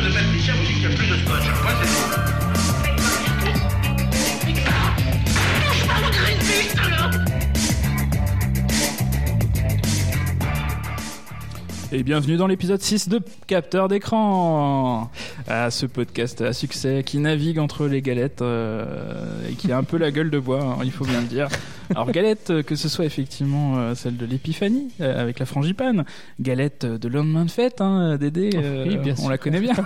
de pâtissier vous dit qu'il y a plus de scotch. Moi, c'est tout. Et bienvenue dans l'épisode 6 de Capteur d'écran, ce podcast à succès qui navigue entre les galettes et qui a un peu la gueule de bois, hein, il faut bien le dire. Alors galette, que ce soit effectivement celle de l'épiphanie avec la frangipane, galette de lendemain de fête, hein, Dédé, oui, bien on sûr. la connaît bien.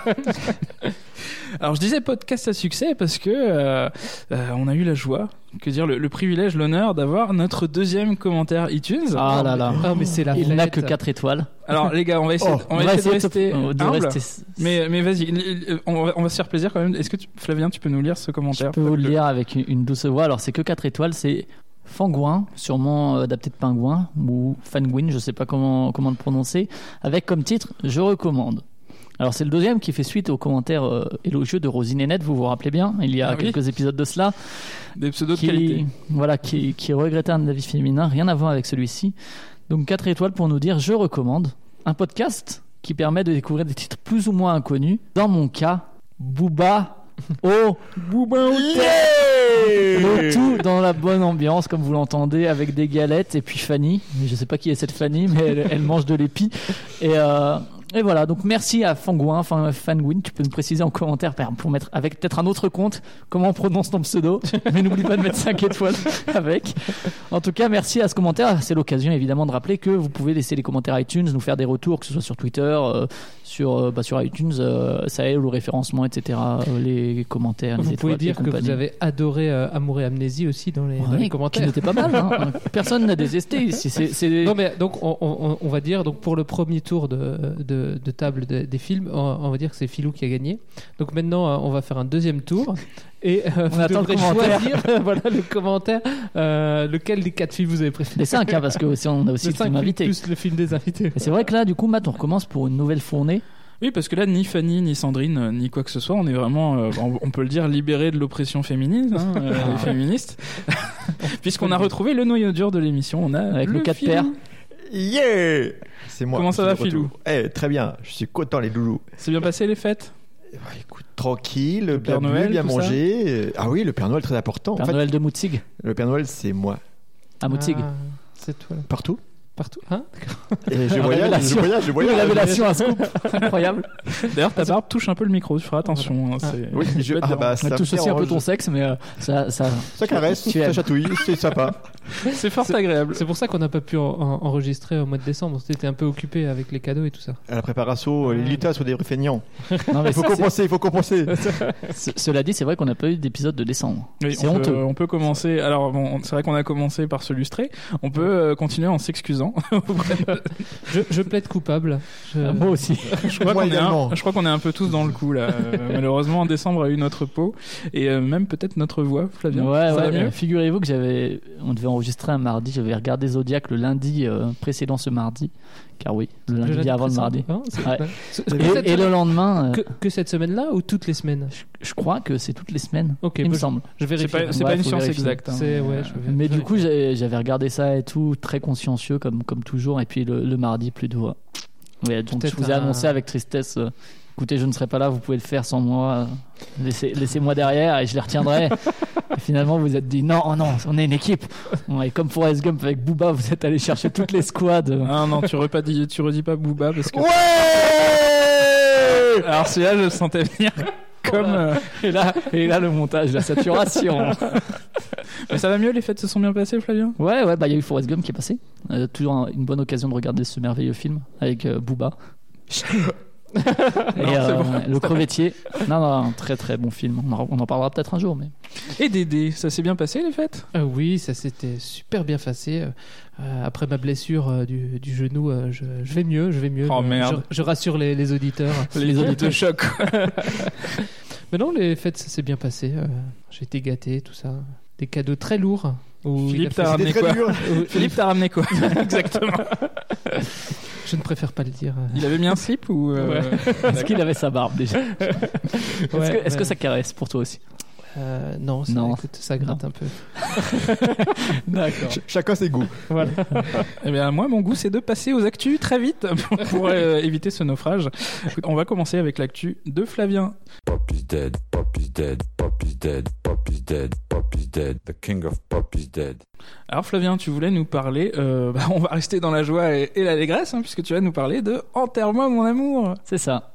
Alors je disais podcast à succès parce que on a eu la joie, que dire, le privilège, l'honneur d'avoir notre deuxième commentaire iTunes. Ah là là. Ah, mais c'est la Il n'a fête. que 4 étoiles. Alors les gars, on va essayer, on va essayer de rester humble. rester... Mais vas-y, on va se faire plaisir quand même. Est-ce que Flavien, tu peux nous lire ce commentaire? Je peux vous le lire avec une douce voix. Alors c'est que 4 étoiles, c'est Fangouin, sûrement adapté de Pingouin, ou Fanguin, je sais pas comment le prononcer, avec comme titre « Je recommande ». Alors c'est le deuxième qui fait suite aux commentaires élogieux de Rosine et Ned, vous vous rappelez bien, il y a quelques épisodes de cela. Des pseudos de qualité. Voilà, qui regrettait un avis féminin, rien à voir avec celui-ci. Donc 4 étoiles pour nous dire « Je recommande ». Un podcast qui permet de découvrir des titres plus ou moins inconnus. Dans mon cas, Booba au Booba Hotel. Le tout dans la bonne ambiance, comme vous l'entendez, avec des galettes et puis Fanny. Je sais pas qui est cette Fanny, mais elle mange de l'épi. Et voilà, donc merci à Fangouin, Fanguin. Tu peux nous préciser en commentaire pour mettre avec peut-être un autre compte comment on prononce ton pseudo, mais n'oublie pas de mettre 5 étoiles avec. En tout cas, merci à ce commentaire. C'est l'occasion évidemment de rappeler que vous pouvez laisser les commentaires iTunes, nous faire des retours, que ce soit sur Twitter, sur iTunes, ça aide le référencement, etc. Les commentaires, les Vous étoiles. pouvez dire que vous avez adoré Amour et Amnésie aussi dans les commentaires. Qui n'était pas mal. Hein. Personne n'a désesté ici. Non mais donc on va dire donc pour le premier tour de table des films, on va dire que c'est Philou qui a gagné. Donc maintenant on va faire un deuxième tour et on attend le commentaire. Choisir voilà le commentaire lequel des 4 films vous avez préféré. Les 5 hein, parce que on a aussi le film invité. Plus le film des invités. Et c'est vrai que là du coup Matt, on recommence pour une nouvelle fournée. Oui, parce que là, ni Fanny, ni Sandrine, ni quoi que ce soit, on est vraiment, on peut le dire, libérés de l'oppression féminine, féministe, puisqu'on a retrouvé le noyau dur de l'émission. On a avec nos 4 Philou. pères. Yeah, c'est moi. Comment ça va, Philou? Très bien, je suis content les loulous. C'est bien passé les fêtes? Écoute, tranquille, Le bien Père Noël, bu, bien tout mangé. Ah oui, le Père Noël très important. Père Noël de Moutzig. Le Père Noël c'est moi. À Moutzig. Ah, c'est toi. Partout. Hein? Et je voyage. Révélation à scoop. Incroyable. D'ailleurs, ta barbe touche un peu le micro, tu feras attention. Oui, ça ça touche aussi un peu m'arrange. ton sexe, mais ça caresse, tu ça aimes. chatouille, c'est sympa. C'est fort agréable. C'est pour ça qu'on n'a pas pu enregistrer au mois de décembre. C'était un peu occupé avec les cadeaux et tout ça. À la préparation, les lutas sont des vrais feignants. Non, mais Il faut compenser. Cela dit, c'est vrai qu'on n'a pas eu d'épisode de décembre. Oui, c'est honteux. On peut commencer. Alors, bon, c'est vrai qu'on a commencé par se lustrer. On peut continuer en s'excusant. Je plaide coupable. Moi aussi. Je crois qu'on est un peu tous dans le coup là. Malheureusement, en décembre a eu notre peau et même peut-être notre voix, Flavien. Ouais, ça va mieux. figurez-vous que on devait enregistrer un mardi. J'avais regardé Zodiac le lundi précédent ce mardi. Car oui, le lundi avant le mardi. Hein, Ouais. Et le lendemain. Que cette semaine-là ou toutes les semaines? Je crois que c'est toutes les semaines. Ok, il me semble. Je vérifie. C'est pas une faut science vérifier. exacte. Hein. Mais du coup, j'avais regardé ça et tout, très consciencieux comme toujours. Et puis le mardi, plus de voix. Ouais, donc je vous ai annoncé avec tristesse. Écoutez, je ne serai pas là, vous pouvez le faire sans moi. Laissez-moi derrière et je les retiendrai. Et finalement, vous êtes dit non, on est une équipe. Et comme Forrest Gump avec Booba, vous êtes allé chercher toutes les squads. Ah non, tu redis pas Booba parce que. Ouais. Alors celui-là, je le sentais venir. Comme et là le montage, la saturation. Mais ça va mieux, les fêtes se sont bien passées, Flavien? Ouais, il y a eu Forrest Gump qui est passé. Toujours une bonne occasion de regarder ce merveilleux film avec Booba. Et le crevettier. Non, très très bon film. On en parlera peut-être un jour. Mais... Et Dédé, ça s'est bien passé les fêtes? Oui, ça s'était super bien passé. Après ma blessure du genou, je vais mieux. Oh merde. Je rassure les auditeurs. Les auditeurs choc. Mais non, les fêtes, ça s'est bien passé. J'ai été gâté, tout ça. Des cadeaux très lourds. Philippe, t'as ramené quoi? Philippe, t'as ramené quoi? Exactement. Je ne préfère pas le dire. Il avait mis un slip ou Est-ce qu'il avait sa barbe déjà? Est-ce que ça caresse pour toi aussi? Non, Non. écoute, ça gratte un peu. D'accord. Chacun ses goûts. Voilà. Eh bien, moi, mon goût, c'est de passer aux actus très vite pour éviter ce naufrage. On va commencer avec l'actu de Flavien. Pop is dead, Pop is dead, Pop is dead, Pop is dead, Pop is dead, the king of pop is dead. Alors, Flavien, tu voulais nous parler... on va rester dans la joie et l'allégresse, puisque tu vas nous parler de « Enterre-moi mon amour ». C'est ça.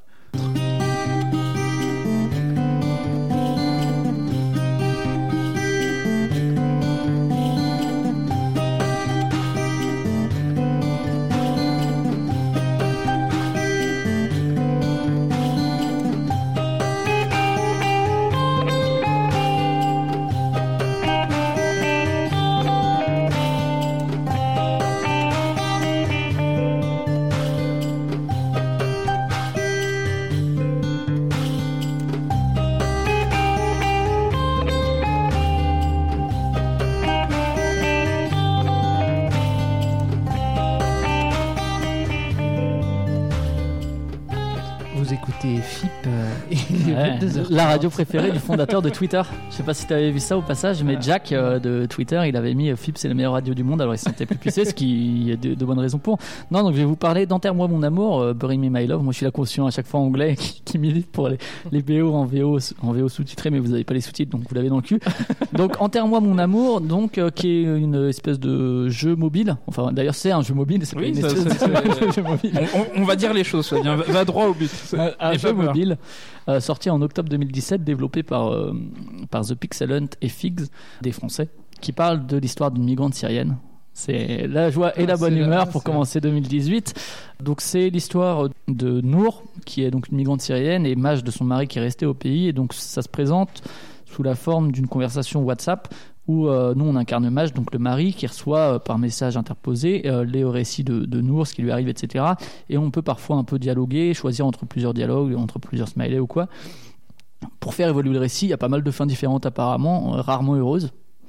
Vous écoutez FIP il est Ouais, 22h30. la radio préférée du fondateur de Twitter. Je sais pas si tu avais vu ça au passage, mais Jack de Twitter, il avait mis FIP, c'est la meilleure radio du monde, alors il se sentait plus pucé, ce qui est de bonnes raisons pour. Non, donc je vais vous parler d'Enterre-moi mon amour, Bury Me My Love. Moi je suis la caution à chaque fois anglais qui milite pour les BO en VO sous-titrés, mais vous n'avez pas les sous-titres, donc vous l'avez dans le cul. Donc Enterre-moi mon amour, donc qui est une espèce de jeu mobile. Enfin d'ailleurs c'est un jeu mobile, c'est Oui, pas une ça, espèce ça, de jeu mobile. On va dire les choses, Flavien. Va droit au but. Un N'aie jeu pas peur. mobile sorti en octobre 2017, développé par The Pixel Hunt et Figs, des Français, qui parle de l'histoire d'une migrante syrienne. C'est la joie et la bonne humeur pour commencer 2018. Donc c'est l'histoire de Nour, qui est donc une migrante syrienne et mage de son mari qui est resté au pays. Et donc ça se présente sous la forme d'une conversation WhatsApp où nous on incarne Mage, donc le mari qui reçoit par message interposé les récits de Nour, ce qui lui arrive, etc. Et on peut parfois un peu dialoguer, choisir entre plusieurs dialogues, entre plusieurs smileys ou quoi. Pour faire évoluer le récit, il y a pas mal de fins différentes apparemment, rarement heureuses.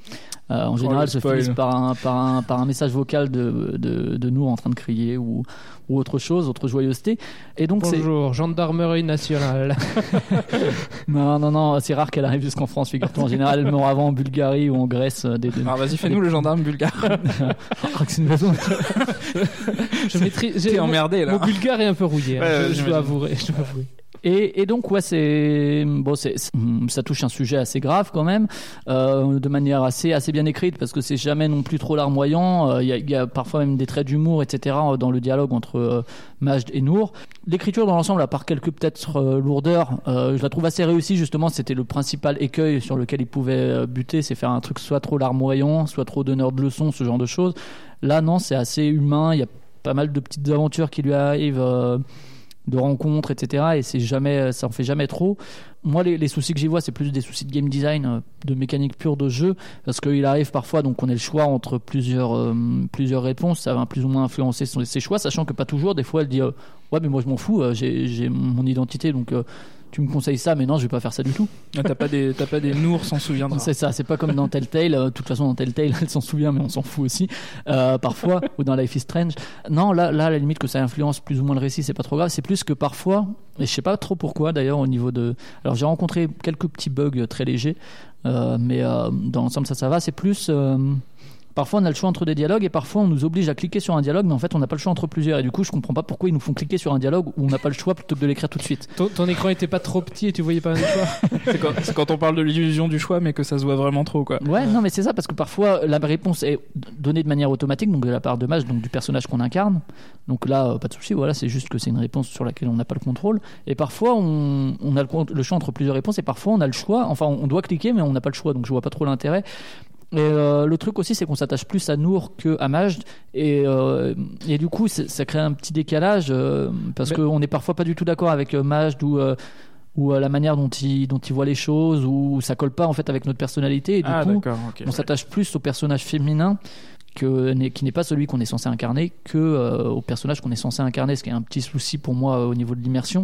En général, le se spoil. finissent par un message vocal de Nour en train de crier ou autre chose, autre joyeuseté. Et donc Bonjour, gendarmerie nationale. non, c'est rare qu'elle arrive jusqu'en France, figure-toi. En général, elle meurt avant en Bulgarie ou en Grèce. Alors vas-y, fais-nous le gendarme bulgare. C'est une façon. Je maîtrise. T'es emmerdé, là. Mon bulgare est un peu rouillé. Ouais, je j'imagine. dois avouer. Et donc ouais, ça touche un sujet assez grave quand même, de manière assez bien écrite, parce que c'est jamais non plus trop larmoyant. Il y a parfois même des traits d'humour, etc. dans le dialogue entre Majd et Nour. L'écriture dans l'ensemble, à part quelques peut-être lourdeurs, je la trouve assez réussie. Justement, c'était le principal écueil sur lequel il pouvait buter, c'est faire un truc soit trop larmoyant, soit trop donneur de leçons, ce genre de choses. Là non, c'est assez humain. Il y a pas mal de petites aventures qui lui arrivent. De rencontres, etc. Et ça en fait jamais trop. Moi, les soucis que j'y vois, c'est plus des soucis de game design, de mécanique pure de jeu, parce qu'il arrive parfois, donc on ait le choix entre plusieurs réponses, ça va plus ou moins influencer ses choix, sachant que pas toujours. Des fois, elle dit ouais, mais moi je m'en fous, j'ai mon identité, donc tu me conseilles ça, mais non, je vais pas faire ça du tout. Ah, t'as pas des Nour s'en souviendra. C'est ça, c'est pas comme dans Telltale. De toute façon, dans Telltale, elle s'en souvient, mais on s'en fout aussi parfois, ou dans Life is Strange. Non, là, à la limite que ça influence plus ou moins le récit, c'est pas trop grave. C'est plus que parfois, et je sais pas trop pourquoi d'ailleurs, au niveau de. Alors j'ai rencontré quelques petits bugs très légers, mais dans l'ensemble ça va. C'est plus. Parfois on a le choix entre des dialogues et parfois on nous oblige à cliquer sur un dialogue, mais en fait on n'a pas le choix entre plusieurs. Et du coup je comprends pas pourquoi ils nous font cliquer sur un dialogue où on n'a pas le choix plutôt que de l'écrire tout de suite. Ton écran était pas trop petit et tu voyais pas un choix. C'est quand on parle de l'illusion du choix, mais que ça se voit vraiment trop, quoi. Ouais, non mais c'est ça, parce que parfois la réponse est donnée de manière automatique, donc de la part de Mage, donc du personnage qu'on incarne. Donc là, pas de souci, voilà, c'est juste que c'est une réponse sur laquelle on n'a pas le contrôle. Et parfois on a le choix entre plusieurs réponses et parfois on a le choix, enfin on doit cliquer mais on n'a pas le choix, donc je vois pas trop l'intérêt. Et le truc aussi, c'est qu'on s'attache plus à Nour que à Majd, et du coup ça crée un petit décalage parce qu'on n'est parfois pas du tout d'accord avec Majd ou la manière dont il voit les choses, ou ça colle pas en fait avec notre personnalité, et du coup d'accord, ok. on s'attache plus au personnage féminin qui n'est pas celui qu'on est censé incarner que au personnage qu'on est censé incarner, ce qui est un petit souci pour moi au niveau de l'immersion.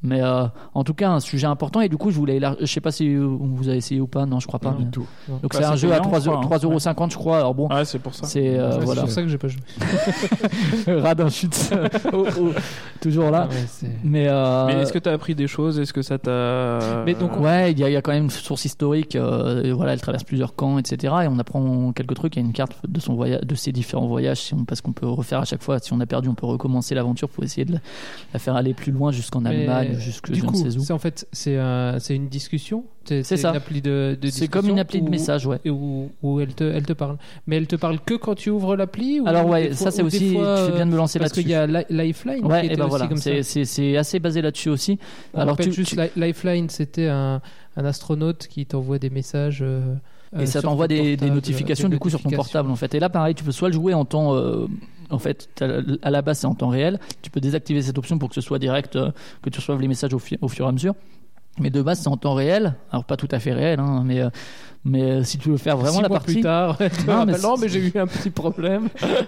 Mais en tout cas, un sujet important. Et du coup, je sais pas si vous avez essayé ou pas. Non, je crois pas. Non, mais- du tout. Non. Donc Bah, c'est un c'est jeu à payant, 3,50 €, je crois. Alors bon, Ouais, c'est pour ça. c'est Ouais, voilà. C'est pour ça que j'ai pas joué. Radin chute. toujours là. Ah ouais, c'est- Mais Mais est-ce que t'as appris des choses? Est-ce que ça t'a. Mais donc, ouais, il y a quand même une source historique. Et voilà, elle traverse plusieurs camps, etc. Et on apprend quelques trucs. Il y a une carte de son voyage, de ses différents voyages, parce qu'on peut refaire à chaque fois. Si on a perdu, on peut recommencer l'aventure pour essayer de la faire aller plus loin jusqu'en Allemagne, jusque du je coup, ne sais où. c'est en fait c'est une discussion. C'est ça. Une appli de C'est comme une appli de message, ouais. Et où elle te parle. Mais elle te parle que quand tu ouvres l'appli ou Alors ouais, des ça fois- c'est ou des aussi. fois, Tu fais bien de me lancer parce là-dessus. qu'il y a Lifeline Ouais, qui et était ben aussi voilà, comme ça. c'est assez basé là-dessus aussi. On Alors rappelle tu, juste Lifeline, c'était un astronaute qui t'envoie des messages. et ça sur t'envoie ton des portable, notifications des du coup sur ton notifications. portable en fait. Et là pareil, tu peux soit le jouer en temps, en fait à la base c'est en temps réel. Tu peux désactiver cette option pour que ce soit direct, que tu reçoives les messages au fur et à mesure. Mais de base c'est en temps réel. Alors pas tout à fait réel, hein, mais si tu veux faire vraiment 6 la mois partie. plus tard, tu te Non, rappelles, mais non, mais j'ai eu un petit problème.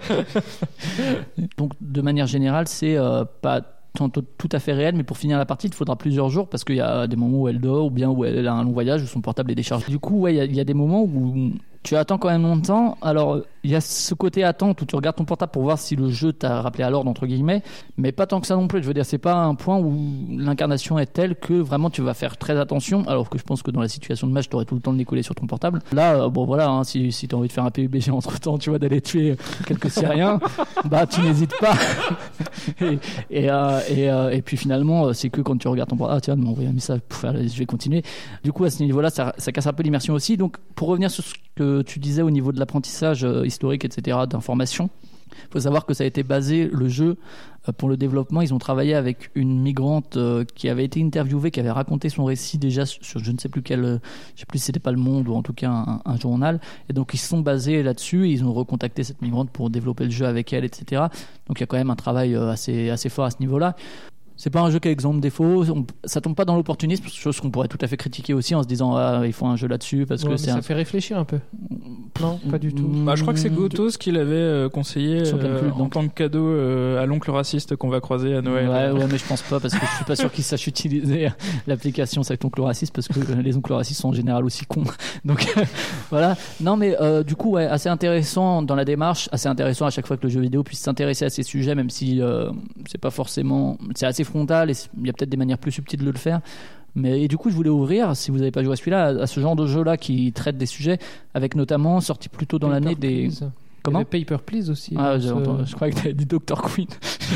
Donc de manière générale, c'est pas tout à fait réel, mais pour finir la partie, il te faudra plusieurs jours parce qu'il y a des moments où elle dort ou bien où elle a un long voyage où son portable est déchargé. Du coup, ouais, il y a des moments où tu attends quand même longtemps. Alors, il y a ce côté attente où tu regardes ton portable pour voir si le jeu t'a rappelé à l'ordre, entre guillemets, mais pas tant que ça non plus. Je veux dire, c'est pas un point où l'incarnation est telle que vraiment tu vas faire très attention, alors que je pense que dans la situation de match, tu aurais tout le temps de décoller sur ton portable. Là, bon voilà, hein, si tu as envie de faire un PUBG entre temps, tu vois, d'aller tuer quelques Syriens, bah tu n'hésites pas. et puis finalement, c'est que quand tu regardes ton portable, ah tiens, de m'envoyer un message, allez, je vais continuer. Du coup, à ce niveau-là, ça casse un peu l'immersion aussi. Donc, pour revenir sur ce que tu disais au niveau de l'apprentissage historique, etc., d'information, il faut savoir que ça a été basé, le jeu, pour le développement, ils ont travaillé avec une migrante qui avait été interviewée, qui avait raconté son récit déjà sur je ne sais plus quel, je sais plus si c'était pas Le Monde ou en tout cas un journal. Et donc ils se sont basés là-dessus et ils ont recontacté cette migrante pour développer le jeu avec elle, etc. Donc il y a quand même un travail assez fort à ce niveau-là. C'est pas un jeu qui est exempt de défauts, ça tombe pas dans l'opportunisme, chose qu'on pourrait tout à fait critiquer aussi en se disant ah, il faut un jeu là-dessus parce Ouais, que mais c'est ça un... fait réfléchir un peu. Non, pas du tout. Bah, je crois que c'est Gotos qui l'avait conseillé Sur Gamecube, en donc. tant que cadeau à l'oncle raciste qu'on va croiser à Noël. Ouais, mais je pense pas parce que je suis pas sûr qu'ils sachent utiliser l'application avec oncle raciste parce que les oncles racistes sont en général aussi cons. Donc voilà. Non, mais du coup, ouais, assez intéressant dans la démarche, assez intéressant à chaque fois que le jeu vidéo puisse s'intéresser à ces sujets, même si c'est pas forcément, c'est assez frontal et il y a peut-être des manières plus subtiles de le faire. Mais et du coup, je voulais ouvrir, si vous n'avez pas joué à celui-là, à ce genre de jeu-là qui traite des sujets, avec notamment sorti plus tôt dans Paper l'année des. Please. Comment? Il y avait Paper Please aussi. Ah, dans ce- je croyais que t'avais dit Dr. Queen.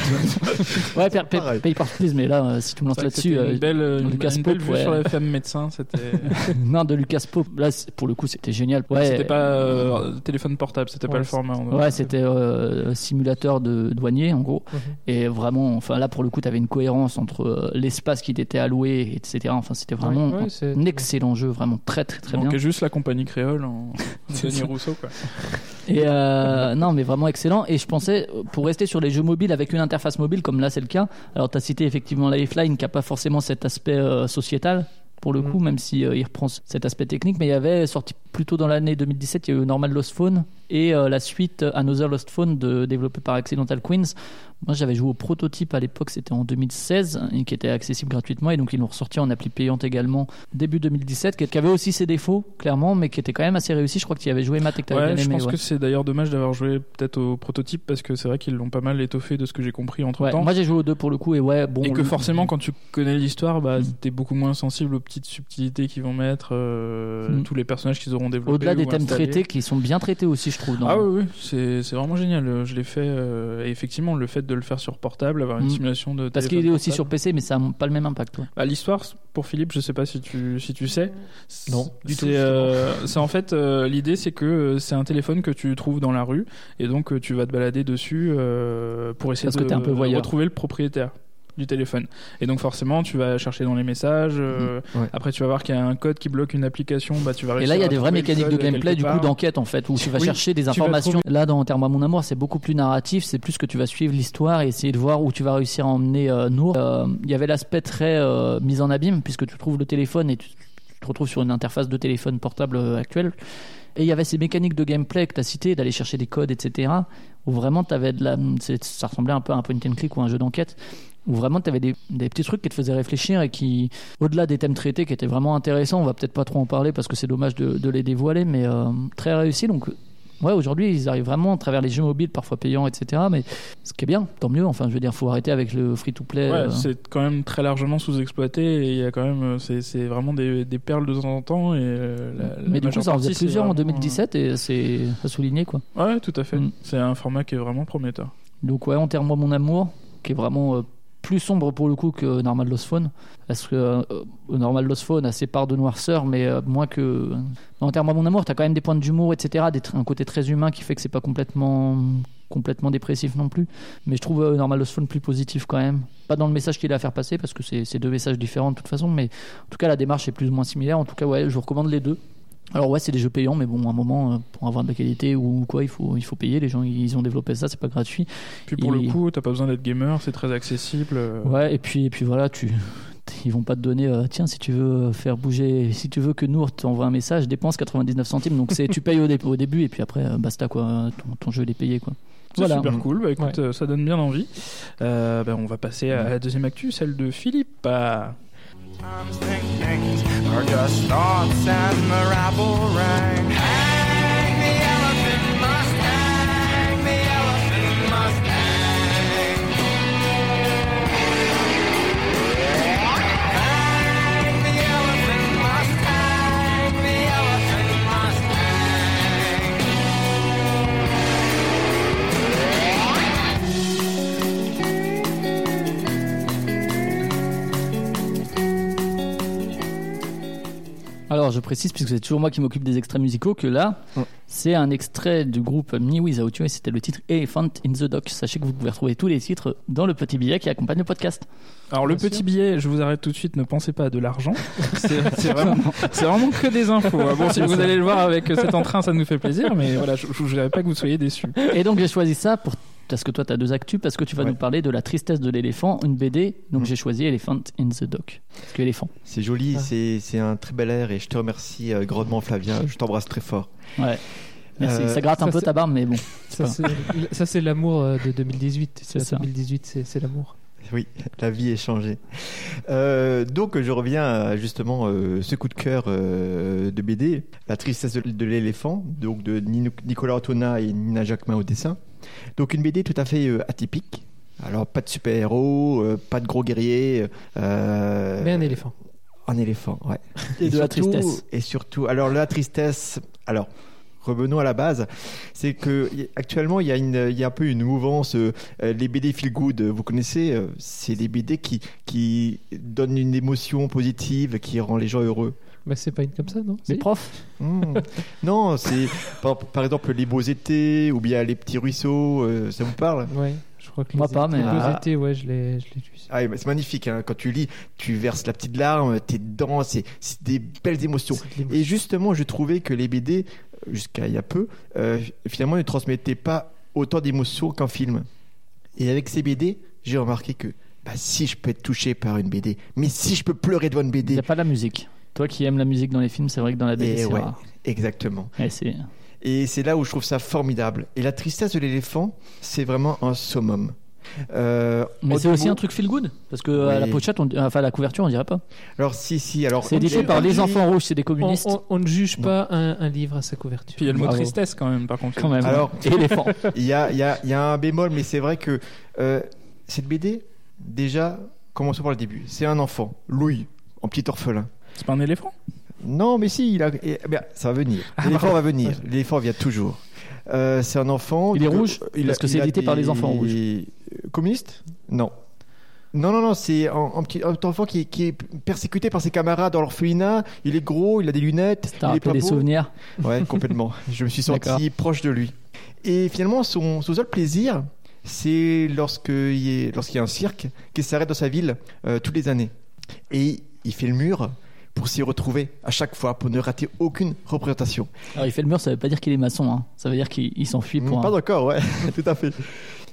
Ouais, pareil. Paper Please, mais là, si tu me lances là-dessus. C'était une belle Lucas une belle Pope, vue ouais. sur la femme médecin. C'était Non, de Lucas Pope. Là, pour le coup, c'était génial. Ouais, c'était pas téléphone portable, c'était pas le format. Ouais, c'était simulateur de douanier en gros. Mhm. Et vraiment, enfin là pour le coup, t'avais une cohérence entre l'espace qui t'était alloué, etc. Enfin, c'était vraiment Ouais, c'est- un excellent jeu, vraiment très très très bien. manquait juste la compagnie créole en C'est Denis ça. Rousseau, quoi. Et non, mais vraiment excellent. Et je pensais, pour rester sur les jeux mobiles avec une interface mobile, comme là c'est le cas. Alors, tu as cité effectivement Lifeline, qui n'a pas forcément cet aspect sociétal, pour le coup, même si il reprend cet aspect technique. Mais il y avait sorti plus tôt dans l'année 2017, il y a eu Normal Lost Phone et la suite Another Lost Phone, développée par Accidental Queens. Moi, j'avais joué au prototype à l'époque, c'était en 2016, et qui était accessible gratuitement. Et donc, ils l'ont ressorti en appli payante également début 2017, qui avait aussi ses défauts, clairement, mais qui était quand même assez réussi. Je crois que tu y avais joué, Matt, et que tu avais Ouais, bien je aimé. pense Ouais. que c'est d'ailleurs dommage d'avoir joué peut-être au prototype parce que c'est vrai qu'ils l'ont pas mal étoffé de ce que j'ai compris entre Ouais, temps. moi, j'ai joué aux deux pour le coup, et ouais, bon. Et que forcément, quand tu connais l'histoire, bah, Mm. t'es beaucoup moins sensible aux petites subtilités qu'ils vont mettre, Mm. tous les personnages qu'ils auront développés. Au-delà des ou thèmes installés. traités qui sont bien traités aussi, je trouve. Dans... Ah oui, c'est vraiment génial. Je l'ai fait. Et effectivement, le fait de le faire sur portable, avoir une Mm. simulation de. Parce qu'il est téléphone aussi sur portable. PC, mais ça n'a pas le même impact. Ouais. Bah, l'histoire, pour Philippe, je sais pas si tu sais. Non, du tout, C'est en fait l'idée, c'est que c'est un téléphone que tu trouves dans la rue et donc tu vas te balader dessus pour essayer Parce que de t'es un peu voyeur. retrouver le propriétaire du téléphone. Et donc forcément, tu vas chercher dans les messages. Ouais. Après, tu vas voir qu'il y a un code qui bloque une application. Bah, tu vas Et réussir là, il y a à des vraies trouver le mécaniques de code gameplay, quelque du coup, part. d'enquête, en fait, où tu vas Oui, chercher des tu vas informations. trouver- Là, dans Terme à mon amour, c'est beaucoup plus narratif, c'est plus que tu vas suivre l'histoire et essayer de voir où tu vas réussir à emmener Nour. Il y avait l'aspect très mise en abîme, puisque tu trouves le téléphone et tu te retrouves sur une interface de téléphone portable actuelle. Et il y avait ces mécaniques de gameplay que tu as citées, d'aller chercher des codes, etc., où vraiment t'avais ça ressemblait un peu à un point and click ou un jeu d'enquête, où vraiment tu avais des petits trucs qui te faisaient réfléchir et qui, au-delà des thèmes traités, qui étaient vraiment intéressants. On va peut-être pas trop en parler parce que c'est dommage de les dévoiler, mais très réussi. Donc, ouais, aujourd'hui, ils arrivent vraiment à travers les jeux mobiles, parfois payants, etc. Mais ce qui est bien, tant mieux. Enfin, je veux dire, faut arrêter avec le free-to-play. Ouais, c'est quand même très largement sous-exploité et il y a quand même, c'est vraiment des perles de temps en temps. Mais du coup, ça en faisait plusieurs en 2017 et c'est à souligner, quoi. Ouais, tout à fait. C'est un format qui est vraiment prometteur. Donc, ouais, Enterre-moi mon amour, qui est vraiment plus sombre pour le coup que Normal Lost Phone, parce que Normal Lost Phone a ses parts de noirceur, mais moins que Enterre-moi mon amour. T'as quand même des points d'humour, etc., un côté très humain qui fait que c'est pas complètement dépressif non plus, mais je trouve Normal Lost Phone plus positif quand même, pas dans le message qu'il a à faire passer parce que c'est deux messages différents de toute façon, mais en tout cas la démarche est plus ou moins similaire. En tout cas, ouais, je vous recommande les deux. Alors ouais, c'est des jeux payants, mais bon, à un moment, pour avoir de la qualité ou quoi, il faut payer. Les gens, ils ont développé ça, c'est pas gratuit. Puis pour le coup, t'as pas besoin d'être gamer, c'est très accessible. Ouais, et puis voilà, ils vont pas te donner, tiens, si tu veux faire bouger, si tu veux que Nour t'envoie un message, dépense 99 centimes. Donc tu payes au début, et puis après, basta quoi, ton jeu il est payé quoi. C'est super cool, bah écoute, ça donne bien envie. On va passer à la deuxième actu, celle de Philippe. Or just thoughts and the rabble rang. Hang the elephant must hang, the elephant must hang. Hang the elephant must hang, the elephant must Alors je précise, puisque c'est toujours moi qui m'occupe des extraits musicaux, que là, c'est un extrait du groupe Me Without You et c'était le titre Elephant in the Dock. Sachez que vous pouvez retrouver tous les titres dans le petit billet qui accompagne le podcast. Alors le petit billet, je vous arrête tout de suite, ne pensez pas à de l'argent, c'est vraiment que des infos. Bon, si vous allez le voir avec cet entrain, ça nous fait plaisir, mais voilà, je ne voudrais pas que vous soyez déçus. Et donc j'ai choisi ça parce que toi tu as deux actus, parce que tu vas nous parler de La tristesse de l'éléphant, une BD. Donc j'ai choisi Elephant in the Dock. Parce que éléphant. C'est joli, c'est un très bel air et je te remercie grandement Flavien, je t'embrasse très fort. Ouais. Merci. Ça gratte un peu ta barbe, mais bon. Ça c'est l'amour de 2018. C'est ça. 2018, c'est l'amour. Oui, la vie est changée. Donc je reviens à justement ce coup de cœur de BD, La tristesse de l'éléphant, donc de Nicolas Ortona et Nina Jacquemin au dessin. Donc une BD tout à fait atypique. Alors pas de super-héros, pas de gros guerriers. Mais un éléphant. Un éléphant, ouais. Et de la tristesse. Et surtout, alors la tristesse. Alors. Revenons à la base, c'est que actuellement il y a un peu une mouvance. Les BD feel good, vous connaissez, c'est des BD qui donnent une émotion positive, qui rend les gens heureux. Bah c'est pas une comme ça, non? Les profs. Non, c'est par exemple Les Beaux Étés ou bien Les Petits Ruisseaux, ça vous parle? Ouais, je crois que moi pas, mais Les Beaux Étés, ouais, je l'ai lu. Ah, c'est magnifique, hein. Quand tu lis, tu verses la petite larme, t'es dedans, c'est des belles émotions. Et justement, je trouvais que les BD, jusqu'à il y a peu, finalement ne transmettaient pas autant d'émotions qu'un film. Et avec ces BD, j'ai remarqué que si je peux être touché par une BD, mais si je peux pleurer devant une BD. Il n'y a pas la musique. Toi qui aimes la musique dans les films, c'est vrai que dans la BD, c'est rare. Exactement. Et c'est là où je trouve ça formidable. Et La tristesse de l'éléphant, c'est vraiment un summum. Mais c'est aussi un truc feel good parce que à la pochette, à la couverture, on dirait pas. Alors si. Alors c'est édité par Les Enfants Rouges, c'est des communistes. On ne juge pas un livre à sa couverture. Puis il y a le mot tristesse quand même, par contre. Quand même. Alors éléphant. Il y a un bémol, mais c'est vrai que cette BD, déjà, commençons par le début. C'est un enfant, Louis, en petit orphelin. C'est pas un éléphant? Non, mais si, ça va venir. L'éléphant va venir. L'éléphant vient toujours. C'est un enfant. Il est rouge parce que c'est édité par Les Enfants Rouges. Communiste? Non. Non, c'est un petit enfant qui est persécuté par ses camarades dans l'orphelinat. Il est gros, il a des lunettes. T'as rappelé des souvenirs? Ouais, complètement. Je me suis senti proche de lui. Et finalement, son seul plaisir, c'est lorsqu'il y a un cirque qui s'arrête dans sa ville toutes les années. Et il fait le mur pour s'y retrouver à chaque fois, pour ne rater aucune représentation. Alors il fait le mur, ça veut pas dire qu'il est maçon, hein. Ça veut dire qu'il s'enfuit pour Pas d'accord, ouais, tout à fait.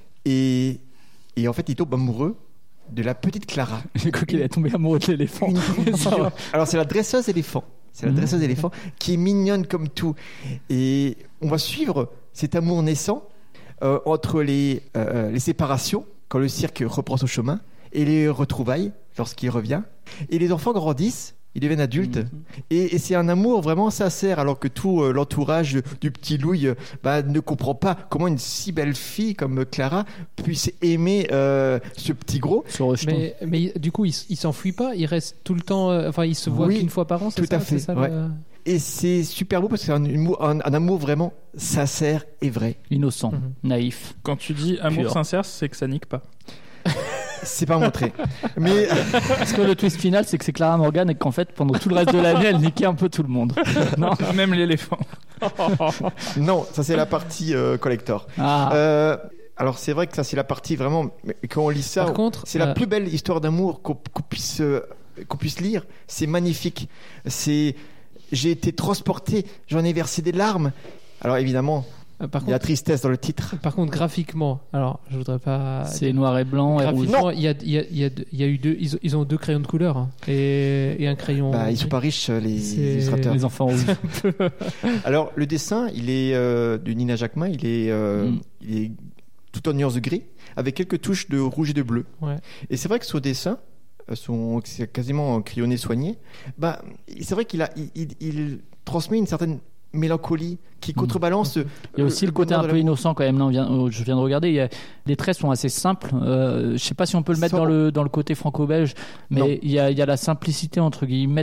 Et en fait, il tombe amoureux de la petite Clara. J'ai cru qu'il est tombé amoureux de l'éléphant. Alors c'est la dresseuse éléphant. C'est la dresseuse éléphant qui est mignonne comme tout. Et on va suivre cet amour naissant entre les séparations, quand le cirque reprend son chemin, et les retrouvailles lorsqu'il revient. Et les enfants grandissent, ils deviennent adultes. Et c'est un amour vraiment sincère, alors que tout l'entourage du petit Louis ne comprend pas comment une si belle fille comme Clara puisse aimer ce petit gros. Mais du coup, il s'enfuit pas, il reste tout le temps. Il se voit qu'une fois par an, c'est tout à fait. Et c'est super beau parce que c'est un amour vraiment sincère et vrai. Innocent, naïf. Quand tu dis amour pur. sincère, c'est que ça nique pas. C'est pas montré. Mais Parce que le twist final, c'est que c'est Clara Morgan et qu'en fait, pendant tout le reste de l'année, elle niquait un peu tout le monde. Non. Même l'éléphant. non, ça c'est la partie collector. Alors c'est vrai que ça c'est la partie vraiment. Quand on lit ça, Par contre, c'est la plus belle histoire d'amour qu'on puisse lire. C'est magnifique. J'ai été transporté, j'en ai versé des larmes. Alors évidemment, il y a tristesse dans le titre. Par contre, graphiquement, alors je voudrais pas. C'est noir et blanc et rouge. Graphiquement, il y a eu deux. Ils ont 2 crayons de couleur hein, et un crayon. Ils sont pas riches les illustrateurs. Les enfants rouges. Alors le dessin, il est de Nina Jacquemin. Il est tout en nuances gris avec quelques touches de rouge et de bleu. Ouais. Et c'est vrai que ce dessin, c'est quasiment crayonné soigné. C'est vrai il transmet une certaine mélancolie qui contrebalance. Il y a aussi le côté un peu innocent quand même. Là, je viens de regarder. Les traits sont assez simples. Je sais pas si on peut le mettre dans le côté franco-belge, mais il y a la simplicité entre guillemets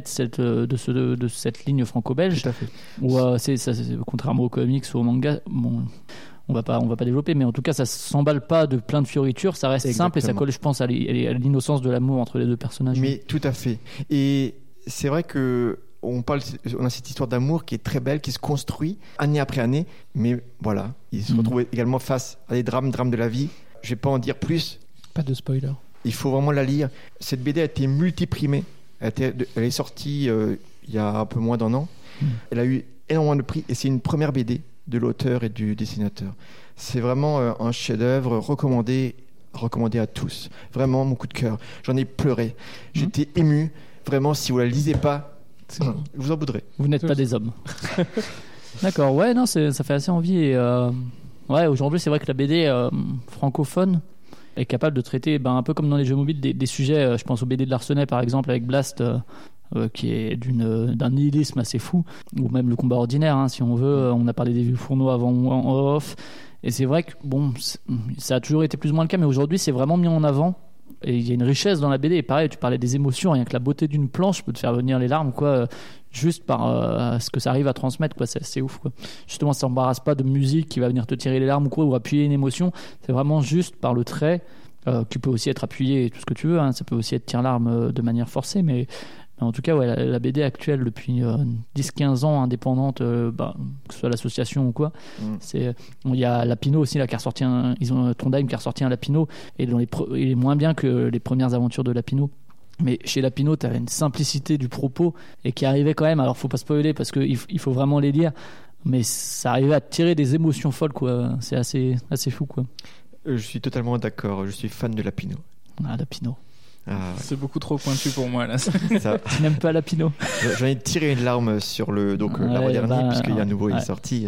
de cette ligne franco-belge. Tout à fait. Où c'est contrairement aux comics ou aux mangas. Bon, on va pas développer, mais en tout cas, ça s'emballe pas de plein de fioritures. Ça reste simple et ça colle, je pense, à l'innocence de l'amour entre les deux personnages. Mais tout à fait. Et c'est vrai que on a cette histoire d'amour qui est très belle, qui se construit année après année, mais voilà, il se retrouve également face à des drames de la vie. Je vais pas en dire plus. Pas de spoiler. Il faut vraiment la lire. Cette BD a été multiprimée. Elle est sortie il y a un peu moins d'1 an. Elle a eu énormément de prix et c'est une première BD de l'auteur et du dessinateur. C'est vraiment un chef-d'œuvre recommandé à tous. Vraiment mon coup de cœur. J'en ai pleuré. J'étais ému. Vraiment, si vous la lisez pas, vous en voudrez. Vous n'êtes pas des hommes. D'accord, ouais, non, ça fait assez envie. Et, aujourd'hui, c'est vrai que la BD francophone est capable de traiter, un peu comme dans les jeux mobiles, des sujets. Je pense au BD de Larsenet, par exemple, avec Blast, qui est d'un nihilisme assez fou, ou même le combat ordinaire, hein, si on veut. On a parlé des vieux fourneaux avant en off. Et c'est vrai que, ça a toujours été plus ou moins le cas, mais aujourd'hui, c'est vraiment mis en avant. Et il y a une richesse dans la BD. Et pareil, tu parlais des émotions, rien que la beauté d'une planche peut te faire venir les larmes, quoi, juste par ce que ça arrive à transmettre, quoi. C'est assez ouf, quoi. Justement, ça s'embarrasse pas de musique qui va venir te tirer les larmes ou quoi, ou appuyer une émotion. C'est vraiment juste par le trait, qui peut aussi être appuyé, tout ce que tu veux, hein. Ça peut aussi être tire-larme de manière forcée, mais en tout cas, ouais, la BD actuelle depuis 10-15 ans indépendante, que ce soit l'association ou quoi, il y a Lapino aussi là, qui a ressorti ils ont Trondheim qui a ressorti un Lapino, et il est moins bien que les premières aventures de Lapino. Mais chez Lapino, tu avais une simplicité du propos et qui arrivait quand même. Alors, faut pas spoiler parce qu'il faut vraiment les lire, mais ça arrivait à tirer des émotions folles, quoi. C'est assez fou, quoi. Je suis totalement d'accord. Je suis fan de Lapino. Lapino. C'est beaucoup trop pointu pour moi là. Tu n'aimes pas Lapino? J'en ai tiré une larme sur l'arbre dernier, puisqu'il y a un nouveau, il est sorti.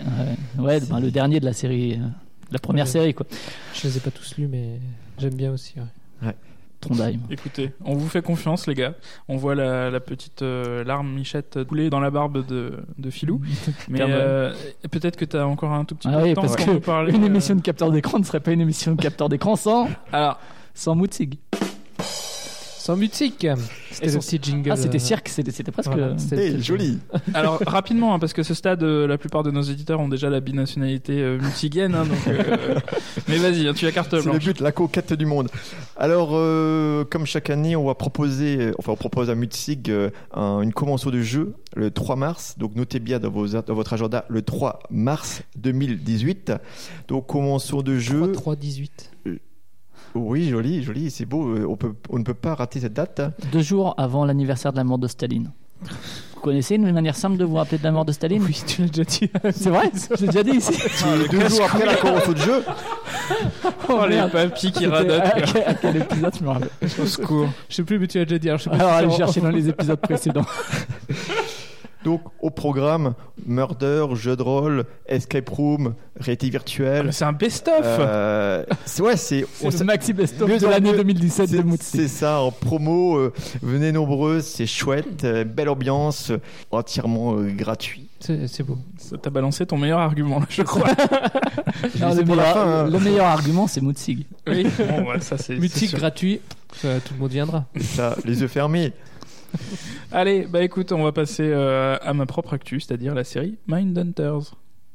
Le dernier de la série, la première série, quoi. Je les ai pas tous lus, mais j'aime bien aussi. Ouais. Trondheim. Écoutez, on vous fait confiance, les gars. On voit la petite larme Michette couler dans la barbe de Philou. Mais peut-être que tu as encore un tout petit peu de temps parce pour nous parler. Une émission de capteur d'écran ne serait pas une émission de capteur d'écran sans Mutzig. Sans musique. C'était son petit jingle. C'était cirque, c'était presque. Voilà, c'était joli. Alors rapidement, hein, parce que ce stade, la plupart de nos éditeurs ont déjà la binationalité multigienne, hein, donc. Mais vas-y, hein, tu as carte blanche. C'est le but, la conquête du monde. Alors, comme chaque année, on propose à Mutzig une convention de jeu le 3 mars. Donc notez bien dans votre agenda le 3 mars 2018. Donc convention de jeu. 3-18. Oui, joli, c'est beau. On ne peut pas rater cette date. 2 jours avant l'anniversaire de la mort de Staline. Vous connaissez une manière simple de vous rappeler de la mort de Staline? Oui, tu l'as déjà dit. C'est vrai? J'ai déjà dit ici. 2 jours après la convention de jeu. Les papis qui radotent. À quel épisode je me rappelle? Au secours. Je sais plus, mais tu l'as déjà dit. Alors allez chercher dans les épisodes précédents. Donc au programme, murder, jeu de rôle, escape room, réalité virtuelle. C'est un best-of. C'est le maxi best-of mieux de en l'année mieux. 2017 de Mood. C'est ça, en promo. Venez nombreux, c'est chouette, belle ambiance, entièrement gratuit. C'est beau. Ça t'a balancé ton meilleur argument, là, je crois. Non, C'est pour la fin, hein. le meilleur argument, c'est Moodsig. Oui, bon, ouais, ça c'est. Mutique c'est sûr. gratuit, tout le monde viendra. Ça, les yeux fermés. Allez, bah écoute, on va passer à ma propre actu, c'est-à-dire la série Mindhunters.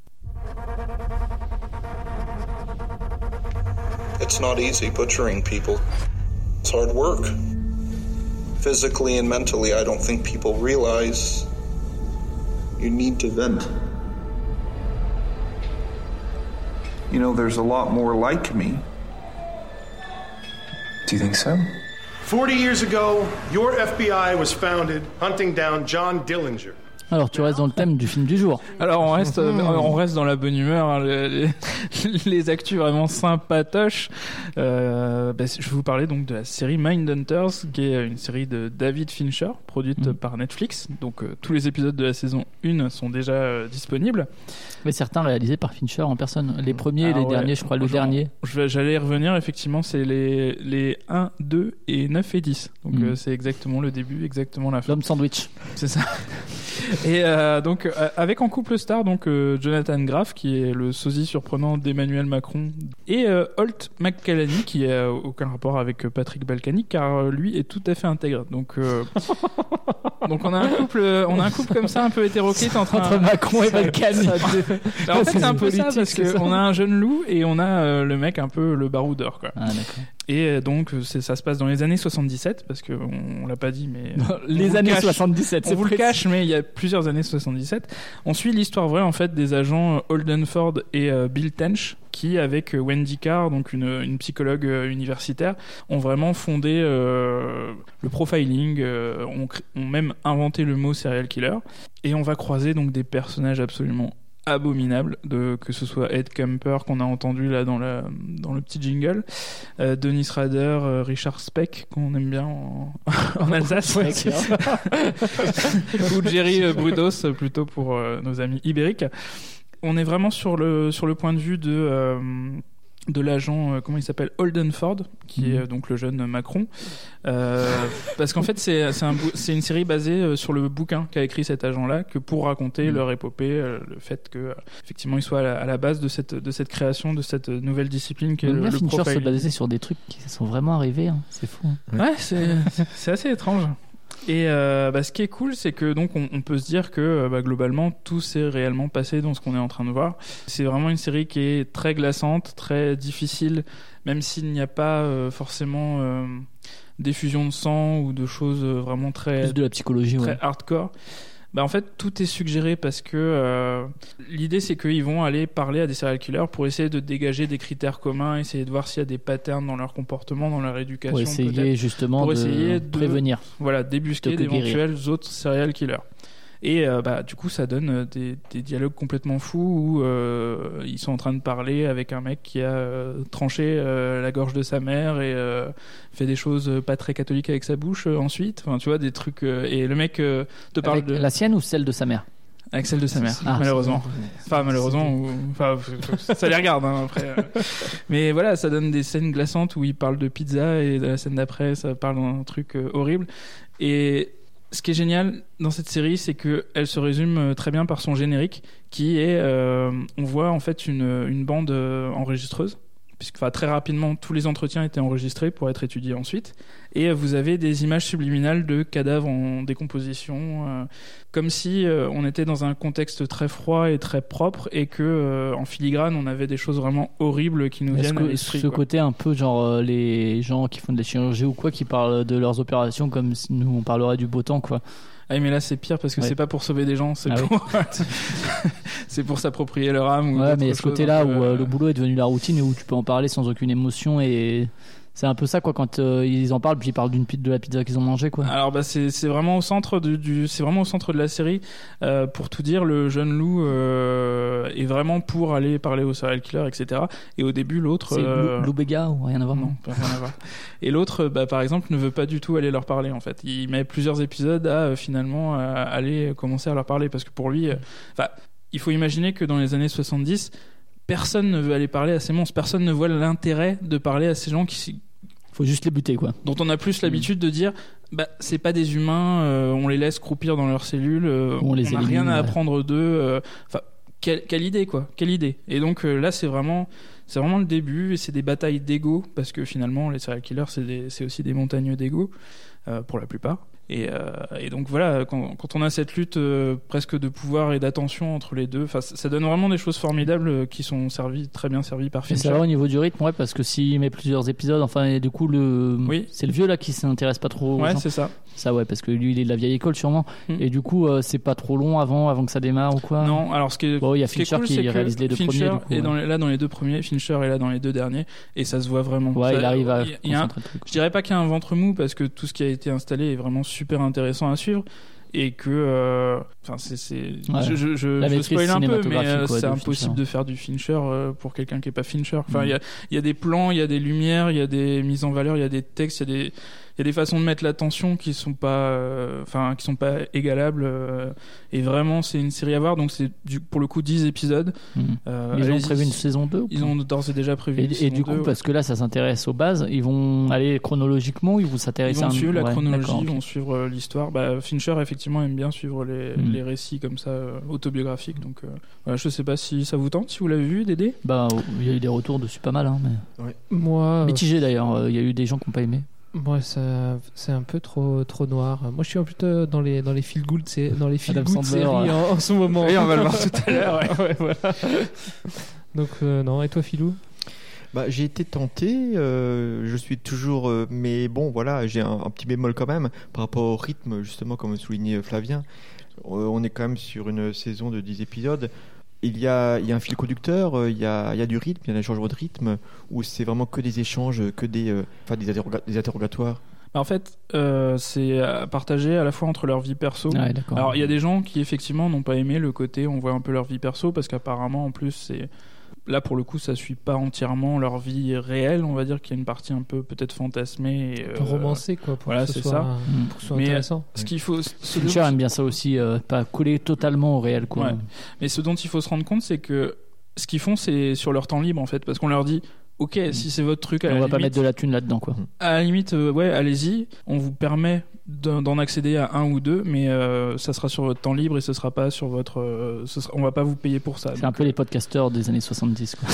It's not easy butchering people. It's hard work. Physically and mentally, I don't think people realize you need to vent. You know, there's a lot more like me. Do you think so? 40 years ago, your FBI was founded hunting down John Dillinger. Alors, tu restes dans le thème du film du jour. Alors on reste dans la bonne humeur, hein, les actus vraiment sympatoches. Je vais vous parler donc de la série Mindhunters, qui est une série de David Fincher, produite par Netflix. Donc tous les épisodes de la saison 1 sont déjà disponibles. Mais certains réalisés par Fincher en personne. Les premiers et les derniers, je crois. Le dernier. J'allais y revenir, effectivement, c'est les 1, 2 et 9 et 10. Donc c'est exactement le début, exactement la fin. L'homme sandwich. C'est ça. Et donc avec en couple star donc Jonathan Graff, qui est le sosie surprenant d'Emmanuel Macron, et Holt McCallany, qui n'a aucun rapport avec Patrick Balkany, car lui est tout à fait intègre. Donc on a un couple comme ça un peu hétéroclite entre Macron et Balkany. Alors, en fait, c'est un peu ça, parce c'est ça. qu'on a un jeune loup et on a le mec un peu le baroudeur, quoi. Ah, d'accord. Et donc ça se passe dans les années 77, parce qu'on l'a pas dit, mais Les années 77, on c'est vous le précis. cache, mais il y a plusieurs années 77. On suit l'histoire vraie en fait des agents Holden Ford et Bill Tench, qui avec Wendy Carr, donc une psychologue universitaire, ont vraiment fondé le profiling, ont même inventé le mot serial killer, et on va croiser donc des personnages absolument abominable, que ce soit Ed Kemper qu'on a entendu là dans le petit jingle, Dennis Rader, Richard Speck qu'on aime bien en Alsace, ou Jerry Brudos plutôt pour nos amis ibériques. On est vraiment sur le point de vue de l'agent, comment il s'appelle, Holden Ford, qui est donc le jeune Macron, parce qu'en fait c'est une série basée sur le bouquin qu'a écrit cet agent-là, que pour raconter leur épopée, le fait que effectivement il soit à la base de cette création de cette nouvelle discipline qui est le Fincher se profiling. basait sur des trucs qui sont vraiment arrivés, hein. C'est fou. Hein. Ouais, c'est assez étrange. Et ce qui est cool, c'est que donc on peut se dire que globalement tout s'est réellement passé dans ce qu'on est en train de voir. C'est vraiment une série qui est très glaçante, très difficile, même s'il n'y a pas forcément d'effusion de sang ou de choses vraiment très Plus de la psychologie, très ouais. hardcore. En fait, tout est suggéré parce que l'idée, c'est qu'ils vont aller parler à des serial killers pour essayer de dégager des critères communs, essayer de voir s'il y a des patterns dans leur comportement, dans leur éducation. Pour essayer peut-être. justement Pour de essayer de prévenir. Voilà, débusquer Plutôt que d'éventuels autres serial killers. Et du coup, ça donne des dialogues complètement fous où ils sont en train de parler avec un mec qui a tranché la gorge de sa mère et fait des choses pas très catholiques avec sa bouche ensuite. Enfin, tu vois, des trucs. Et le mec te parle Avec de la sienne ou celle de sa mère? avec celle de sa mère, Ah, malheureusement. Enfin, malheureusement, ça les regarde après. Mais voilà, ça donne des scènes glaçantes où il parle de pizza et de la scène d'après, ça parle d'un truc horrible. Et ce qui est génial dans cette série, c'est qu'elle se résume très bien par son générique, qui est, on voit en fait une bande enregistreuse, puisque très rapidement tous les entretiens étaient enregistrés pour être étudiés ensuite, et vous avez des images subliminales de cadavres en décomposition, comme si on était dans un contexte très froid et très propre, et que en filigrane on avait des choses vraiment horribles qui nous viennent à l'esprit. Ce côté un peu genre les gens qui font de la chirurgie ou quoi, qui parlent de leurs opérations comme si nous on parlerait du beau temps, quoi. Ah mais là c'est pire parce que c'est pas pour sauver des gens, c'est c'est pour s'approprier leur âme. Ouais, mais il y a ce côté-là où le boulot est devenu la routine et où tu peux en parler sans aucune émotion et C'est un peu ça, quoi, quand ils en parlent, puis ils parlent de la pizza qu'ils ont mangée, quoi. Alors c'est vraiment au centre c'est vraiment au centre de la série. Pour tout dire, le jeune Lou est vraiment pour aller parler au serial killer, etc. Et au début, l'autre C'est Lou Bega ou rien à voir? non, pas rien à voir. Et l'autre, par exemple, ne veut pas du tout aller leur parler. En fait, il met plusieurs épisodes à finalement aller commencer à leur parler parce que pour lui, il faut imaginer que dans les années 70, personne ne veut aller parler à ces monstres. Personne ne voit l'intérêt de parler à ces gens Faut juste les buter, quoi. dont on a plus l'habitude de dire c'est pas des humains, on les laisse croupir dans leurs cellules, On les n'a élimine, rien à ouais. apprendre d'eux. Quelle idée, quoi. Quelle idée. Et donc là, c'est vraiment le début, et c'est des batailles d'ego, parce que finalement, les serial killers, c'est aussi des montagnes d'ego, pour la plupart. Et donc voilà, quand on a cette lutte presque de pouvoir et d'attention entre les deux, ça donne vraiment des choses formidables qui sont très bien servies par Et Fincher. ça va au niveau du rythme, ouais, parce que s'il met plusieurs épisodes, enfin, et du coup, Oui. c'est le vieux là qui s'intéresse pas trop aux Ouais, gens. c'est ça. Ça, ouais, parce que lui, il est de la vieille école sûrement. Et du coup, c'est pas trop long avant que ça démarre ou quoi? Non, alors ce qui est Bon, il y a ce qui est Fincher cool, qui c'est que réalise les deux Fincher premiers, du coup, est ouais. là dans les deux premiers, Fincher est là dans les deux derniers, et ça se voit vraiment. Ouais, il arrive à il y a concentrer le truc. Je dirais pas qu'il y a un ventre mou, parce que tout ce qui a été installé est vraiment super intéressant à suivre, et que Ouais. je La spoil maîtrise un peu, mais cinématographique, ouais, c'est de impossible Fincher. de faire du Fincher pour quelqu'un qui est pas Fincher. Enfin, il y a des plans, il y a des lumières, il y a des mises en valeur, il y a des textes, il y a des façons de mettre l'attention qui sont pas égalables, et vraiment c'est une série à voir. Donc c'est pour le coup 10 épisodes. Ils ont Allez-y. prévu une saison 2 ou Ils pas? ont d'ores et déjà prévu une Et saison du coup, 2, parce que là, ça s'intéresse aux bases, ils vont aller chronologiquement ou ils vont ils s'intéresser vont à suivre la ouais, chronologie, d'accord, ils ok. vont suivre l'histoire. Fincher effectivement aime bien suivre les récits comme ça, autobiographiques. Donc voilà, je sais pas si ça vous tente, si vous l'avez vu, Dédé. Bah, il y a eu des retours dessus pas mal, hein, mais... Moi, mitigé d'ailleurs. Il y a eu des gens qui n'ont pas aimé. c'est un peu trop noir. Moi, je suis plutôt dans les feel good, dans les feel Adam good Sandler, séries ouais. en ce moment. Oui, on va le voir tout à l'heure. Ouais. Ouais, voilà. Donc non. Et toi, Philou? J'ai été tenté, je suis toujours, mais bon, voilà, j'ai un petit bémol quand même par rapport au rythme, justement, comme soulignait Flavien. On est quand même sur une saison de 10 épisodes. Il y a un fil conducteur, il y a du rythme, il y a un changement de rythme, où c'est vraiment que des échanges, que des interrogatoires. En fait, c'est partagé à la fois entre leur vie perso. Ouais, d'accord. Alors, il y a des gens qui effectivement n'ont pas aimé le côté on voit un peu leur vie perso, parce qu'apparemment, en plus, là pour le coup, ça suit pas entièrement leur vie réelle. On va dire qu'il y a une partie un peu peut-être fantasmée, et, Un peu romancé, quoi, pour voilà, que ce c'est soit, ça. pour que ce soit Mais intéressant. ce qu'il faut, Fincher aime bien ça aussi, pas coller totalement au réel, quoi. Ouais. Mais ce dont il faut se rendre compte, c'est que ce qu'ils font, c'est sur leur temps libre, en fait, parce qu'on leur dit ok, si c'est votre truc, On va pas mettre de la thune là-dedans, quoi. à la limite, allez-y, on vous permet d'en accéder à un ou deux, mais ça sera sur votre temps libre, et ce sera pas sur votre on va pas vous payer pour ça. C'est un peu les podcasteurs des années 70, quoi.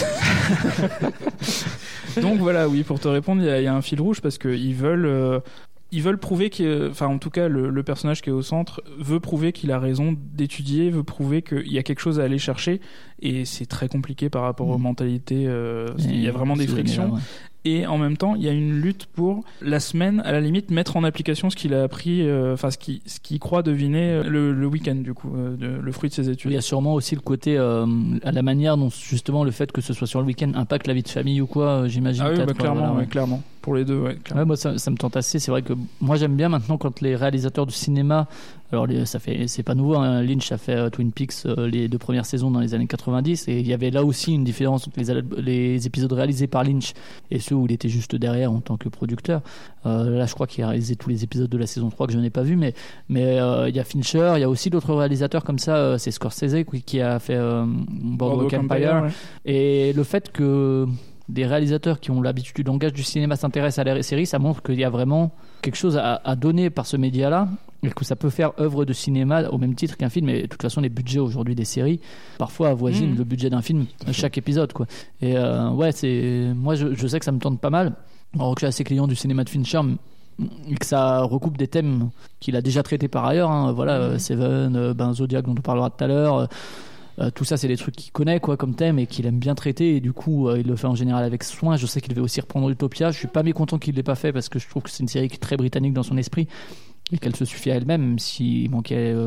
Donc voilà, oui, pour te répondre, il y a un fil rouge, parce qu'ils veulent prouver en tout cas, le personnage qui est au centre veut prouver qu'il a raison d'étudier, veut prouver qu'il y a quelque chose à aller chercher, et c'est très compliqué par rapport aux mentalités. Il y a vraiment des frictions. Ouais. Et en même temps, il y a une lutte pour la semaine, à la limite, mettre en application ce qu'il a appris, ce qu'il croit deviner le week-end, du coup, le fruit de ses études. Il y a sûrement aussi le côté, à la manière dont justement le fait que ce soit sur le week-end impacte la vie de famille ou quoi, j'imagine. Ah oui, peut-être, clairement, voilà, ouais. clairement. Pour les deux, ouais, clairement. Ouais, moi ça me tente assez. C'est vrai que moi j'aime bien maintenant quand les réalisateurs du cinéma, alors c'est pas nouveau, hein, Lynch a fait Twin Peaks, les 2 premières saisons dans les années 90, et il y avait là aussi une différence entre les épisodes réalisés par Lynch et ceux où il était juste derrière en tant que producteur. Là je crois qu'il a réalisé tous les épisodes de la saison 3 que je n'ai pas vu, mais il y a Fincher, il y a aussi d'autres réalisateurs comme ça, c'est Scorsese qui a fait Boardwalk Empire, ouais. Et le fait que des réalisateurs qui ont l'habitude du langage du cinéma s'intéressent à la série, ça montre qu'il y a vraiment quelque chose à donner par ce média-là, et que ça peut faire œuvre de cinéma au même titre qu'un film. Et de toute façon, les budgets aujourd'hui des séries parfois avoisinent le budget d'un film chaque épisode, quoi. Et moi je sais que ça me tente pas mal, alors que je suis assez client du cinéma de Fincher, et que ça recoupe des thèmes qu'il a déjà traités par ailleurs, hein. Seven, Zodiac dont on parlera tout à l'heure. Tout ça, c'est des trucs qu'il connaît, quoi, comme thème, et qu'il aime bien traiter, et du coup il le fait en général avec soin. Je sais qu'il devait aussi reprendre Utopia, je suis pas mécontent qu'il l'ait pas fait, parce que je trouve que c'est une série qui est très britannique dans son esprit et qu'elle se suffit à elle-même, même s'il manquait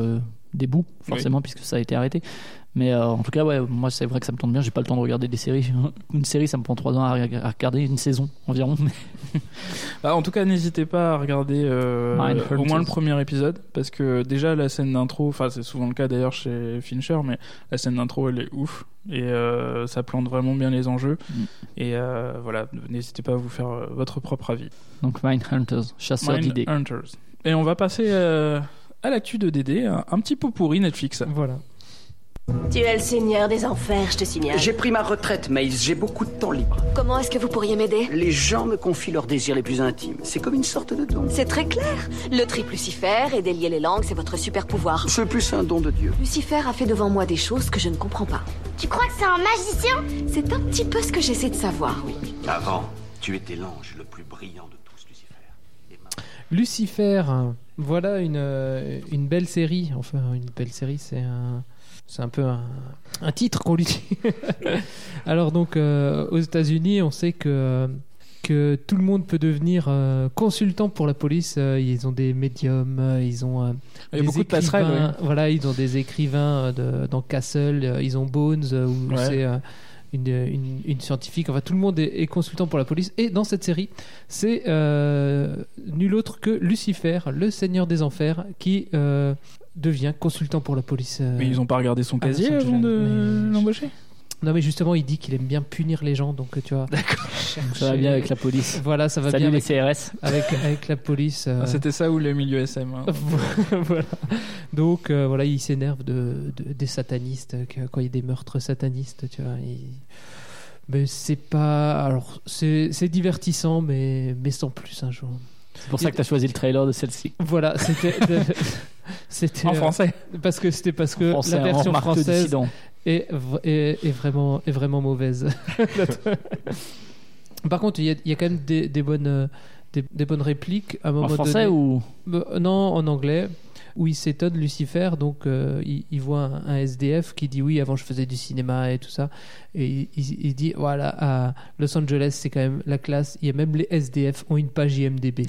des bouts, forcément, puisque ça a été arrêté. Mais en tout cas, ouais, moi, c'est vrai que ça me tente bien. J'ai pas le temps de regarder des séries. Une série, ça me prend 3 ans à regarder, une saison environ. Mais... Bah, en tout cas, n'hésitez pas à regarder au moins le premier épisode, parce que déjà la scène d'intro, enfin c'est souvent le cas d'ailleurs chez Fincher, mais la scène d'intro elle est ouf et ça plante vraiment bien les enjeux. Et voilà, n'hésitez pas à vous faire votre propre avis. Donc Mindhunters, chasseur d'idées. Mindhunters. Et on va passer à l'actu de Dédé, un petit pot pourri Netflix. Voilà. Tu es le seigneur des enfers, je te signale. J'ai pris ma retraite, Maïs. J'ai beaucoup de temps libre. Comment est-ce que vous pourriez m'aider? Les gens me confient leurs désirs les plus intimes. C'est comme une sorte de don. C'est très clair. Le triple Lucifer et délier les langues, c'est votre super pouvoir. C'est plus un don de Dieu. Lucifer a fait devant moi des choses que je ne comprends pas. Tu crois que c'est un magicien? C'est un petit peu ce que j'essaie de savoir, oui. Avant, tu étais l'ange le plus brillant de tous, Lucifer. Lucifer, voilà une belle série. Enfin, une belle série, c'est un peu un titre qu'on lui dit. Alors donc aux États-Unis, on sait que tout le monde peut devenir consultant pour la police. Ils ont des médiums, ils ont il y a beaucoup de passerelles. Ouais. Voilà, ils ont des écrivains dans Castle, ils ont Bones où c'est une scientifique. Enfin, tout le monde est consultant pour la police. Et dans cette série, c'est nul autre que Lucifer, le seigneur des enfers, qui devient consultant pour la police. Mais ils n'ont pas regardé son casier avant de l'embaucher? Non, mais justement, il dit qu'il aime bien punir les gens, donc tu vois. D'accord. Ça va bien avec la police. Voilà, ça va Salut bien les CRS. Avec la police. C'était ça ou le milieu SM. Hein. Voilà. Donc voilà, il s'énerve des satanistes quand il y a des meurtres satanistes, tu vois. Mais c'est pas. Alors, c'est divertissant, mais sans plus un jour. C'est pour ça que tu as choisi le trailer de celle-ci. Voilà, c'était en français. Parce que français, la version française est vraiment mauvaise. Par contre, il y a quand même des bonnes répliques à un moment donné. En français donné. ou non, en anglais. Où il s'étonne, Lucifer, donc il voit un SDF qui dit oui, avant je faisais du cinéma et tout ça, et il dit voilà, à Los Angeles c'est quand même la classe, il y a même les SDF ont une page IMDb.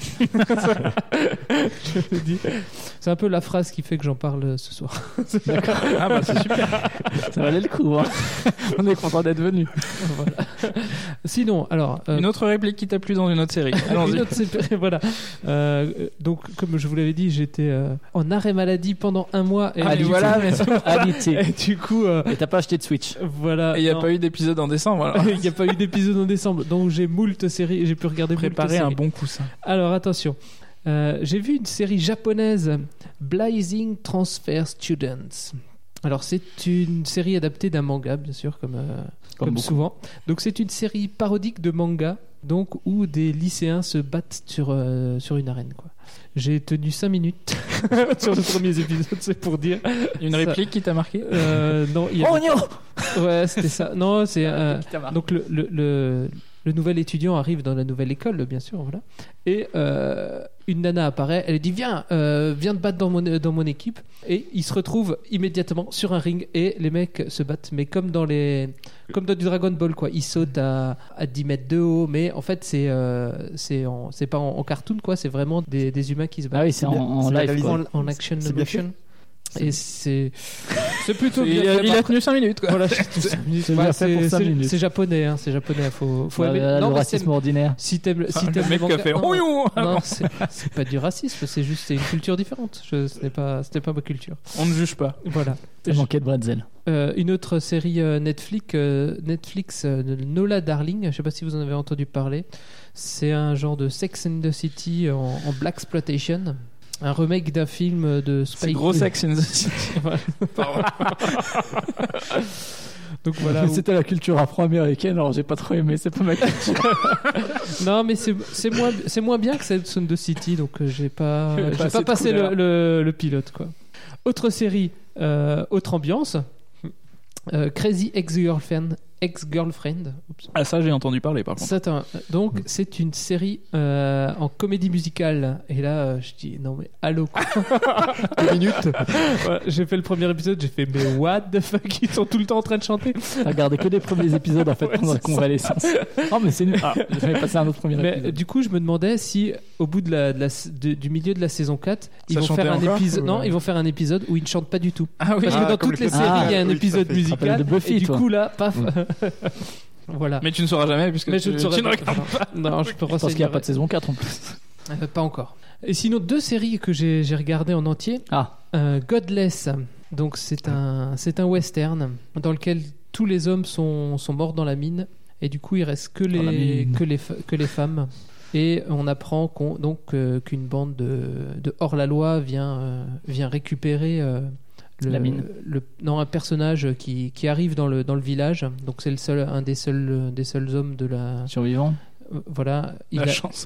Je dis, c'est un peu la phrase qui fait que j'en parle ce soir. D'accord. Ah bah c'est super, ça valait le coup, hein. On est content d'être venu. Voilà. Sinon, alors une autre réplique qui t'a plu dans une autre série. Voilà. Donc comme je vous l'avais dit, j'étais en arrêt maladie pendant 1 mois. Et voilà, mais et du coup, et t'as pas acheté de Switch. Voilà. Et il n'y a pas eu d'épisode en décembre. Il n'y a pas eu d'épisode en décembre, donc j'ai moult séries, j'ai pu regarder. Préparer un bon coussin. Alors attention, j'ai vu une série japonaise, Blazing Transfer Students. Alors c'est une série adaptée d'un manga, bien sûr, comme souvent. Donc c'est une série parodique de manga, donc où des lycéens se battent sur une arène, quoi. J'ai tenu 5 minutes sur les premiers épisodes, c'est pour dire. Une réplique qui t'a marqué? Non. Ouais, c'était ça. Non, c'est donc le nouvel étudiant arrive dans la nouvelle école, bien sûr, voilà. Et une nana apparaît, elle dit viens te battre dans mon équipe, et il se retrouve immédiatement sur un ring et les mecs se battent, mais comme dans du Dragon Ball, quoi. Ils sautent à 10 mètres de haut, mais en fait c'est pas en cartoon, quoi. C'est vraiment des humains qui se battent. Ah oui, c'est en live, en action motion. Et c'est plutôt bien. Il a tenu 5 minutes, quoi. Voilà, 5 minutes. C'est japonais, hein, c'est japonais. Faut aimer. Le racisme ordinaire. Si t'aimes le mec qui a fait non, c'est pas du racisme, c'est une culture différente. C'était pas ma culture. On ne juge pas. Voilà. T'as manqué de bretzel. Une autre série Netflix, Nola Darling. Je sais pas si vous en avez entendu parler. C'est un genre de Sex and the City en black exploitation. Un remake d'un film de Spike. C'est gros Sex in the City. Donc voilà. C'était la culture afro-américaine, alors j'ai pas trop aimé, c'est pas ma culture. Non, mais c'est moins bien que Sex and the City, donc j'ai pas passé le pilote, quoi. Autre série, autre ambiance. Crazy Ex-Girlfriend Ex-Girlfriend. Oups. Ah, ça, j'ai entendu parler par contre. Donc, c'est une série en comédie musicale. Et là, je dis, non mais allô quoi. 2 minutes. Ouais, j'ai fait le premier épisode, j'ai fait, mais what the fuck, ils sont tout le temps en train de chanter. Regardez que des premiers épisodes en fait pendant la convalescence. Non, mais c'est nul. J'avais passé un autre premier épisode. Du coup, je me demandais si, au bout du milieu de la saison 4, ils vont faire un épisode. Non, ils vont faire un épisode où ils ne chantent pas du tout. Ah oui. Parce que dans toutes les séries, il y a un épisode musical. De Buffy, et du toi. coup, là, paf. Voilà. Mais tu ne sauras jamais puisque tu ne regardes pas. Non, je peux Parce qu'il n'y a pas de saison 4 en plus. Pas encore. Et sinon, 2 séries que j'ai regardées en entier. Godless. Donc, c'est un western dans lequel tous les hommes sont morts dans la mine. Et du coup, il reste que les femmes. Et on apprend qu'une bande de hors-la-loi vient récupérer la mine. un personnage qui arrive dans le village. Donc c'est un des seuls hommes de la survivant. Voilà, chance.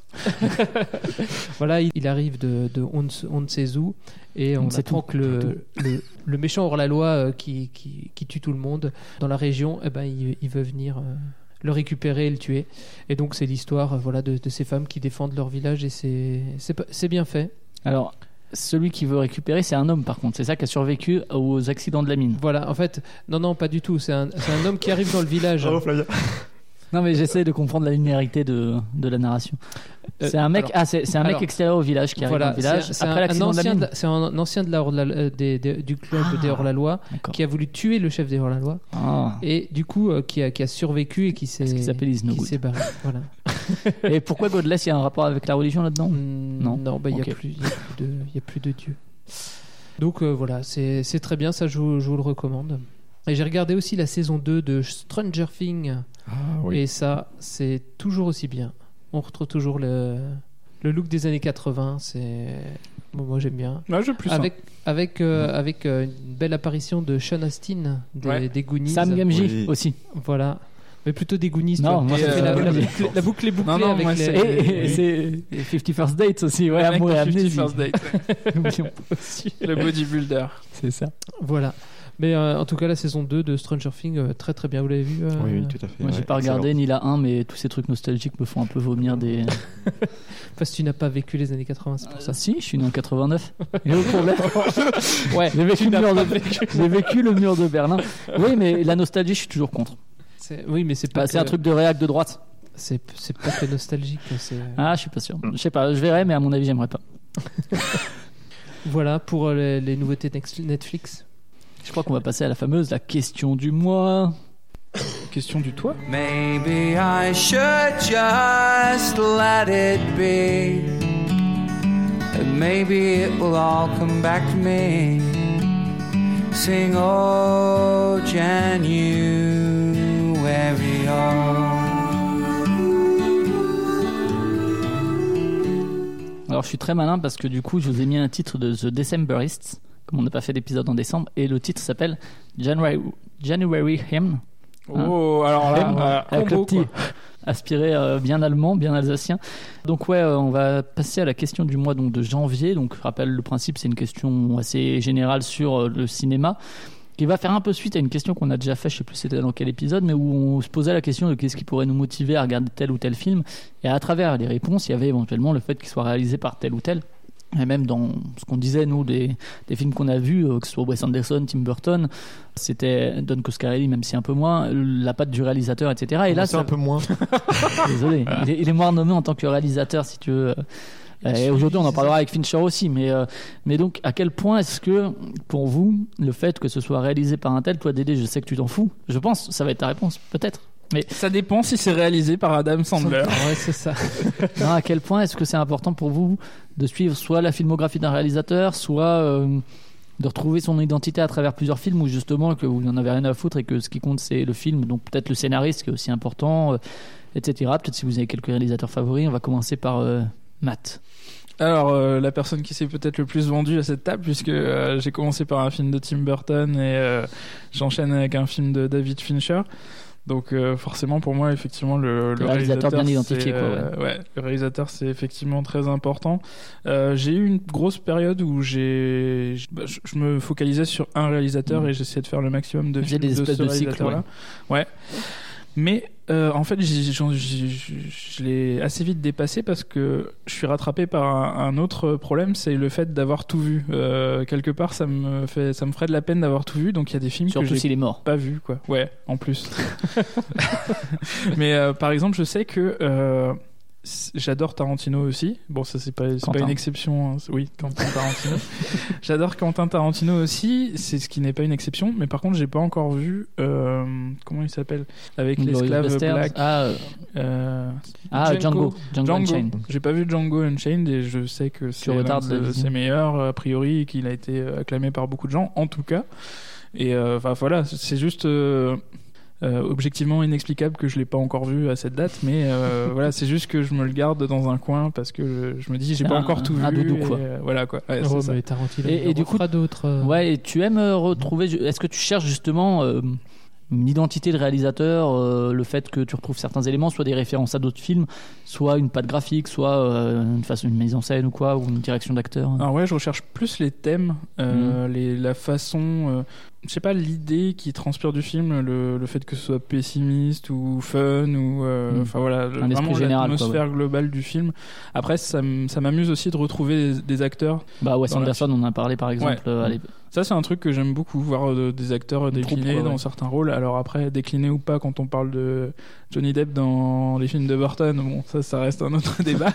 Voilà, il arrive de on ne sait où et on apprend que le méchant hors-la-loi qui tue tout le monde dans la région, il veut venir le récupérer et le tuer. Et donc c'est l'histoire de ces femmes qui défendent leur village et c'est bien fait. Alors celui qui veut récupérer, c'est un homme par contre, c'est ça qui a survécu aux accidents de la mine. Voilà, en fait, non, pas du tout. C'est un homme qui arrive dans le village. Bravo Flavia. Non mais j'essaie de comprendre la linéarité de la narration. C'est un mec, c'est un mec extérieur au village qui arrive dans le village après l'accident de la mine. C'est un ancien du club des hors-la-loi qui a voulu tuer le chef des hors-la-loi et du coup qui a survécu et qui s'est barré. Voilà. Et pourquoi Godless, il y a un rapport avec la religion là-dedans? Non, il y a plus de Dieu. Donc voilà, c'est très bien, ça je vous le recommande. Et j'ai regardé aussi la saison 2 de Stranger Things. Et ça, c'est toujours aussi bien. On retrouve toujours le look des années 80. Moi, j'aime bien. Avec une belle apparition de Sean Astin des Goonies. Sam Gamgee aussi. Voilà. Mais plutôt des Goonies. Non, moi, la boucle est bouclée avec et c'est 50 First Dates aussi. Ouais, Amour et Amnésie. 50 First Dates. Le bodybuilder. C'est ça. Voilà. Mais en tout cas, la saison 2 de Stranger Things, très très bien, vous l'avez vu Oui, tout à fait. Moi, j'ai pas regardé ni la 1, mais tous ces trucs nostalgiques me font un peu vomir des. Parce que tu n'as pas vécu les années 80, c'est pour ça. Si, je suis né en 89. Et le problème. Ouais, j'ai vécu le mur de Berlin. Oui, mais la nostalgie, je suis toujours contre. Oui, mais c'est pas. C'est un truc de réac de droite. C'est pas très nostalgique. Ah, je suis pas sûr. Je sais pas, je verrai, mais à mon avis, j'aimerais pas. Voilà pour les nouveautés Netflix. Je crois qu'on va passer à la fameuse question du mois. Question du toit. Maybe I should just let it be. And maybe it will all come back to me. Sing oh January. Alors je suis très malin parce que du coup je vous ai mis un titre de The Decemberists, comme on n'a pas fait d'épisode en décembre, et le titre s'appelle January Hymn. Alors là, avec combo, le petit aspiré bien allemand, bien alsacien. Donc ouais, on va passer à la question du mois donc de janvier. Donc je rappelle le principe, c'est une question assez générale sur le cinéma, qui va faire un peu suite à une question qu'on a déjà fait, je sais plus c'était dans quel épisode, mais où on se posait la question de qu'est-ce qui pourrait nous motiver à regarder tel ou tel film, et à travers les réponses, il y avait éventuellement le fait qu'il soit réalisé par tel ou tel. Et même dans ce qu'on disait, nous, des films qu'on a vus, que ce soit Wes Anderson, Tim Burton, c'était Don Coscarelli, même si un peu moins, la patte du réalisateur, etc. Et là, c'est un peu moins. Désolé, il est moins renommé en tant que réalisateur, si tu veux. Et aujourd'hui, on en parlera avec Fincher aussi. Mais donc, à quel point est-ce que, pour vous, le fait que ce soit réalisé par un tel, toi, Dédé, je sais que tu t'en fous. Je pense, ça va être ta réponse, peut-être. Mais ça dépend si c'est réalisé par Adam Sandler. Ouais, c'est ça. Non, à quel point est-ce que c'est important pour vous de suivre soit la filmographie d'un réalisateur, soit de retrouver son identité à travers plusieurs films, ou justement que vous n'en avez rien à foutre et que ce qui compte c'est le film, donc peut-être le scénariste qui est aussi important, etc. Peut-être si vous avez quelques réalisateurs favoris. On va commencer par Matt. Alors, la personne qui s'est peut-être le plus vendue à cette table, puisque j'ai commencé par un film de Tim Burton et j'enchaîne avec un film de David Fincher. Donc forcément pour moi effectivement le réalisateur bien identifié ouais, le réalisateur c'est effectivement très important. J'ai eu une grosse période où je me focalisais sur un réalisateur et j'essayais de faire le maximum de films de ce réalisateur-là. Ouais. Mais en fait, je l'ai assez vite dépassé parce que je suis rattrapé par un autre problème, c'est le fait d'avoir tout vu. Quelque part, ça me ferait de la peine d'avoir tout vu. Donc il y a des films surtout que j'ai s'il est mort. pas vu, quoi. Ouais, en plus. Mais par exemple, je sais que j'adore Tarantino aussi. Bon, ça c'est pas une exception. Hein. Oui, Quentin Tarantino. J'adore Quentin Tarantino aussi. C'est ce qui n'est pas une exception. Mais par contre, j'ai pas encore vu. Comment il s'appelle avec l'esclave black. Django Unchained. J'ai pas vu Django Unchained et je sais que c'est l'un de ses meilleurs a priori et qu'il a été acclamé par beaucoup de gens en tout cas. Et voilà, c'est juste. Objectivement inexplicable que je l'ai pas encore vu à cette date, mais voilà, c'est juste que je me le garde dans un coin parce que je me dis j'ai pas encore tout vu. Un doudou, quoi. Voilà quoi. Ouais, c'est ça. Mais Tarantino, et du coup, d'autres. Ouais, et tu aimes retrouver. Est-ce que tu cherches justement une identité de réalisateur, le fait que tu retrouves certains éléments, soit des références à d'autres films, soit une patte graphique, soit une mise en scène ou quoi, ou une direction d'acteur. Alors ouais, je recherche plus les thèmes, la façon. Je sais pas, l'idée qui transpire du film, le fait que ce soit pessimiste ou fun ou enfin voilà, vraiment l'atmosphère globale du film. Après, ça m'amuse aussi de retrouver des acteurs. Bah Wes Anderson, on en a parlé par exemple. Ouais. Ça, c'est un truc que j'aime beaucoup, voir des acteurs déclinés dans certains rôles. Alors après, déclinés ou pas, quand on parle de Johnny Depp dans les films de Burton, bon, ça reste un autre débat.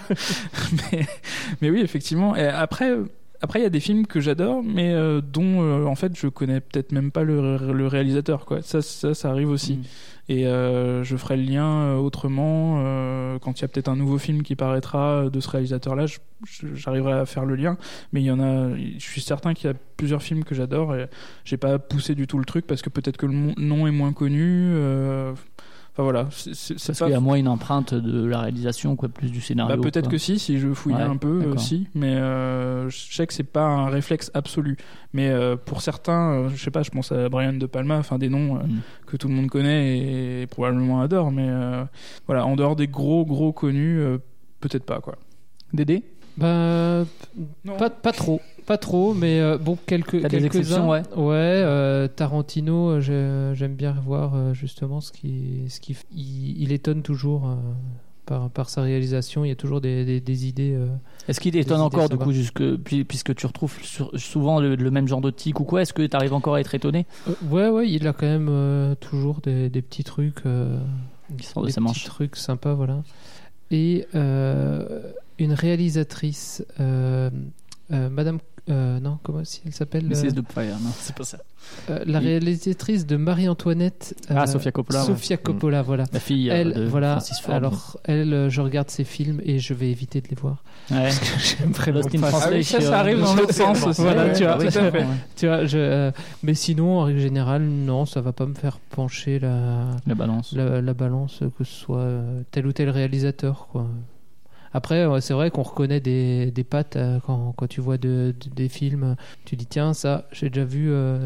mais oui, effectivement. Et après, il y a des films que j'adore, mais dont en fait je connais peut-être même pas le réalisateur, quoi. Ça arrive aussi. Et je ferai le lien autrement quand il y a peut-être un nouveau film qui paraîtra de ce réalisateur-là. J'arriverai à faire le lien, mais il y en a. Je suis certain qu'il y a plusieurs films que j'adore et j'ai pas poussé du tout le truc parce que peut-être que le nom est moins connu. Enfin voilà, parce qu'il y a moins une empreinte de la réalisation, quoi, plus du scénario. Bah, peut-être que si je fouillais un peu aussi, mais je sais que c'est pas un réflexe absolu. Mais pour certains, je sais pas, je pense à Brian De Palma, enfin des noms que tout le monde connaît et probablement adore, mais voilà, en dehors des gros connus, peut-être pas, quoi. Dédé ? Bah pas trop, mais bon, quelques-uns. Ouais, Tarantino, j'aime bien voir justement ce qu'il il étonne toujours par sa réalisation. Il y a toujours des idées. Est-ce qu'il étonne encore du coup, puisque tu retrouves souvent le même genre de tic ou quoi? Est-ce que tu arrives encore à être étonné? Ouais, il a quand même toujours des petits trucs qui sortent de sa manche. Petits trucs sympas, voilà. Et une réalisatrice, Madame. Non, comment elle s'appelle? Mrs. Doubtfire, non, c'est pas ça. La réalisatrice de Marie-Antoinette. Sofia Coppola. Sofia Coppola, voilà. La fille de Francis Ford. Alors, je regarde ses films et je vais éviter de les voir. Ouais. Parce que j'aime vraiment pas. Ça arrive dans l'autre sens aussi. Voilà, ouais, tu vois. Tout à fait. Tu vois, mais sinon, en règle générale, non, ça va pas me faire pencher la balance. La balance, que ce soit tel ou tel réalisateur, quoi. Après, c'est vrai qu'on reconnaît des pattes quand tu vois des films. Tu dis, tiens, ça, j'ai déjà vu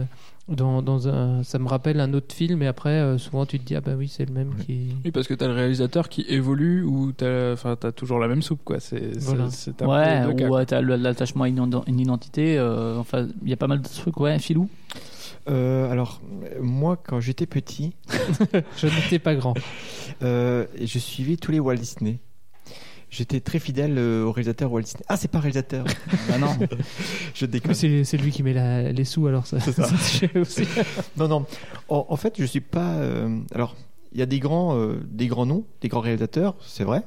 ça me rappelle un autre film. Et après, souvent, tu te dis, ah bah oui, c'est le même qui... Oui, parce que t'as le réalisateur qui évolue ou t'as toujours la même soupe, quoi. Voilà. T'as l'attachement à une identité. Enfin, il y a pas mal de trucs. Ouais, Philou. Alors, moi, quand j'étais petit... Je n'étais pas grand. Je suivais tous les Walt Disney. J'étais très fidèle au réalisateur Walt Disney. Ah, c'est pas un réalisateur. Bah non. Je déconne. C'est lui qui met les sous, alors ça. C'est ça. Aussi. Non. En fait, je suis pas. Alors, il y a des grands noms, des grands réalisateurs, c'est vrai.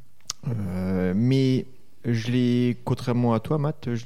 Mais contrairement à toi, Matt, je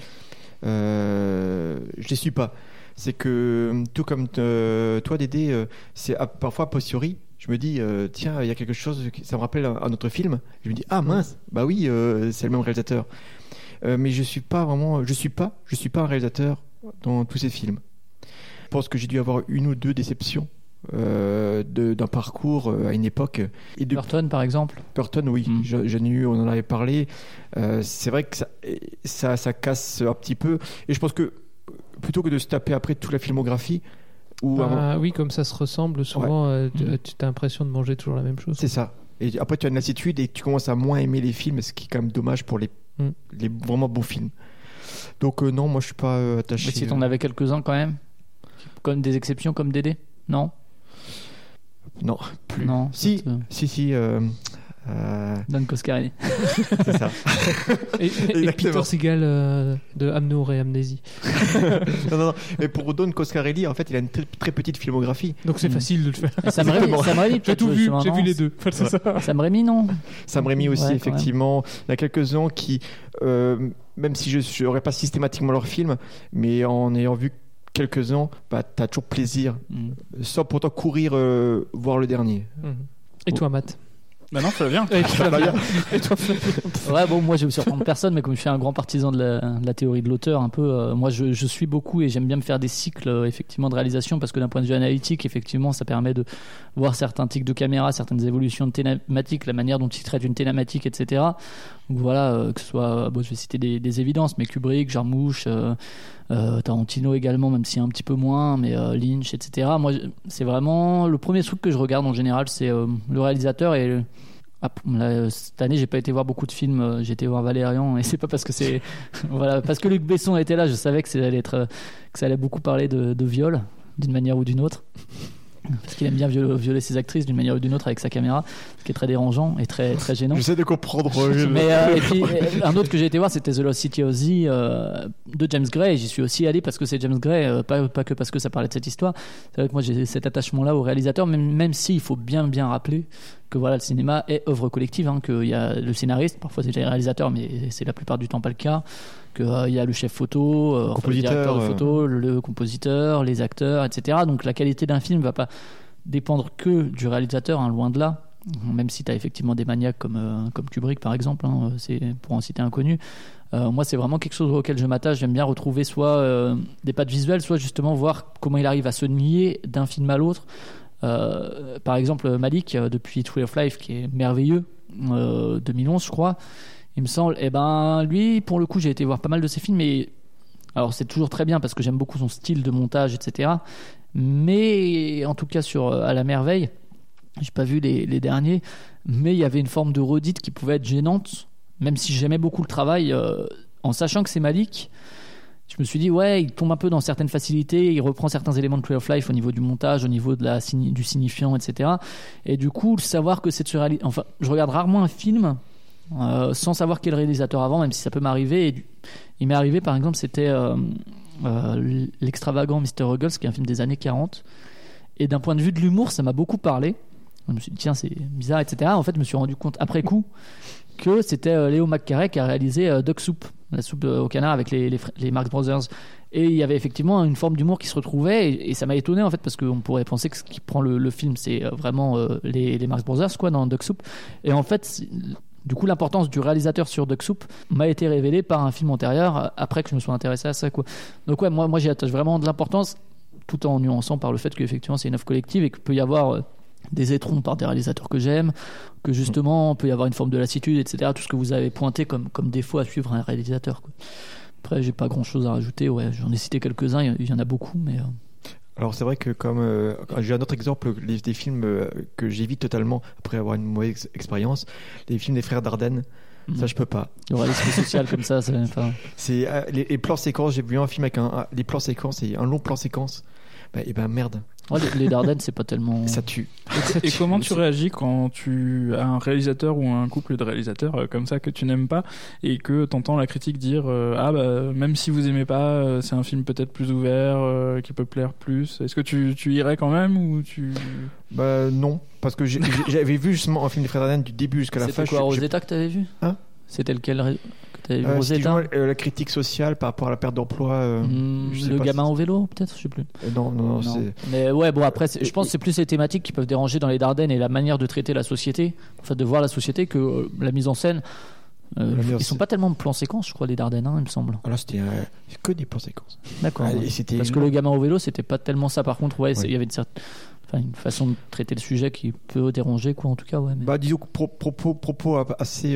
les suis pas. C'est que tout comme toi, Dédé, c'est parfois a posteriori. Je me dis, tiens, il y a quelque chose, ça me rappelle un autre film. Je me dis, ah mince, bah oui, c'est le même réalisateur. Mais je suis pas un réalisateur dans tous ces films. Je pense que j'ai dû avoir une ou deux déceptions d'un parcours à une époque. Burton, par exemple. Burton, oui, j'en ai eu, on en avait parlé. C'est vrai que ça casse un petit peu. Et je pense que plutôt que de se taper après toute la filmographie. Oui, comme ça se ressemble, souvent tu as l'impression de manger toujours la même chose. C'est ça. Et après, tu as une lassitude et tu commences à moins aimer les films, ce qui est quand même dommage pour les vraiment beaux films. Donc, non, moi je suis pas attaché. Mais si t'en avais quelques-uns quand même, comme des exceptions comme Dédé, non? Non, plus. Non. Si. Don Coscarelli. C'est ça. Et Peter Segal de Amour et Amnésie. non. Mais pour Don Coscarelli, en fait, il a une très petite filmographie. Donc c'est facile de le faire. Sam Raimi, j'ai tout vu, j'ai vu les deux. C'est ça. Sam Raimi, non. Sam Raimi aussi, effectivement. Il y en a quelques-uns qui, même si je n'aurais pas systématiquement leurs films, mais en ayant vu quelques-uns, t'as toujours plaisir, sans pourtant courir voir le dernier. Et toi, Matt? Bah non, ça va bien. Et toi, ouais, bon, moi je vais surprendre personne, mais comme je suis un grand partisan de la théorie de l'auteur, un peu, moi je suis beaucoup et j'aime bien me faire des cycles effectivement de réalisation parce que d'un point de vue analytique, effectivement, ça permet de voir certains tics de caméra, certaines évolutions de thématiques, la manière dont il traite une thématique, etc. Donc voilà, que ce soit, je vais citer des évidences, mais Kubrick, Jarmusch, Tarantino également, même si un petit peu moins, mais Lynch, etc. Moi, c'est vraiment le premier truc que je regarde en général, c'est le réalisateur. Et là, cette année, j'ai pas été voir beaucoup de films. J'ai été voir Valérian, et c'est pas parce que c'est voilà, parce que Luc Besson était là, je savais que ça allait beaucoup parler de viol d'une manière ou d'une autre. Parce qu'il aime bien violer ses actrices d'une manière ou d'une autre avec sa caméra, ce qui est très dérangeant et très, très gênant. J'essaie de comprendre. Mais et puis, un autre que j'ai été voir, c'était The Lost City of Z de James Gray. J'y suis aussi allé parce que c'est James Gray, pas que parce que ça parlait de cette histoire. C'est vrai que moi j'ai cet attachement-là au réalisateur, même si il faut bien rappeler que voilà, le cinéma est œuvre collective, qu'il y a le scénariste, parfois c'est le réalisateur, mais c'est la plupart du temps pas le cas. Qu'il y a le chef photo, le directeur de photo, le compositeur, les acteurs, etc. Donc la qualité d'un film ne va pas dépendre que du réalisateur, loin de là. Même si tu as effectivement des maniaques comme Kubrick par exemple, c'est pour en citer un connu. Moi c'est vraiment quelque chose auquel je m'attache. J'aime bien retrouver soit des pattes visuelles, soit justement voir comment il arrive à se nier d'un film à l'autre. Par exemple Malik depuis Tree of Life, qui est merveilleux, 2011 je crois il me semble. Et lui pour le coup j'ai été voir pas mal de ses films, et alors c'est toujours très bien parce que j'aime beaucoup son style de montage, etc. Mais en tout cas sur À la merveille, j'ai pas vu les derniers, mais il y avait une forme de redite qui pouvait être gênante, même si j'aimais beaucoup le travail. En sachant que c'est Malik, je me suis dit il tombe un peu dans certaines facilités, il reprend certains éléments de Tree of Life au niveau du montage, au niveau de du signifiant, etc. Et du coup savoir que c'est surréaliste, enfin je regarde rarement un film sans savoir qui est le réalisateur avant, même si ça peut m'arriver. Et il m'est arrivé par exemple, c'était l'extravagant Mr. Ruggles, qui est un film des années 40, et d'un point de vue de l'humour ça m'a beaucoup parlé. Je me suis dit tiens c'est bizarre, etc. En fait je me suis rendu compte après coup que c'était Léo McCarey qui a réalisé Duck Soup, la soupe au canard avec les Marx Brothers, et il y avait effectivement une forme d'humour qui se retrouvait, et ça m'a étonné en fait, parce qu'on pourrait penser que ce qui prend le film c'est vraiment les Marx Brothers quoi, dans Duck Soup. Et en fait du coup l'importance du réalisateur sur Duck Soup m'a été révélée par un film antérieur, après que je me sois intéressé à ça quoi. Donc moi j'y attache vraiment de l'importance, tout en nuançant par le fait qu'effectivement c'est une œuvre collective et qu'il peut y avoir des étrons par des réalisateurs que j'aime, que justement peut y avoir une forme de lassitude, etc. Tout ce que vous avez pointé comme défaut à suivre un réalisateur quoi. Après j'ai pas grand chose à rajouter, j'en ai cité quelques-uns, il y en a beaucoup, mais alors c'est vrai que comme j'ai un autre exemple des films que j'évite totalement après avoir une mauvaise expérience, les films des frères Dardenne. Ça je peux pas. Le réalisme social comme ça, c'est les plans séquences. J'ai vu un film avec les plans séquences et un long plan séquence. Merde. Les Dardennes, c'est pas tellement. Ça tue. Et comment tu réagis quand tu as un réalisateur ou un couple de réalisateurs comme ça que tu n'aimes pas, et que t'entends la critique dire même si vous aimez pas, c'est un film peut-être plus ouvert, qui peut plaire plus. Est-ce que tu irais quand même, ou tu... Non, parce que j'avais vu justement un film des frères Dardenne du début jusqu'à la fin. C'était quoi, Rosetta, que t'avais vu? C'était lequel que t'avais vu? Rosetta, la critique sociale par rapport à la perte d'emploi. Le gamin au vélo, peut-être, je sais plus. Non. Mais après, je pense que c'est plus les thématiques qui peuvent déranger dans les Dardennes, et la manière de traiter la société, en fait, de voir la société, que la mise en scène. Ils sont pas tellement de plans séquences, je crois, les Dardennes, il me semble. Alors c'était que des plans séquences. D'accord. Parce que le gamin au vélo, c'était pas tellement ça. Par contre, il y avait une façon de traiter le sujet qui peut déranger, quoi, en tout cas. Disons que propos assez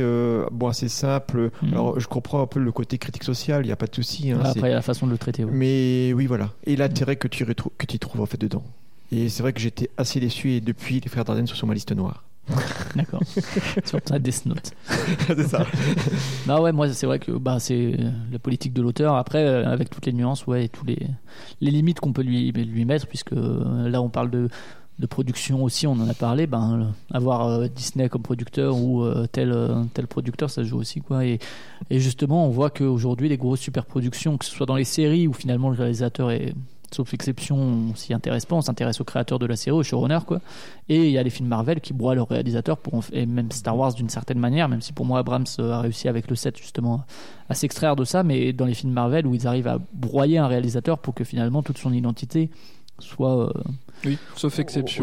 simple. Alors je comprends un peu le côté critique social, il y a pas de souci. Après il y a la façon de le traiter. Mais oui, voilà. Et l'intérêt que tu y trouves en fait dedans. Et c'est vrai que j'étais assez déçu, et depuis les frères Dardenne sont sur ma liste noire. D'accord. Sur ta Death Note. C'est ça. Non, moi c'est vrai que c'est la politique de l'auteur. Après, avec toutes les nuances, et tous les limites qu'on peut lui mettre, puisque là on parle de production aussi, on en a parlé, avoir Disney comme producteur ou tel producteur, ça joue aussi, quoi. Et justement, on voit qu'aujourd'hui, les grosses superproductions, que ce soit dans les séries où finalement le réalisateur est, sauf exception, on s'y intéresse pas, on s'intéresse aux créateurs de la série, aux showrunners, quoi. Et il y a les films Marvel qui broient leurs réalisateurs, et même Star Wars d'une certaine manière, même si pour moi Abrams a réussi avec le 7 justement à s'extraire de ça, mais dans les films Marvel où ils arrivent à broyer un réalisateur pour que finalement toute son identité soit... Oui, sauf exception,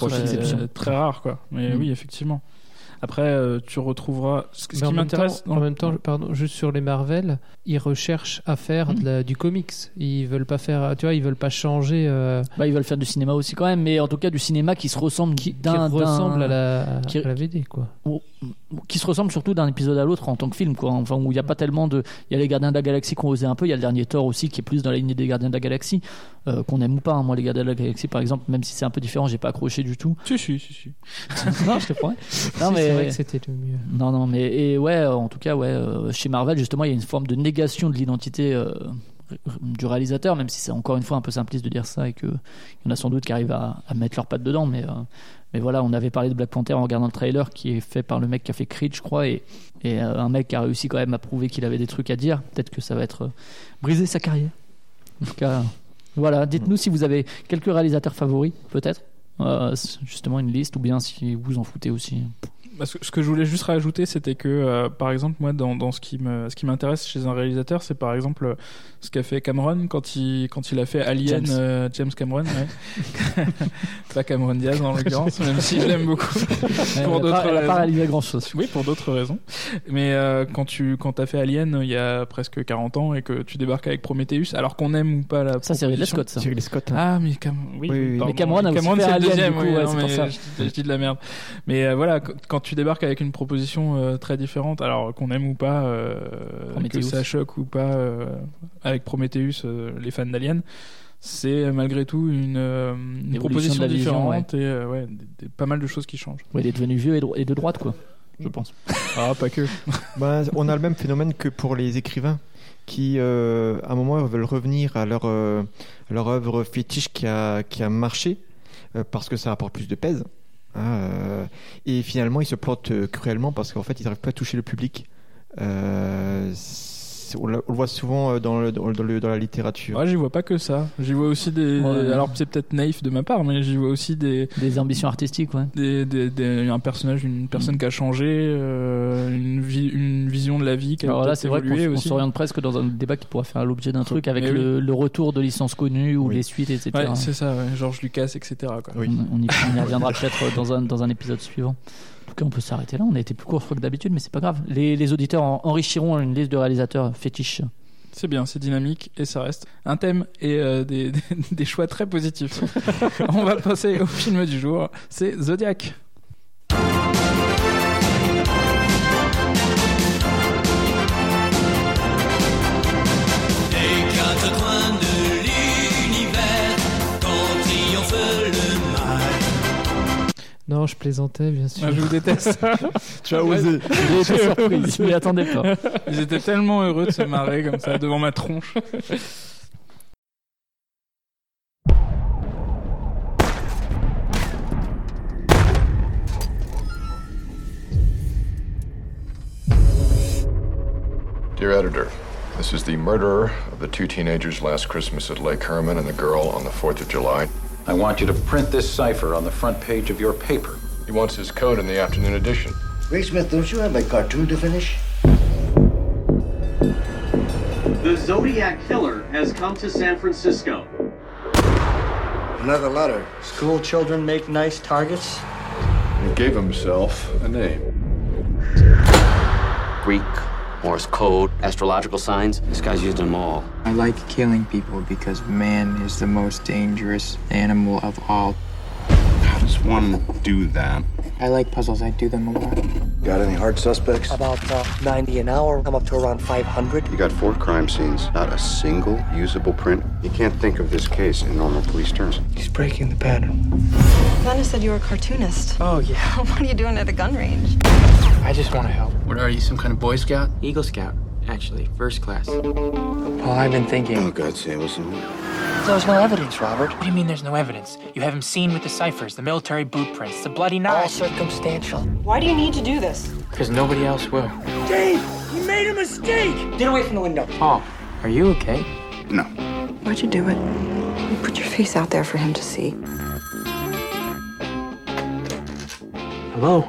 très rare, quoi. Mais oui, effectivement. Après, tu retrouveras. Ce qui m'intéresse. En même temps, juste sur les Marvel, ils recherchent à faire du comics. Ils veulent pas faire, ils veulent pas changer. Ils veulent faire du cinéma aussi quand même, mais en tout cas du cinéma qui se ressemble, qui ressemble à la VD, quoi. Qui se ressemble surtout d'un épisode à l'autre en tant que film, quoi. Enfin, où il n'y a pas tellement de. Il y a les Gardiens de la Galaxie qui ont osé un peu. Il y a le dernier Thor aussi qui est plus dans la lignée des Gardiens de la Galaxie, qu'on aime ou pas. Moi, les Gardiens de la Galaxie, par exemple, même si c'est un peu différent, j'ai pas accroché du tout. Si. Non, je te promets. Non, mais c'est vrai que c'était le mieux. Non, mais en tout cas, chez Marvel, justement, il y a une forme de négation de l'identité du réalisateur, même si c'est encore une fois un peu simpliste de dire ça et qu'il y en a sans doute qui arrivent à mettre leurs pattes dedans, mais voilà, on avait parlé de Black Panther en regardant le trailer qui est fait par le mec qui a fait Creed, je crois, et un mec qui a réussi quand même à prouver qu'il avait des trucs à dire. Peut-être que ça va être briser sa carrière. En tout cas, voilà, dites-nous si vous avez quelques réalisateurs favoris, peut-être, justement une liste, ou bien si vous en foutez aussi. Ce que je voulais juste rajouter, c'était que, par exemple, moi, dans ce qui m'intéresse chez un réalisateur, c'est par exemple ce qu'a fait Cameron quand il a fait Alien, James Cameron, ouais. Pas Cameron Diaz en l'occurrence, même si je l'aime beaucoup. Pour d'autres raisons. Elle n'a pas réalisé grand-chose. Oui, pour d'autres raisons. Mais quand t'as fait Alien il y a presque 40 ans et que tu débarques avec Prometheus, alors qu'on aime ou pas la ça, c'est Ridley Scott, ça. C'est Ridley Scott. Ah, mais oui. Mais Cameron a aussi fait Alien, deuxième, du coup, c'est pour ça. Je dis de la merde. Mais voilà, quand tu débarques avec une proposition très différente, alors qu'on aime ou pas, que ça choque ou pas, avec Prometheus, les fans d'Alien, c'est malgré tout une proposition différente et pas mal de choses qui changent. Ouais, il est devenu vieux et de droite, quoi, je pense. Ah, pas que. On a le même phénomène que pour les écrivains qui, à un moment, veulent revenir à leur œuvre fétiche qui a marché parce que ça rapporte plus de pèse. Et finalement ils se plantent cruellement parce qu'en fait ils n'arrivent pas à toucher le public. On le voit souvent dans la littérature. Ouais, j'y vois pas que ça. J'y vois aussi alors c'est peut-être naïf de ma part, mais j'y vois aussi des ambitions artistiques, ouais. Un personnage, une personne qui a changé, une vision de la vie qui a alors là, c'est vrai qu'on aussi. s'oriente presque dans un débat qui pourrait faire l'objet d'un truc avec le retour de licences connues ou les suites, etc. Ouais, c'est ça, ouais. George Lucas, etc. Quoi. Oui. On y reviendra peut-être dans un épisode suivant. En tout cas, on peut s'arrêter là. On a été plus court que d'habitude, mais c'est pas grave. Les auditeurs enrichiront une liste de réalisateurs fétiches. C'est bien, c'est dynamique et ça reste un thème et des choix très positifs. On va passer au film du jour. C'est Zodiac. Des quatre coins de l'univers, quand triomphe le mal. Non, je plaisantais, bien sûr. Ah, je vous déteste. Tu as osé. J'ai été surpris, je m'y attendais pas. Ils étaient tellement heureux de se marrer comme ça devant ma tronche. Dear editor, this is the murderer of the two teenagers last Christmas at Lake Herman and the girl on the 4th of July. I want you to print this cipher on the front page of your paper. He wants his code in the afternoon edition. Ray Smith, don't you have a cartoon to finish? The Zodiac Killer has come to San Francisco. Another letter. School children make nice targets? He gave himself a name. Greek, Morse code, astrological signs. This guy's used them all. I like killing people because man is the most dangerous animal of all. How does one do that? I like puzzles. I do them a lot. Got any hard suspects? About 90 an hour. I'm up to around 500. You got 4 crime scenes, not a single usable print. You can't think of this case in normal police terms. He's breaking the pattern. Glenda said you were a cartoonist. Oh, yeah. What are you doing at a gun range? I just want to help. What are you, some kind of Boy Scout? Eagle Scout, actually. First class. Well, I've been thinking... Oh, God, Sam, listen. There was no evidence, Robert. What do you mean there's no evidence? You have him seen with the ciphers, the military boot prints, the bloody All knife. circumstantial. Why do you need to do this? Because nobody else will. Dave, you made a mistake! Get away from the window. Paul, are you okay? No. Why'd you do it? You put your face out there for him to see. Hello?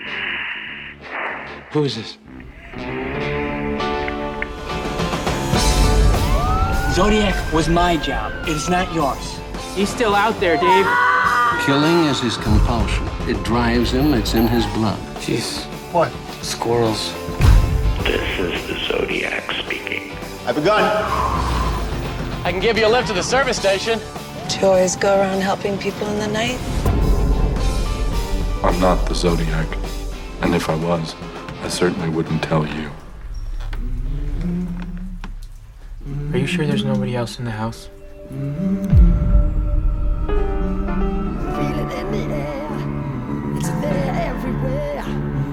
Who is this? Zodiac was my job. It is not yours. He's still out there, Dave. Killing is his compulsion. It drives him. It's in his blood. Jeez. What? Squirrels. This is the Zodiac speaking. I've begun. I can give you a lift to the service station. Do you always go around helping people in the night? I'm not the Zodiac. And if I was, I certainly wouldn't tell you. Are you sure there's nobody else in the house? Feel it in the air. It's there everywhere.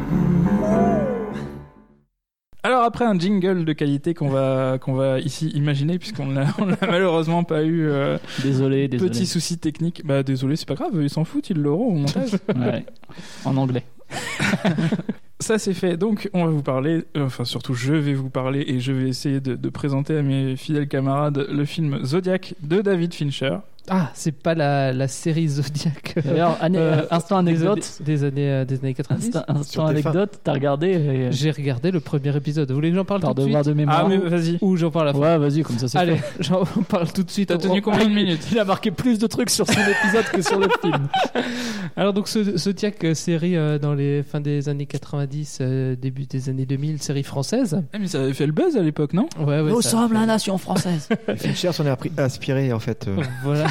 Alors après un jingle de qualité qu'on va ici imaginer puisqu'on l'a malheureusement pas eu. Désolé. Petit souci technique. Bah désolé, c'est pas grave, ils s'en foutent, ils l'auront au montage. Ouais. En anglais. Ça c'est fait, donc on va vous parler, enfin surtout je vais vous parler et je vais essayer de présenter à mes fidèles camarades le film Zodiac de David Fincher. Ah, c'est pas la série Zodiac. D'ailleurs, instant anecdote. Des années 90. Instant anecdote, t'as regardé J'ai regardé le premier épisode. Vous voulez que j'en parle tout de suite? Par devoir de mémoire. Ah mais vas-y. Ou j'en parle à la fin? Ouais, vas-y, comme ça c'est Allez, fait. j'en parle tout de suite. T'as tenu combien de minutes? Il a marqué plus de trucs sur son épisode que sur le film. Alors donc Zodiac, série dans les fins des années 90, début des années 2000, série française. Ah, mais ça avait fait le buzz à l'époque, non? Ouais, Nous sommes la nation française. Fincher s'en est inspiré en fait. Voilà.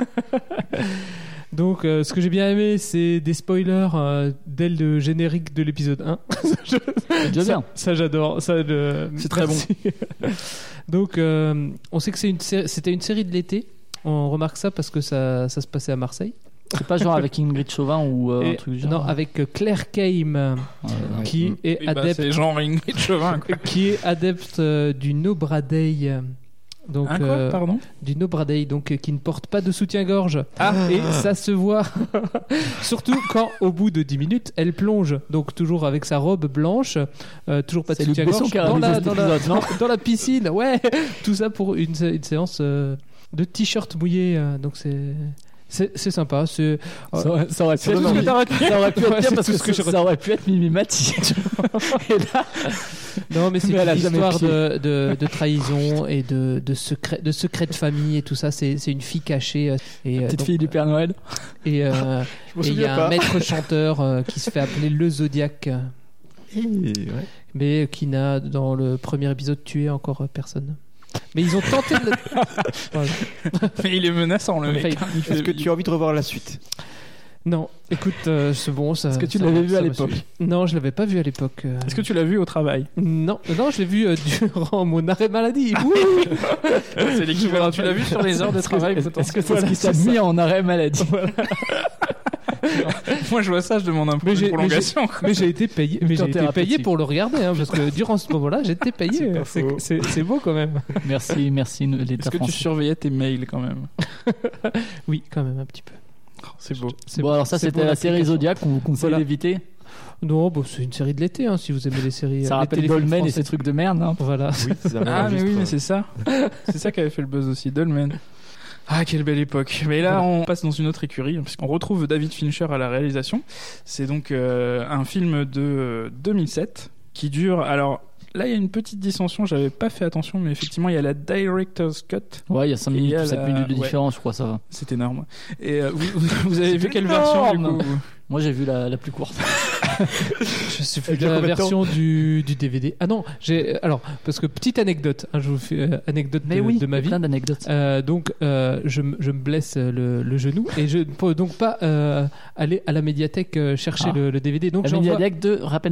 Donc ce que j'ai bien aimé, c'est des spoilers dès le générique de l'épisode 1. Ça j'adore. C'est très bon. Donc on sait que c'était une série de l'été. On remarque ça parce que ça se passait à Marseille. C'est pas genre avec Ingrid Chauvin ou un truc du genre. Non, avec Claire Kame, qui est adepte. C'est genre Ingrid Chauvin, quoi. Qui est adepte du No Bra Day. Donc, pardon du No Bra Day, donc qui ne porte pas de soutien-gorge. Et ça se voit surtout quand, au bout de 10 minutes, elle plonge. Donc toujours avec sa robe blanche, toujours pas de soutien-gorge dans la piscine. Ouais, tout ça pour une séance de t-shirt mouillé. Donc c'est sympa. Ça aurait pu être parce que ça aurait pu être Mimi Mati. Et là, non, mais c'est une histoire de trahison et de secret de famille et tout ça. C'est une fille cachée. Et, petite fille du Père Noël. Et il y a un maître chanteur qui se fait appeler le Zodiac. Mais qui n'a, dans le premier épisode, tué encore personne. Mais ils ont tenté de... Mais il est menaçant, le mec. Est-ce que tu as envie de revoir la suite? Non, écoute, c'est bon. Est-ce que tu l'avais vu à l'époque? Non, je l'avais pas vu à l'époque. Est-ce que tu l'as vu au travail? Non, je l'ai vu durant mon arrêt maladie. C'est l'équivalent. Tu l'as vu sur les heures de travail? Est-ce que c'est ce qui t'a mis en arrêt maladie? Moi je vois ça, je demande un peu de prolongation. Mais j'ai été payé. Mais j'ai été payé pour le regarder, parce que durant ce moment-là, j'ai été payé. C'est beau quand même. Merci l'État français. Est-ce que tu surveillais tes mails quand même? Oui, quand même un petit peu. C'est beau. Bon, alors ça c'était la série Zodiac qu'on vous conseille d'éviter. Non, c'est une série de l'été, si vous aimez les séries. Ça rappelle Dolmen et ces trucs de merde. Voilà. Mais c'est ça. C'est ça qui avait fait le buzz aussi, Dolmen. Ah, quelle belle époque. Mais là, on passe dans une autre écurie, puisqu'on retrouve David Fincher à la réalisation. C'est donc un film de 2007 qui dure... Alors, là, il y a une petite dissension, j'avais pas fait attention, mais effectivement, il y a la Director's Cut. Ouais, il y a 5 minutes ou 7 minutes de différence, je crois, ça va. C'est énorme. Et vous avez vu quelle version, du coup? Moi, j'ai vu la plus courte. Je suis fait la version du DVD. Ah non, alors parce que petite anecdote, je vous fais anecdote de ma vie. Plein d'anecdotes. Donc je me blesse le genou et je ne peux donc pas aller à la médiathèque chercher le DVD. Donc la médiathèque de, rappelle-nous.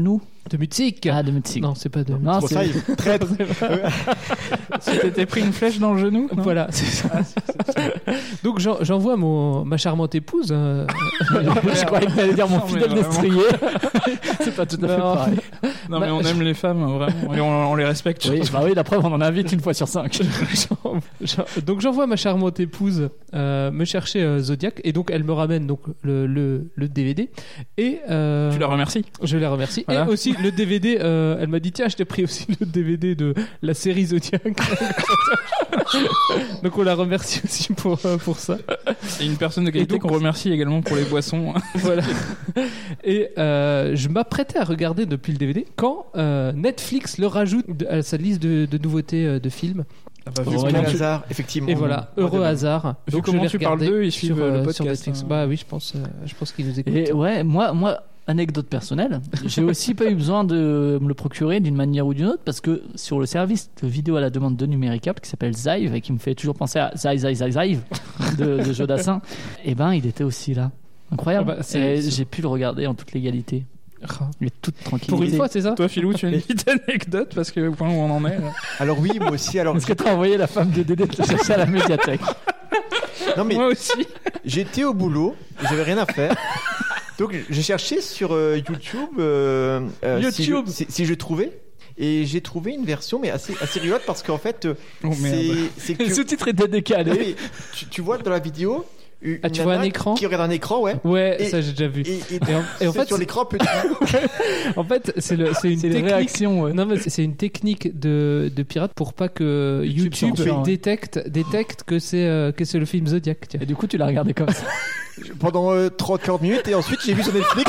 De Mutzig. Ah, de Mutzig. Non, c'est pas de Non, Trop c'est... ça, traître. Tu t'étais pris une flèche dans le genou, non? Voilà, c'est ça. Donc j'envoie ma charmante épouse. Je croyais que t'allais dire mon Non, mais fidèle vraiment. destrier. C'est pas tout à fait Non. pareil. Non, mais on aime les femmes, vraiment. Et on les respecte. Oui, bah oui, la preuve, on en invite une fois sur 5. Donc j'envoie ma charmante épouse me chercher Zodiac et donc elle me ramène donc le DVD et Tu la remercies. je la remercie. Voilà. Et aussi le DVD, elle m'a dit tiens je t'ai pris aussi le DVD de la série Zodiac. Donc on la remercie aussi pour ça. Et une personne de qualité Et donc- qu'on remercie également pour les boissons. Voilà. Et je m'apprêtais à regarder depuis le DVD quand Netflix le rajoute à sa liste de nouveautés de films. Vu Ouais, quel non, hasard, effectivement. Et voilà, heureux hasard. Vu Donc je comment l'ai tu parles regardé d'eux, ils sur, suivent le podcast, sur Netflix. hein. Bah oui, je pense qu'ils nous écoutent. Et ouais, moi, anecdote personnelle, j'ai aussi pas eu besoin de me le procurer d'une manière ou d'une autre parce que sur le service de vidéo à la demande de Numéricable qui s'appelle Zive et qui me fait toujours penser à Zive de Jodassin, et ben il était aussi là. Incroyable. Ah bah, c'est- Et j'ai pu le regarder en toute légalité. Et toute tranquillité. Pour une fois, c'est ça. Toi, Philou, tu as une petite anecdote parce que au point où on en est. Là. Alors oui, moi aussi. Alors Est-ce que t'as envoyé la femme de Dédé te chercher à la médiathèque? non mais Moi aussi. j'étais au boulot, j'avais rien à faire. Donc j'ai cherché sur YouTube, YouTube. si je trouvais. Et j'ai trouvé une version mais assez rigolote parce qu'en fait Oh, merde. c'est Le que sous-titre était décalé. Non, mais tu vois dans la vidéo Ah, tu vois un nana écran qui regarde un écran, ouais. Ouais, Et- ça j'ai déjà vu. Et en fait, sur l'écran petit. En fait, c'est une C'est les technique. réactions. Ouais. Non, mais c'est une technique de pirate pour pas que YouTube censure, ouais. détecte que c'est le film Zodiac. Tiens. Et du coup, tu l'as regardé comme ça. Pendant 30-40 minutes et ensuite j'ai vu sur Netflix.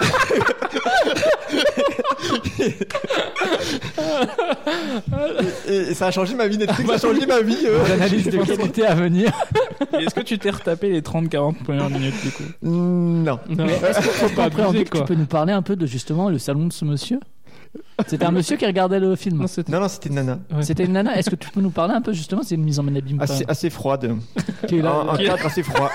et ça a changé ma vie. Netflix a changé ma vie. L'analyse de qualité à venir. Et est-ce que tu t'es retapé les 30-40 premières minutes du coup? Non. Non, Est-ce que faut pas abuser, Préambule, quoi. tu peux nous parler un peu de justement le salon de ce monsieur? C'était un monsieur qui regardait le film. Non, c'était- Non, c'était une nana. Ouais. C'était une nana. Est-ce que tu peux nous parler un peu justement? C'est une mise en abîme. Assez froide. Qui est là, Un cadre assez froid.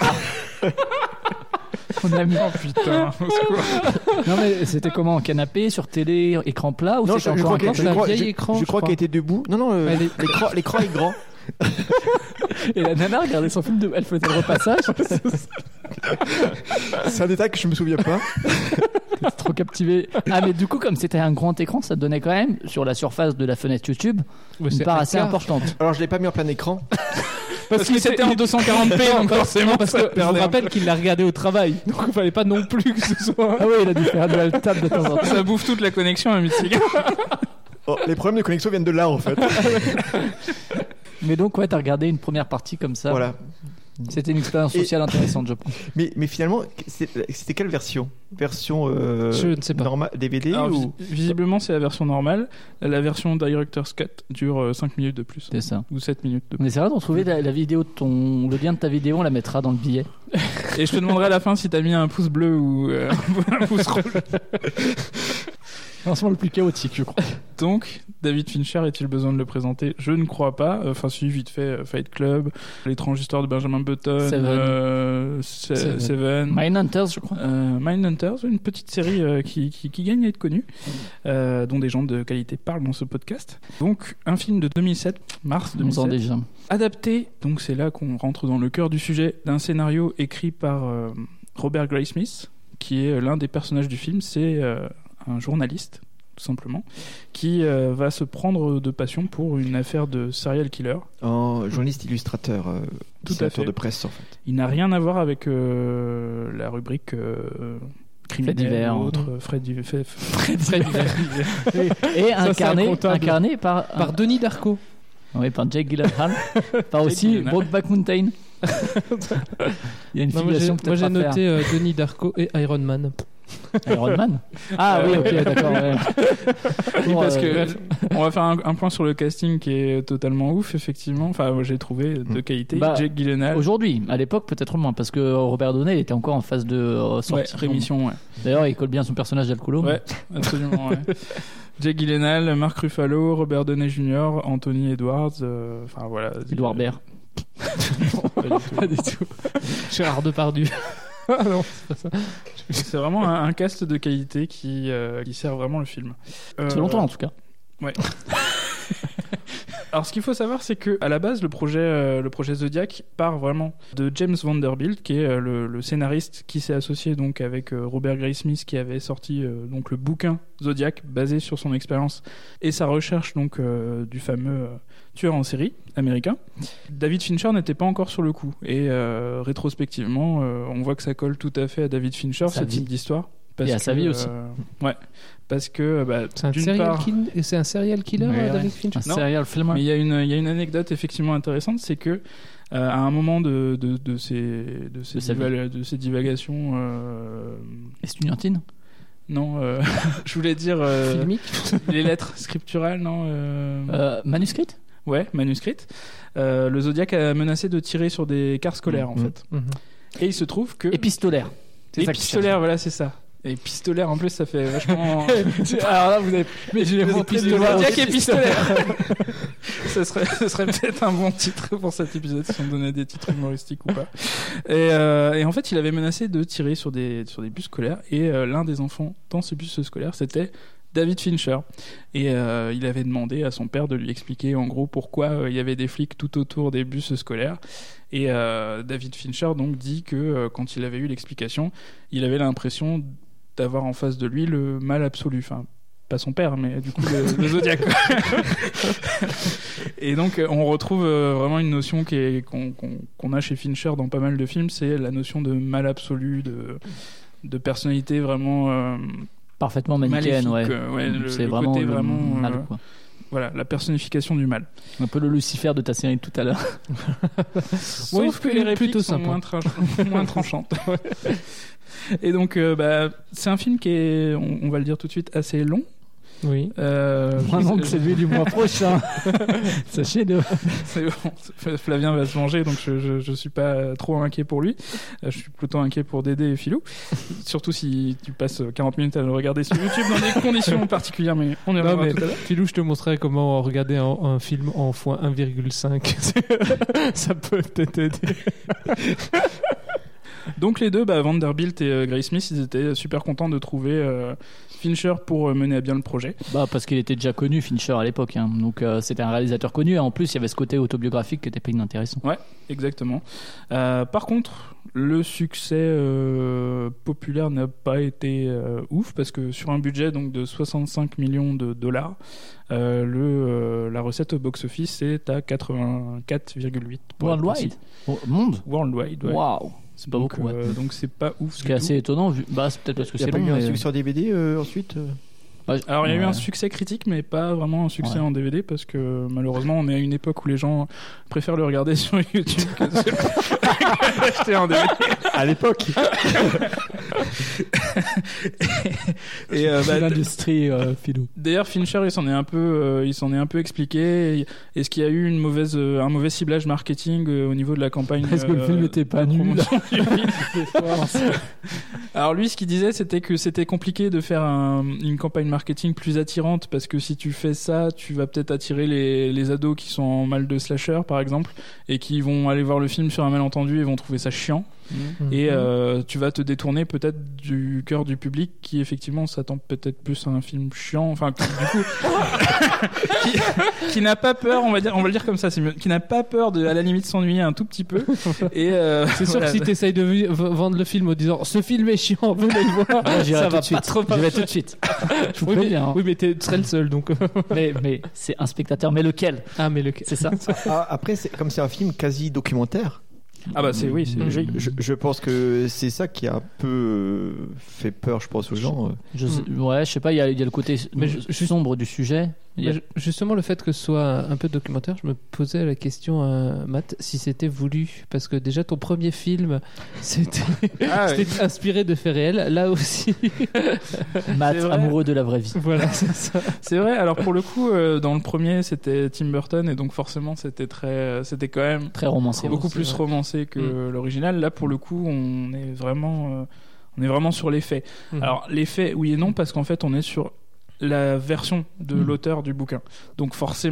on a mis. Oh putain, au secours. Non mais c'était comment? En canapé, sur télé, écran plat ou Non, c'était je encore crois un que- c'est un vieil écran, je je crois crois. qu'elle était debout. Non, Elle est- l'écran est grand. Et la nana regardait son film elle faisait le repassage. C'est un détail que je me souviens pas. T'étais trop captivé. Ah mais du coup comme c'était un grand écran, ça te donnait quand même sur la surface de la fenêtre YouTube Ouais, une c'est part un assez quart. importante. Alors je l'ai pas mis en plein écran. Parce que c'était en 240p, donc forcément, parce ça que je perdait vous un rappelle peu. qu'il l'a regardé au travail, donc il fallait pas non plus que ce soit. Ah oui, il a dû faire de la table de temps en temps. Ça bouffe toute la connexion à Mythique. Oh, les problèmes de connexion viennent de là en fait. Mais donc ouais, t'as regardé une première partie comme ça. Voilà. C'était une expérience sociale intéressante, je pense. Mais finalement, c'était quelle version? Version Je ne sais pas. normale DVD Alors, ou visiblement, c'est la version normale. La version Director's Cut dure 5 minutes de plus. C'est ça. Ou 7 minutes de plus. Mais c'est vrai d'en trouver la vidéo de le lien de ta vidéo, on la mettra dans le billet. Et je te demanderai à la fin si t'as mis un pouce bleu ou un pouce rouge. Lancement le plus chaotique, je crois. Donc, David Fincher, est-il besoin de le présenter? Je ne crois pas. Enfin, si, vite fait, Fight Club, L'étrange histoire de Benjamin Button, Seven. Mindhunters, je crois. Mindhunters, une petite série qui gagne à être connue, dont des gens de qualité parlent dans ce podcast. Donc, un film de 2007, mars 2007. Déjà. Adapté, donc c'est là qu'on rentre dans le cœur du sujet, d'un scénario écrit par Robert Graysmith, qui est l'un des personnages du film. C'est un journaliste, tout simplement, qui va se prendre de passion pour une affaire de serial killer. Oh, journaliste illustrateur, Tout à fait. de presse en fait. Il n'a rien à voir avec la rubrique criminelle divers, ou autre. Fred divers. Et Ça, c'est incarné par Par Denis Darko. Oui, par Jake Gyllenhaal. Par aussi Gyllenhaal. Brokeback Mountain. Il y a une Non, moi, filiation j'ai peut-être à noté Denis Darko et Iron Man. faire. Iron Man. Ah oui, ok, d'accord. Ouais. Oui, parce Pour, que on va faire un point sur le casting qui est totalement ouf, effectivement. Enfin, moi, j'ai trouvé de qualité. Bah, Jake Gyllenhaal. Aujourd'hui, à l'époque peut-être moins, parce que Robert Downey était encore en phase de sortie. Ouais, rémission, ouais. D'ailleurs, il colle bien son personnage d'Alcoolo. Ouais, absolument, ouais. Jake Gyllenhaal, Mark Ruffalo, Robert Downey Jr., Anthony Edwards, enfin voilà. Edouard Baird. Pas du tout. Pas du tout. Gérard Depardieu. Ah non, c'est pas ça. C'est vraiment un cast de qualité qui sert vraiment le film. Selon toi, en tout cas. Ouais. Alors, ce qu'il faut savoir, c'est que à la base, le projet Zodiac part vraiment de James Vanderbilt, qui est le scénariste qui s'est associé donc avec Robert Graysmith, qui avait sorti donc le bouquin Zodiac, basé sur son expérience et sa recherche donc du fameux tueur en série américain. David Fincher n'était pas encore sur le coup, et rétrospectivement, on voit que ça colle tout à fait à David Fincher, ce type d'histoire. Et à sa vie aussi. Ouais, parce que c'est un serial killer, David Fincher. Un serial film. Mais il y a une anecdote effectivement intéressante, c'est que à un moment de ces divagations estudiantines. Non, je voulais dire filmique. Les lettres scripturales, non. Manuscrites. Ouais, manuscrites. Le Zodiac a menacé de tirer sur des cars scolaires en fait. Et il se trouve que épistolaire. Épistolaire, voilà, c'est ça. Et pistolaire en plus, ça fait vachement. Alors là, vous avez. Mais je l'ai montré du Zodiac épistolaire. Ce serait peut-être un bon titre pour cet épisode si on donnait des titres humoristiques ou pas. Et en fait, il avait menacé de tirer sur des bus scolaires. Et l'un des enfants dans ce bus scolaire, c'était David Fincher. Et il avait demandé à son père de lui expliquer en gros pourquoi il y avait des flics tout autour des bus scolaires. Et David Fincher donc dit que quand il avait eu l'explication, il avait l'impression d'avoir en face de lui le mal absolu. Enfin, pas son père, mais du coup le Zodiac. Et donc on retrouve vraiment une notion qu'on a chez Fincher dans pas mal de films, c'est la notion de mal absolu, de personnalité vraiment parfaitement manichéenne, c'est vraiment côté vraiment mal, quoi. Voilà, la personnification du mal. Un peu le Lucifer de ta série de tout à l'heure. Sauf que les répliques sont moins tranchantes. Et donc, c'est un film qui est, on va le dire tout de suite, assez long. Oui. Moins long que celui du mois prochain. Sachez-le. C'est bon. Flavien va se manger, donc je suis pas trop inquiet pour lui. Je suis plutôt inquiet pour Dédé et Philou. Surtout si tu passes 40 minutes à le regarder sur YouTube dans des conditions particulières, mais on y reviendra tout à l'heure. Philou, je te montrerai comment regarder un film en x1,5. Ça peut peut-être aider. Donc les deux, Vanderbilt et Graysmith, ils étaient super contents de trouver Fincher pour mener à bien le projet. Parce qu'il était déjà connu, Fincher, à l'époque. Hein. Donc c'était un réalisateur connu. Et en plus, il y avait ce côté autobiographique qui était pas inintéressant. Ouais, exactement. Par contre, le succès populaire n'a pas été ouf, parce que sur un budget donc, de 65 millions de dollars, la recette au box-office est à 84,8. Worldwide Monde Worldwide, ouais. Waouh. C'est pas beaucoup, ouais. Donc c'est pas ouf. Ce qui est assez étonnant, c'est peut-être parce que c'est long. Il y a pas eu un succès sur DVD ensuite Alors il y a eu un succès critique, mais pas vraiment un succès en DVD, parce que malheureusement on est à une époque où les gens préfèrent le regarder sur YouTube que l'acheter en DVD. À l'époque. Et l'industrie Philou. D'ailleurs Fincher il s'en est un peu expliqué. Est-ce qu'il y a eu un mauvais ciblage marketing au niveau de la campagne? Est-ce que le film n'était pas nul? Alors lui, ce qu'il disait, c'était que c'était compliqué de faire une campagne marketing plus attirante, parce que si tu fais ça, tu vas peut-être attirer les ados qui sont en mal de slasher par exemple, et qui vont aller voir le film sur un malentendu et vont trouver ça chiant. Et tu vas te détourner peut-être du cœur du public qui effectivement s'attend peut-être plus à un film chiant, enfin du coup qui n'a pas peur, on va le dire comme ça, c'est mieux, qui n'a pas peur à la limite s'ennuyer un tout petit peu. Et c'est sûr que si tu essayes de vendre le film en disant ce film est chiant, venez le voir, ça va pas trop passer. J'irai tout de suite. Oui, mais tu serais le seul donc. mais c'est un spectateur, mais lequel? Mais lequel? C'est ça. Après, comme c'est un film quasi documentaire. Je pense que c'est ça qui a un peu fait peur, je pense, aux gens. Je sais pas, il y a le côté sombre du sujet. Justement, le fait que ce soit un peu documentaire, je me posais la question à Matt si c'était voulu, parce que déjà ton premier film c'était inspiré de faits réels, là aussi. Matt, amoureux de la vraie vie. Voilà, c'est ça. C'est vrai. Alors pour le coup, dans le premier c'était Tim Burton, et donc forcément c'était quand même très romancé, beaucoup plus romancé que l'original. Là pour le coup on est vraiment sur les faits. Alors les faits, oui et non, parce qu'en fait on est sur la version de l'auteur du bouquin. Donc forcément,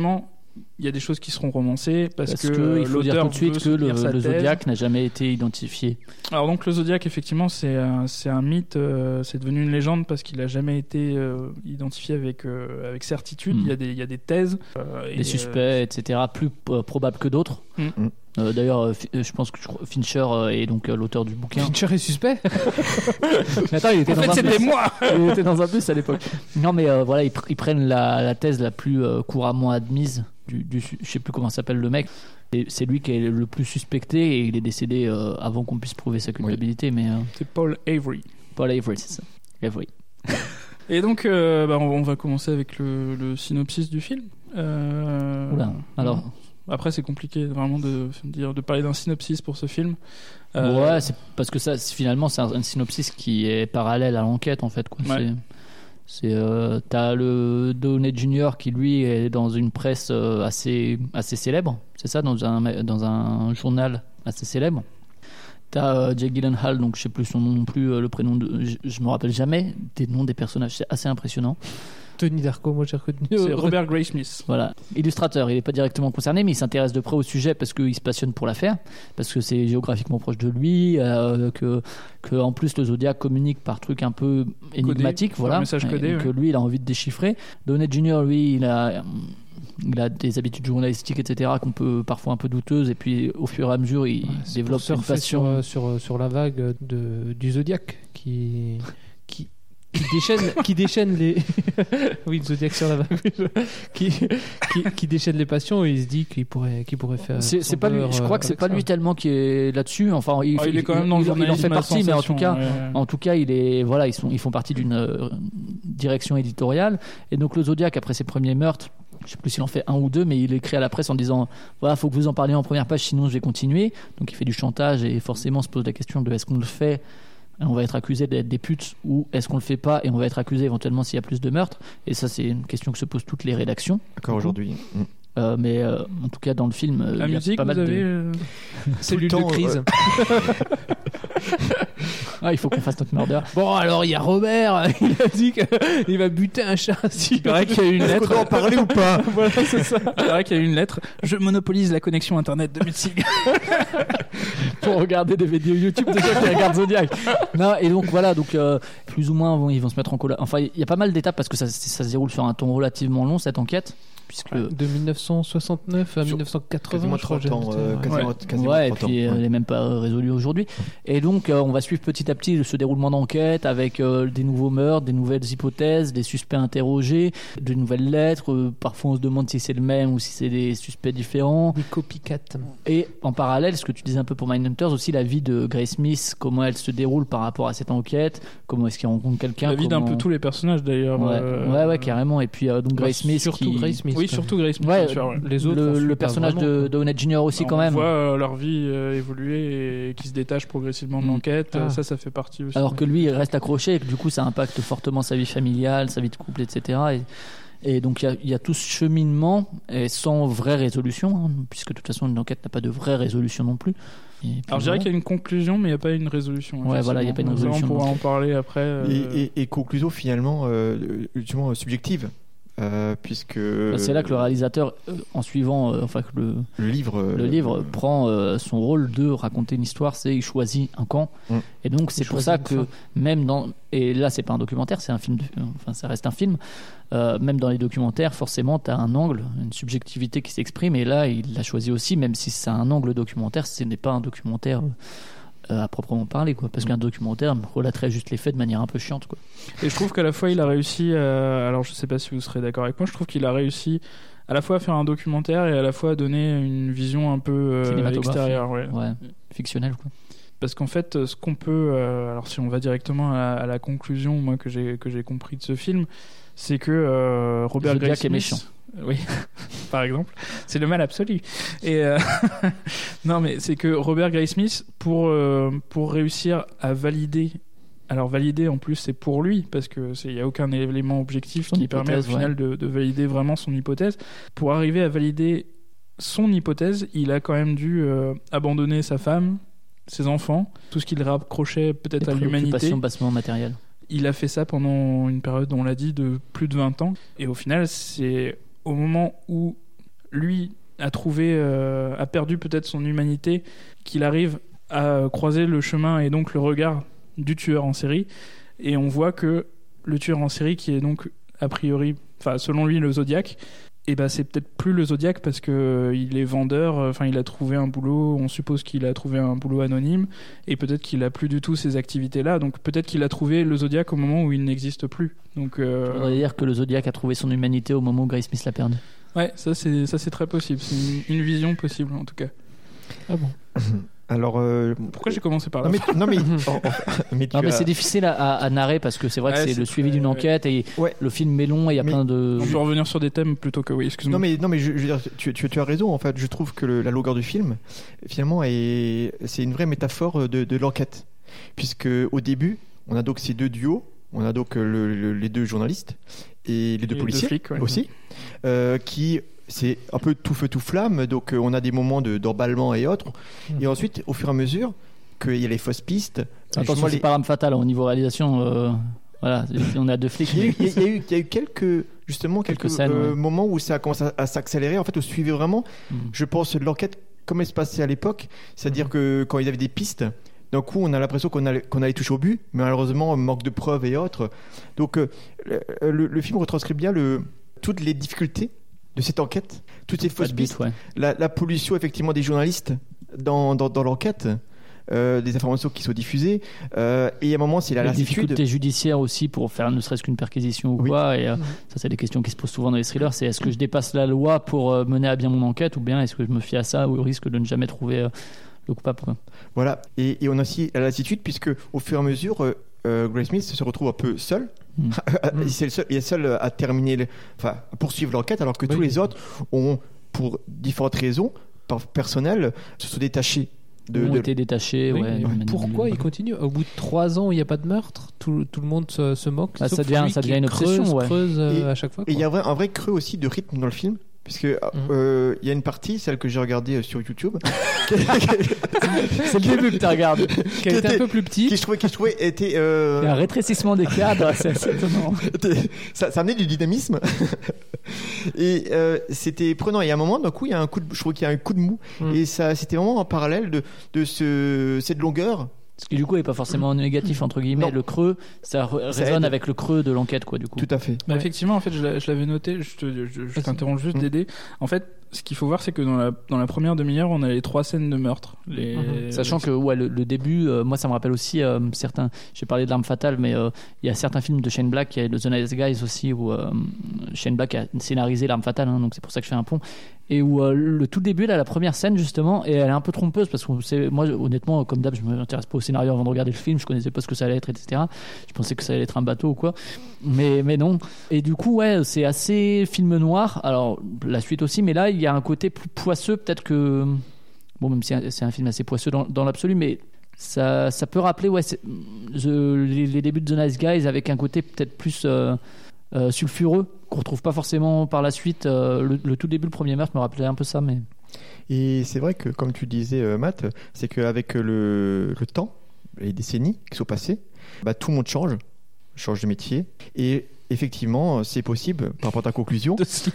il y a des choses qui seront romancées parce que il faut dire l'auteur tout de suite veut que soutenir sa le thèse. Zodiac n'a jamais été identifié. Alors donc le Zodiac, effectivement, c'est un mythe, c'est devenu une légende parce qu'il n'a jamais été identifié avec certitude. Il y a des thèses. Des suspects, etc., plus probables que d'autres. D'ailleurs, je pense que Fincher est donc l'auteur du bouquin. Fincher est suspect. Mais attends, il était dans un c'était bus. moi. Il était dans un bus à l'époque. Non, mais voilà, ils prennent la thèse la plus couramment admise je sais plus comment s'appelle le mec. Et c'est lui qui est le plus suspecté et il est décédé avant qu'on puisse prouver sa culpabilité. Mais c'est Paul Avery. Paul Avery, c'est ça. Avery. Et donc, on va commencer avec le synopsis du film. Oula, alors. Après, c'est compliqué vraiment de parler d'un synopsis pour ce film. Ouais, c'est parce que ça, finalement, c'est un synopsis qui est parallèle à l'enquête, en fait. Quoi. Ouais. T'as le Downey Jr. qui, lui, est dans une presse assez célèbre, c'est ça, dans un journal assez célèbre. T'as Jake Gyllenhaal, donc je sais plus son nom non plus, le prénom je me rappelle jamais des noms des personnages, c'est assez impressionnant. Tony Darko, moi j'ai retenu. C'est Robert Graysmith. Voilà, illustrateur, il n'est pas directement concerné, mais il s'intéresse de près au sujet parce qu'il se passionne pour l'affaire, parce que c'est géographiquement proche de lui, que en plus le Zodiac communique par trucs un peu énigmatiques, codé, voilà, message codé, que lui il a envie de déchiffrer. Downey Jr., lui, il a des habitudes journalistiques, etc., qu'on peut parfois un peu douteuses, et puis au fur et à mesure, il développe une passion sur la vague du Zodiac qui déchaîne les oui, le Zodiac sur la vague qui déchaîne les passions et il se dit qu'il pourrait faire c'est pas lui, je crois que c'est pas lui tellement qui est là-dessus, enfin il est quand même dans le il en fait journalisme partie, mais en tout cas il est voilà, ils font partie d'une direction éditoriale, et donc le Zodiac, après ses premiers meurtres, je sais plus s'il en fait un ou deux, mais il écrit à la presse en disant voilà, faut que vous en parliez en première page, sinon je vais continuer. Donc il fait du chantage et forcément se pose la question de est-ce qu'on le fait et on va être accusé d'être des putes, ou est-ce qu'on le fait pas et on va être accusé éventuellement s'il y a plus de meurtres. Et ça, c'est une question que se posent toutes les rédactions. Encore aujourd'hui. Mais en tout cas dans le film, la il y a musique, pas mal de cellule de crise. Il faut qu'on fasse notre murder. Bon, alors il y a Robert, il a dit qu'il va buter un chat. Il paraît qu'il y a une lettre. Est-ce qu'on doit en parler ou pas? Voilà, c'est ça. Il paraît qu'il y a une lettre. Je monopolise la connexion internet de Mutzig pour regarder des vidéos YouTube de gens qui regardent Zodiac. Non, et donc voilà, donc plus ou moins ils vont se mettre en collab. Enfin, il y a pas mal d'étapes parce que ça se déroule sur un temps relativement long, cette enquête. Puisque de 1969 à 1980, je crois. Quasiment et puis elle n'est même pas résolue aujourd'hui. Et donc on va suivre petit à petit ce déroulement d'enquête avec des nouveaux meurtres, des nouvelles hypothèses, des suspects interrogés, de nouvelles lettres. Parfois on se demande si c'est le même ou si c'est des suspects différents. Des copycats. Et en parallèle, ce que tu disais un peu pour Mindhunters, aussi la vie de Graysmith, comment elle se déroule par rapport à cette enquête, comment est-ce qu'il rencontre quelqu'un. La vie d'un peu tous les personnages d'ailleurs. Ouais, carrément. Et puis donc Graysmith. Surtout Graysmith. Oui, surtout Graysmith. Ouais, les autres. Le personnage de Downey Jr. aussi, quand même. On voit leur vie évoluer et qui se détache progressivement de l'enquête. Ça fait partie aussi. Alors que lui, il reste accroché et que du coup, ça impacte fortement sa vie familiale, sa vie de couple, etc. Et donc, il y a tout ce cheminement et sans vraie résolution, puisque de toute façon, une enquête n'a pas de vraie résolution non plus. Alors, je dirais qu'il y a une conclusion, mais il n'y a pas une résolution. Ouais, voilà, il n'y a pas une résolution. On pourra en parler après. Et conclusion finalement, ultimement subjective. Puisque c'est là que le réalisateur, en suivant le livre prend son rôle de raconter une histoire, c'est il choisit un camp. Et donc c'est pour ça que même et là c'est pas un documentaire, c'est un film, ça reste un film. Même dans les documentaires, forcément, tu as un angle, une subjectivité qui s'exprime, et là il l'a choisi aussi, même si c'est un angle documentaire, ce n'est pas un documentaire à proprement parler, quoi, parce qu'un documentaire relaterait juste les faits de manière un peu chiante, quoi. Et je trouve qu'à la fois il a réussi alors je sais pas si vous serez d'accord avec moi, je trouve qu'il a réussi à la fois à faire un documentaire et à la fois à donner une vision un peu extérieure, fictionnelle, quoi. Parce qu'en fait ce qu'on peut alors si on va directement à la conclusion, moi que j'ai compris de ce film, c'est que Robert Graysmith est méchant. Oui, par exemple, c'est le mal absolu. Et non, mais c'est que Robert Graysmith, pour réussir à valider, alors valider en plus c'est pour lui parce que il y a aucun élément objectif qui permet au final de valider vraiment son hypothèse. Pour arriver à valider son hypothèse, il a quand même dû abandonner sa femme, ses enfants, tout ce qu'il raccrochait peut-être à l'humanité. Bassement matériel. Il a fait ça pendant une période, on l'a dit, de plus de 20 ans. Et au final, c'est au moment où lui a perdu peut-être son humanité, qu'il arrive à croiser le chemin et donc le regard du tueur en série, et on voit que le tueur en série, qui est donc a priori, enfin selon lui, le Zodiac, et c'est peut-être plus le Zodiac parce que il est vendeur, il a trouvé un boulot, on suppose qu'il a trouvé un boulot anonyme, et peut-être qu'il a plus du tout ces activités-là, donc peut-être qu'il a trouvé le Zodiac au moment où il n'existe plus. Donc on va dire que le Zodiac a trouvé son humanité au moment où Grace Smith l'a perdu. Ouais, ça c'est très possible, c'est une vision possible en tout cas. Ah bon. Alors, pourquoi j'ai commencé par là? Mais c'est difficile à narrer parce que c'est vrai que c'est le suivi d'une enquête et le film est long et il y a plein de. On peut revenir sur des thèmes plutôt que excuse-moi. Non mais je veux dire, tu as raison en fait. Je trouve que la longueur du film finalement c'est une vraie métaphore de l'enquête, puisque au début on a donc ces deux duos, on a donc les deux journalistes et les deux policiers flics, aussi, qui c'est un peu tout feu tout flamme, donc on a des moments d'emballement et autres, et ensuite au fur et à mesure qu'il y a les fausses pistes. Attention, c'est pas Arme Fatale au niveau réalisation. Voilà, on a deux flics. Il y a eu quelques scènes, moments où ça a commencé à s'accélérer. En fait, on suivait vraiment, je pense, l'enquête comme elle se passait à l'époque, c'est-à-dire que quand ils avaient des pistes, d'un coup, on a l'impression qu'on allait toucher au but, mais malheureusement, manque de preuves et autres. Donc, le film retranscrit bien toutes les difficultés de cette enquête, toutes ces fausses pistes, la pollution effectivement des journalistes dans l'enquête, des informations qui sont diffusées, et à un moment c'est la lassitude. Les difficultés judiciaires aussi pour faire ne serait-ce qu'une perquisition ou quoi, et ça c'est des questions qui se posent souvent dans les thrillers, c'est est-ce que je dépasse la loi pour mener à bien mon enquête, ou bien est-ce que je me fie à ça au risque de ne jamais trouver le coupable, quoi. Voilà, et on a aussi la lassitude puisque au fur et à mesure Grace Smith se retrouve un peu seul. Il est seul à terminer, à poursuivre l'enquête, alors que tous les autres ont, pour différentes raisons personnelles, se sont détachés. Ont été détachés. Pourquoi il continue? Au bout de 3 ans, il n'y a pas de meurtre. Tout le monde se moque. Ça devient une obsession. Creuse à chaque fois. Et il y a un vrai creux aussi de rythme dans le film. Puisque il y a une partie, celle que j'ai regardée sur YouTube. C'est le début que tu regardes. Qui était un peu plus petit. Qui je trouvais était. Il y a un rétrécissement des cadres, c'est étonnant. Ça amenait du dynamisme. Et c'était prenant. Et à un moment, d'un coup, je trouve qu'il y a un coup de mou. Et ça, c'était vraiment en parallèle de cette longueur. Ce qui du coup n'est pas forcément négatif entre guillemets. Non. Le creux, ça résonne avec le creux de l'enquête, quoi, du coup. Tout à fait. Effectivement, en fait, je l'avais noté. Je t'interromps juste, Dédé. En fait, ce qu'il faut voir, c'est que dans la première demi-heure, on a les 3 scènes de meurtre. Sachant que le début, moi, ça me rappelle aussi certains. J'ai parlé de l'Arme Fatale, mais il y a certains films de Shane Black, il y a The Nice Guys aussi, où Shane Black a scénarisé l'Arme Fatale, donc c'est pour ça que je fais un pont. Et où le tout début, là, la première scène justement, et elle est un peu trompeuse parce que moi, honnêtement, comme d'hab, je m'intéresse pas au scénario avant de regarder le film, je connaissais pas ce que ça allait être, etc. Je pensais que ça allait être un bateau ou quoi, mais non. Et du coup, c'est assez film noir. Alors la suite aussi, mais là, il y a un côté plus poisseux, peut-être que même si c'est un film assez poisseux dans l'absolu, mais ça peut rappeler les débuts de The Nice Guys avec un côté peut-être plus sulfureux qu'on retrouve pas forcément par la suite. Le tout début, le premier meurtre me rappelait un peu ça, mais. Et c'est vrai que, comme tu disais, Matt, c'est qu'avec le temps, les décennies qui sont passées, tout le monde change de métier, et effectivement, c'est possible, par rapport à ta conclusion.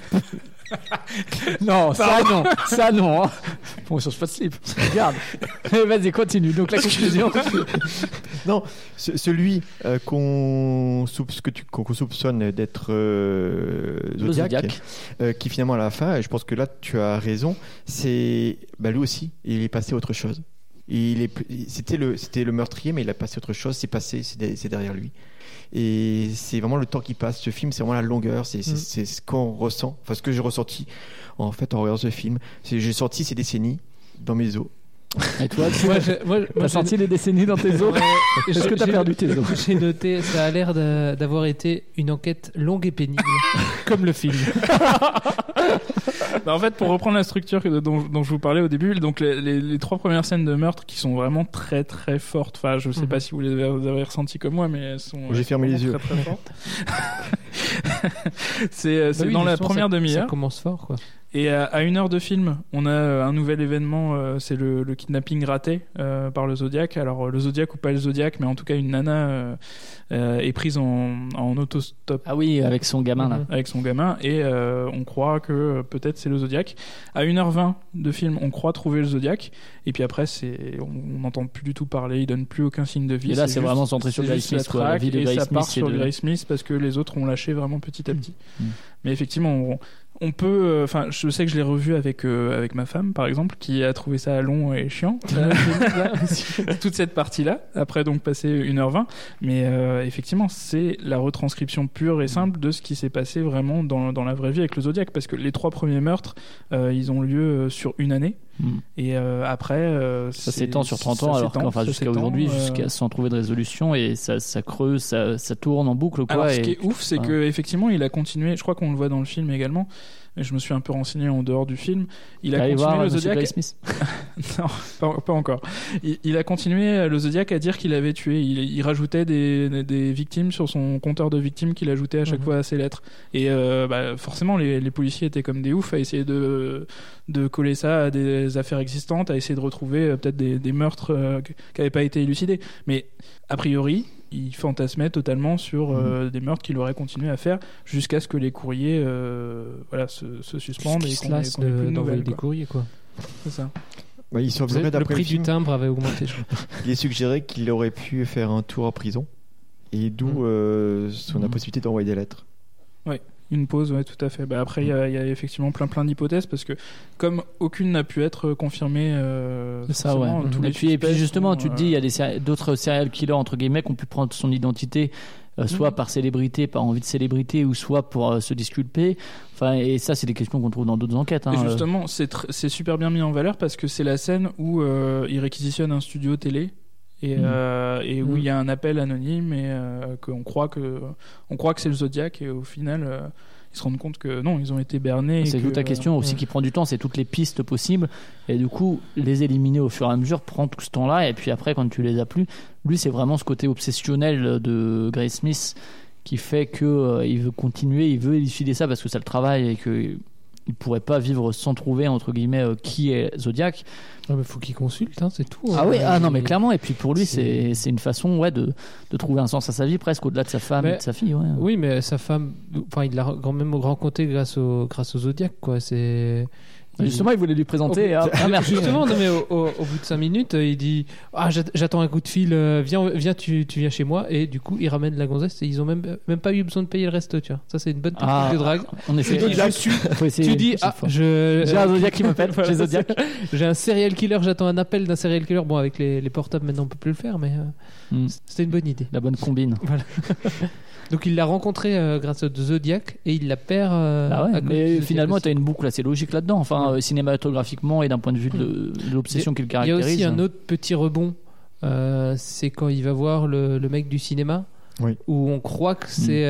Non, ça non. Bon, on change pas de slip. Regarde. Vas-y, continue. Donc la conclusion. Non, celui qu'on soupçonne d'être Zodiac, qui finalement à la fin, et je pense que là tu as raison, c'est lui aussi, il est passé à autre chose. C'était le meurtrier, mais il a passé à autre chose. C'est derrière lui. Et c'est vraiment le temps qui passe. Ce film, c'est vraiment la longueur. C'est ce qu'on ressent. Enfin, ce que j'ai ressenti en regardant ce film. J'ai senti ces décennies dans mes os. Et toi, t'as senti les décennies dans tes os? Est-ce que t'as perdu tes os? J'ai noté, ça a l'air d'avoir été une enquête longue et pénible, comme le film. En fait, pour reprendre la structure dont je vous parlais au début, donc les 3 premières scènes de meurtre qui sont vraiment très très fortes. Enfin, je sais pas si vous les avez ressenties comme moi, mais elles sont. J'ai fermé les yeux. Très très fortes. C'est dans la première demi-heure. Ça commence fort, quoi. Et à 1 heure de film, on a un nouvel événement, c'est le kidnapping raté par le Zodiac. Alors le Zodiac ou pas le Zodiac, mais en tout cas une nana est prise en autostop. Ah oui, avec son gamin là. Avec son gamin, et on croit que peut-être c'est le Zodiac. À 1h20 de film, on croit trouver le Zodiac, et puis après on n'entend plus du tout parler, il donne plus aucun signe de vie. Et là c'est vraiment centré sur Grace Smith, quoi. La vie de Grace ça part Smith, sur Grace Smith parce que les autres ont lâché vraiment petit à petit. Mais effectivement, on peut, enfin, je sais que je l'ai revu avec ma femme, par exemple, qui a trouvé ça long et chiant, toute cette partie-là, après donc passer 1h20. Mais effectivement, c'est la retranscription pure et simple de ce qui s'est passé vraiment dans la vraie vie avec le Zodiac, parce que les 3 premiers meurtres, ils ont lieu sur une année. Et après, ça s'étend sur 30 ans, alors qu'enfin jusqu'à aujourd'hui, sans trouver de résolution, et ça creuse, ça tourne en boucle, quoi. Alors, ce qui est ouf, c'est que effectivement, il a continué. Je crois qu'on le voit dans le film également. Mais je me suis un peu renseigné en dehors du film. Il a continué voir le Zodiac. Smith. Non, pas encore. Il a continué le Zodiac à dire qu'il avait tué. Il rajoutait des victimes sur son compteur de victimes qu'il ajoutait à chaque fois à ses lettres. Et forcément, les policiers étaient comme des oufs à essayer de coller ça à des affaires existantes, à essayer de retrouver peut-être des meurtres qui n'avaient pas été élucidés. Mais a priori, il fantasmait totalement sur des meurtres qu'il aurait continué à faire jusqu'à ce que les courriers se suspendent et qu'on ait plus de nouvelles, des courriers, quoi. C'est ça. Bah, il semblerait, le prix du timbre avait augmenté. Il est suggéré qu'il aurait pu faire un tour en prison, et d'où son impossibilité d'envoyer des lettres. Oui. Une pause, ouais, tout à fait. Bah, après, il y a effectivement plein d'hypothèses, parce que comme aucune n'a pu être confirmée, ça, ouais. Et puis justement, tu te dis, il y a d'autres serial killers entre guillemets qui ont pu prendre son identité, soit par célébrité, par envie de célébrité, ou soit pour se disculper. Enfin, et ça, c'est des questions qu'on trouve dans d'autres enquêtes. Et justement, c'est super bien mis en valeur, parce que c'est la scène où il réquisitionne un studio télé. Et où il y a un appel anonyme, et qu'on croit que c'est le Zodiac, et au final ils se rendent compte que non, ils ont été bernés. C'est toute la question aussi qui prend du temps, c'est toutes les pistes possibles, et du coup les éliminer au fur et à mesure prend tout ce temps-là, et puis après quand tu les as plus, lui c'est vraiment ce côté obsessionnel de Grace Smith qui fait que il veut continuer, il veut élucider ça parce que ça le travaille, et que il pourrait pas vivre sans trouver entre guillemets qui est Zodiac. Mais faut qu'il consulte, hein, c'est tout. Ah oui, non mais clairement. Et puis pour lui, c'est une façon, de trouver un sens à sa vie, presque au-delà de sa femme et de sa fille. Ouais. Oui, mais sa femme, enfin, il l'a quand même rencontré grâce au Zodiac, quoi. C'est Justement, il voulait lui présenter. Merci. Justement, non, mais au bout de 5 minutes, il dit j'attends un coup de fil, viens, tu viens chez moi. Et du coup, il ramène la gonzesse, et ils ont même pas eu besoin de payer le reste, tu vois. Ça, c'est une bonne technique de drague. On essaie tu dis j'ai un Zodiac qui m'appelle. J'ai Zodiac. J'ai un serial killer, j'attends un appel d'un serial killer. Bon, avec les portables maintenant, on peut plus le faire, mais c'était une bonne idée. La bonne combine. Voilà. Donc il l'a rencontré grâce au Zodiac, et il la perd. Mais finalement, tu as une boucle assez logique là-dedans. Enfin, cinématographiquement et d'un point de vue de l'obsession qu'il caractérise. Il y a aussi un autre petit rebond. C'est quand il va voir le mec du cinéma. Oui. Où on croit que c'est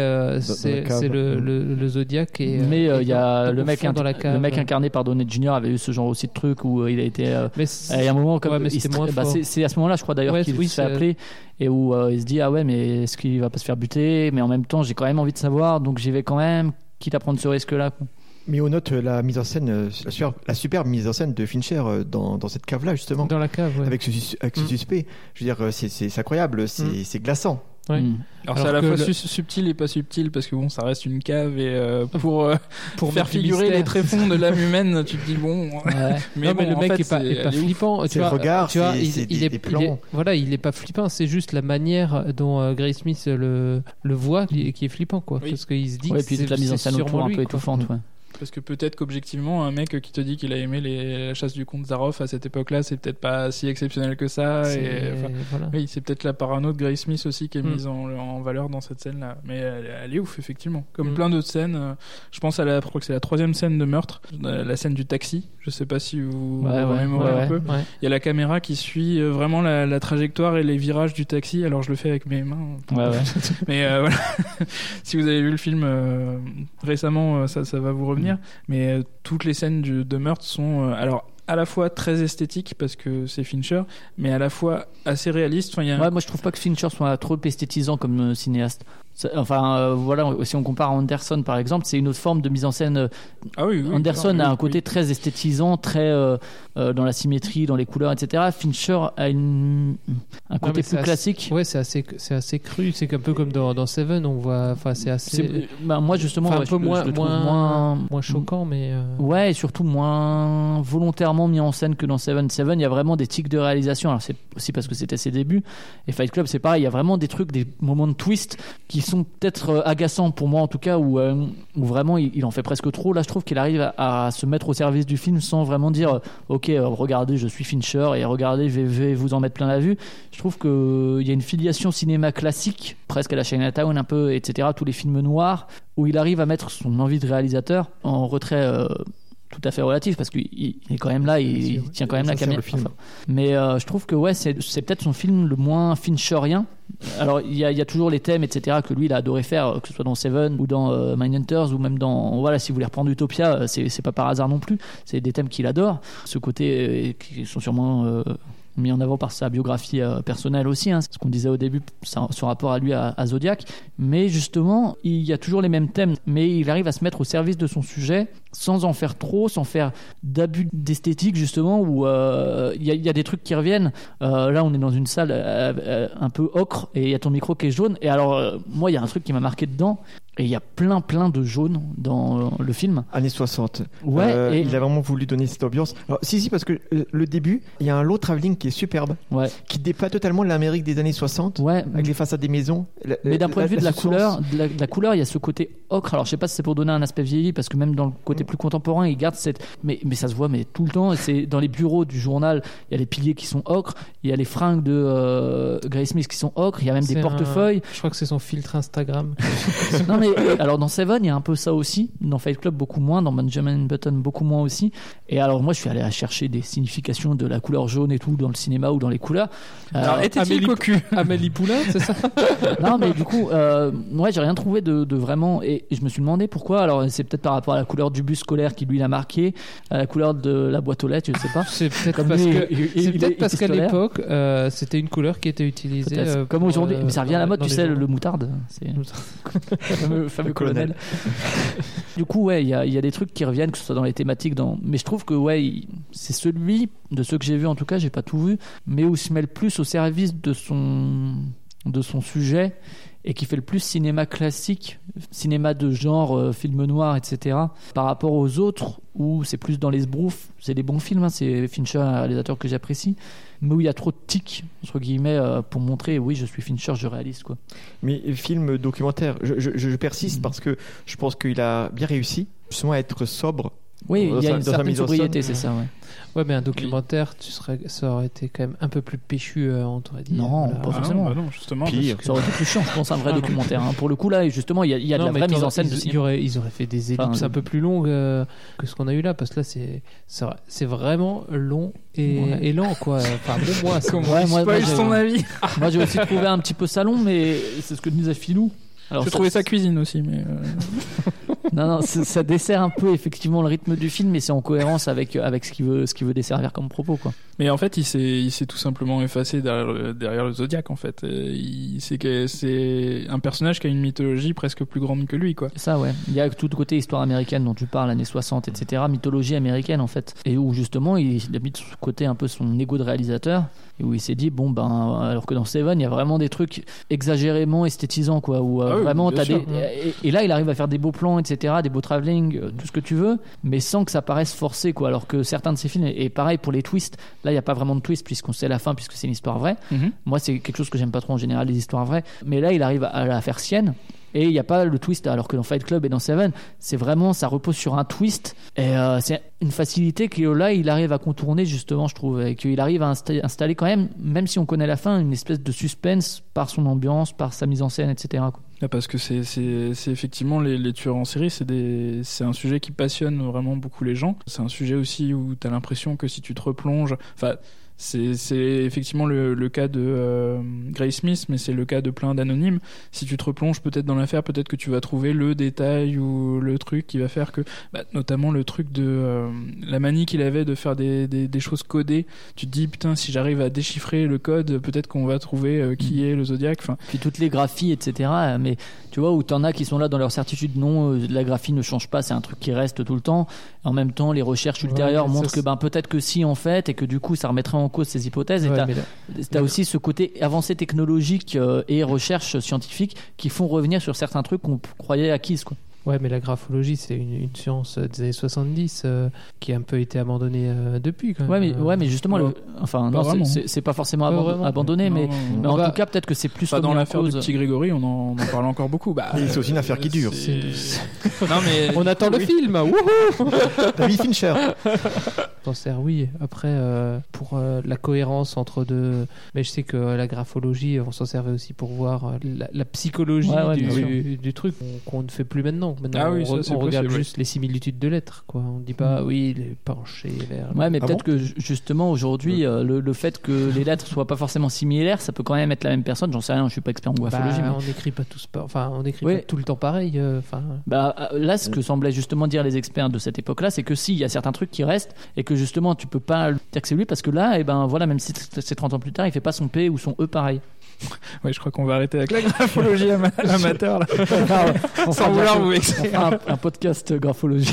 le Zodiac, mais il y a le mec incarné par Downey Jr. avait eu ce genre aussi de truc où il a été il y a un moment comme c'est à ce moment-là je crois d'ailleurs qu'il se fait appeler, et où il se dit mais est-ce qu'il va pas se faire buter, mais en même temps j'ai quand même envie de savoir, donc j'y vais quand même, quitte à prendre ce risque là. Mais on note la mise en scène, la superbe mise en scène de Fincher dans cette cave-là, justement. Dans la cave, ouais. Avec ce suspect. Je veux dire, c'est incroyable, c'est glaçant. Ouais. Alors c'est à la fois subtil et pas subtil, parce que bon, ça reste une cave, et pour faire figurer les tréfonds de l'âme humaine, tu te dis bon. Mais le mec est pas flippant. C'est le regard, il est pas flippant. C'est juste la manière dont Grace Smith le voit qui est flippant, quoi. Oui. Parce qu'il se dit que c'est toute la mise en scène autour un peu étouffante. Parce que peut-être qu'objectivement, un mec qui te dit qu'il a aimé la chasse du comte Zaroff à cette époque-là, c'est peut-être pas si exceptionnel que ça. Oui, c'est peut-être la parano de Grace Smith aussi qui est mise en valeur dans cette scène-là. Mais elle est ouf, effectivement. Comme plein d'autres scènes. Je pense je crois que c'est la 3e scène de meurtre, la scène du taxi. Je sais pas si vous mémorez un peu. Ouais. Il y a la caméra qui suit vraiment la trajectoire et les virages du taxi. Alors je le fais avec mes mains. Mais voilà. Si vous avez vu le film récemment, ça va vous revenir. Mais toutes les scènes de meurtre sont alors à la fois très esthétiques parce que c'est Fincher, mais à la fois assez réalistes. Moi je trouve pas que Fincher soit trop esthétisant comme cinéaste. Voilà, si on compare à Anderson par exemple, c'est une autre forme de mise en scène. Anderson a un côté très esthétisant, très dans la symétrie, dans les couleurs, etc. Fincher a un côté plus classique. Ouais, c'est assez cru. C'est un peu comme dans Seven, on voit. Enfin, c'est assez. Moi justement, un peu moins choquant, mais. Ouais, et surtout moins volontairement mis en scène que dans Seven. Seven, il y a vraiment des tics de réalisation. Alors c'est aussi parce que c'était ses débuts. Et Fight Club, c'est pareil. Il y a vraiment des trucs, des moments de twist qui sont peut-être agaçants pour moi en tout cas, où vraiment il en fait presque trop. Là je trouve qu'il arrive à se mettre au service du film sans vraiment dire ok, regardez, je suis Fincher et regardez, je vais vous en mettre plein la vue. Je trouve qu'il y a une filiation cinéma classique presque à la Chinatown un peu, etc., tous les films noirs, où il arrive à mettre son envie de réalisateur en retrait tout à fait relatif, parce qu'il est quand même là, il tient quand même la caméra. Mais je trouve que c'est peut-être son film le moins fincherien. Alors il y a toujours les thèmes, etc., que lui il a adoré faire, que ce soit dans Seven ou dans Mindhunters, ou même dans, voilà, si vous voulez reprendre Utopia, c'est pas par hasard non plus, c'est des thèmes qu'il adore, ce côté qui sont sûrement mis en avant par sa biographie personnelle aussi, hein, ce qu'on disait au début, son rapport à lui à Zodiac. Mais justement, il y a toujours les mêmes thèmes, mais il arrive à se mettre au service de son sujet sans en faire trop, sans faire d'abus d'esthétique, justement, où il y a des trucs qui reviennent. Là, on est dans une salle un peu ocre et il y a ton micro qui est jaune. Et alors, moi, il y a un truc qui m'a marqué dedans. Et il y a plein de jaunes dans le film. Années 60. Ouais. Il a vraiment voulu donner cette ambiance. Alors, si, parce que le début, il y a un low travelling qui est superbe. Ouais. Qui déploie totalement l'Amérique des années 60. Ouais. Avec les façades des maisons. Mais d'un point de vue de la couleur, la couleur, il y a ce côté ocre. Alors, je sais pas si c'est pour donner un aspect vieilli, parce que même dans le côté plus contemporain, il garde cette. Mais ça se voit, mais tout le temps. C'est dans les bureaux du journal, il y a les piliers qui sont ocre. Il y a les fringues de Grace Smith qui sont ocre. Il y a même des portefeuilles. Je crois que c'est son filtre Instagram. Non, mais alors dans Seven, il y a un peu ça aussi. Dans Fight Club, beaucoup moins. Dans Benjamin Button, beaucoup moins aussi. Et alors, moi, je suis allé à chercher des significations de la couleur jaune et tout dans le cinéma ou dans les couleurs. Alors, était-il cocu Amélie Poulain, c'est ça? Non, mais du coup, j'ai rien trouvé de vraiment. Et je me suis demandé pourquoi. Alors, c'est peut-être par rapport à la couleur du bus scolaire qui lui l'a marqué, à la couleur de la boîte aux lettres, je sais pas. C'est peut-être parce qu'à l'époque, c'était une couleur qui était utilisée. Comme aujourd'hui. Mais ça revient à la mode, tu sais, le moutarde. C'est le fameux colonel. Du coup, il y a des trucs qui reviennent, que ce soit dans les thématiques, mais je trouve que c'est celui de ceux que j'ai vu, en tout cas, j'ai pas tout vu, mais où il se met le plus au service de son sujet et qui fait le plus cinéma classique, cinéma de genre, film noir, etc. Par rapport aux autres où c'est plus dans les sbroufs. C'est des bons films, hein, c'est Fincher, un réalisateur que j'apprécie, mais où il y a trop de tics, entre guillemets, pour montrer, oui, je suis Fincher, je réalise, quoi. Mais film documentaire, je persiste parce que je pense qu'il a bien réussi, justement, à être sobre. Oui, il y a une certaine sobriété, c'est ça, ouais. Ouais, mais un documentaire, ça aurait été quand même un peu plus péchu, on t'aurait dit. Non, pas forcément. Non, justement. Pire. Ça aurait été plus chiant, je pense, un vrai documentaire. Hein. Pour le coup, là, justement, il y a de la vraie mise en scène. Ils auraient fait des ellipses un peu plus longues que ce qu'on a eu là, parce que là, c'est vraiment long et lent, quoi. Enfin, bon, moi, c'est ton avis. Moi, j'ai aussi trouvé un petit peu salon, mais c'est ce que nous a Filou. J'ai trouvé sa cuisine aussi, mais. Non, ça dessert un peu effectivement le rythme du film, mais c'est en cohérence avec ce qu'il veut desservir comme propos, quoi. Mais en fait, il s'est tout simplement effacé derrière le Zodiac, en fait. C'est un personnage qui a une mythologie presque plus grande que lui, quoi. C'est ça, ouais. Il y a tout le côté histoire américaine dont tu parles, années 60, etc. Mythologie américaine, en fait. Et où justement, il a mis de côté un peu son ego de réalisateur, et où il s'est dit, alors que dans Seven, il y a vraiment des trucs exagérément esthétisants, quoi. Où vraiment, t'as des. Et là, il arrive à faire des beaux plans, etc., des beaux travelling, tout ce que tu veux, mais sans que ça paraisse forcé, quoi. Alors que certains de ces films, et pareil pour les twists, là, il n'y a pas vraiment de twist puisqu'on sait la fin, puisque c'est une histoire vraie. Moi, c'est quelque chose que j'aime pas trop en général, les histoires vraies. Mais là, il arrive à la faire sienne. Et il n'y a pas le twist, alors que dans Fight Club et dans Seven, c'est vraiment, ça repose sur un twist. Et c'est une facilité que là, il arrive à contourner, justement, je trouve. Et qu'il arrive à installer quand même si on connaît la fin, une espèce de suspense par son ambiance, par sa mise en scène, etc., quoi. Parce que c'est effectivement les tueurs en série, c'est un sujet qui passionne vraiment beaucoup les gens. C'est un sujet aussi où tu as l'impression que si tu te replonges, enfin, c'est effectivement le cas de Grace Smith, mais c'est le cas de plein d'anonymes. Si tu te replonges peut-être dans l'affaire, peut-être que tu vas trouver le détail ou le truc qui va faire que, notamment le truc de la manie qu'il avait de faire des choses codées. Tu te dis putain, si j'arrive à déchiffrer le code, peut-être qu'on va trouver qui est le Zodiac. Enfin, puis toutes les graphies, etc. Mais tu vois, où t'en as qui sont là dans leur certitude, non, la graphie ne change pas, c'est un truc qui reste tout le temps. En même temps, les recherches ultérieures montrent que peut-être que si en fait, et que du coup ça remettrait en cause ces hypothèses. Et t'as aussi ce côté avancée technologique et recherche scientifique qui font revenir sur certains trucs qu'on croyait acquises, quoi. Ouais, mais la graphologie, c'est une science des années 70 qui a un peu été abandonnée depuis, quand même. Ouais, mais justement, c'est pas forcément abandonné, mais en tout cas, peut-être que c'est plus dans l'affaire du petit Grégory, on en parle encore beaucoup. C'est aussi une affaire qui dure. Non, mais on attend le film. David Fincher. T'en sers, oui. Après, pour la cohérence entre deux. Mais je sais que la graphologie, on s'en servait aussi pour voir la psychologie du truc qu'on ne fait plus maintenant. Maintenant, on regarde juste les similitudes de lettres, quoi. On ne dit pas, il est penché vers. Ouais, mais peut-être que justement aujourd'hui, le fait que les lettres soient pas forcément similaires, ça peut quand même être la même personne. J'en sais rien, je suis pas expert en graphologie. On n'écrit pas tous, on n'écrit pas tout le temps pareil. Là, ce que semblaient justement dire les experts de cette époque-là, c'est que il y a certains trucs qui restent et que justement tu peux pas dire que c'est lui parce que là, même si c'est 30 ans plus tard, il fait pas son P ou son E pareil. Ouais, je crois qu'on va arrêter avec la graphologie amateur là. Sans vouloir vous vexer. Un podcast graphologie.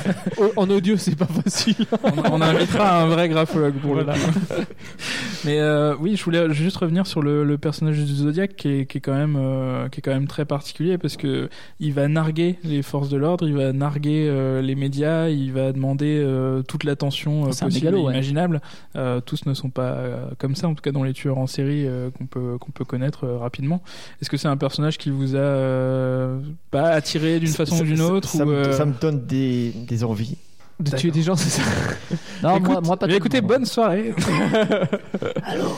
En audio, c'est pas facile. On invitera un vrai graphologue pour le coup. Mais oui, je voulais juste revenir sur le personnage du Zodiac qui est quand même très particulier parce que il va narguer les forces de l'ordre, il va narguer les médias, il va demander toute l'attention possible et imaginable. Tous ne sont pas comme ça, en tout cas dans les tueurs en série qu'on peut connaître rapidement. Est-ce que c'est un personnage qui vous a pas attiré d'une façon ou d'une autre ça me donne des envies de tuer des gens, c'est ça? Non, moi pas. Écoutez, bonne soirée. Allô.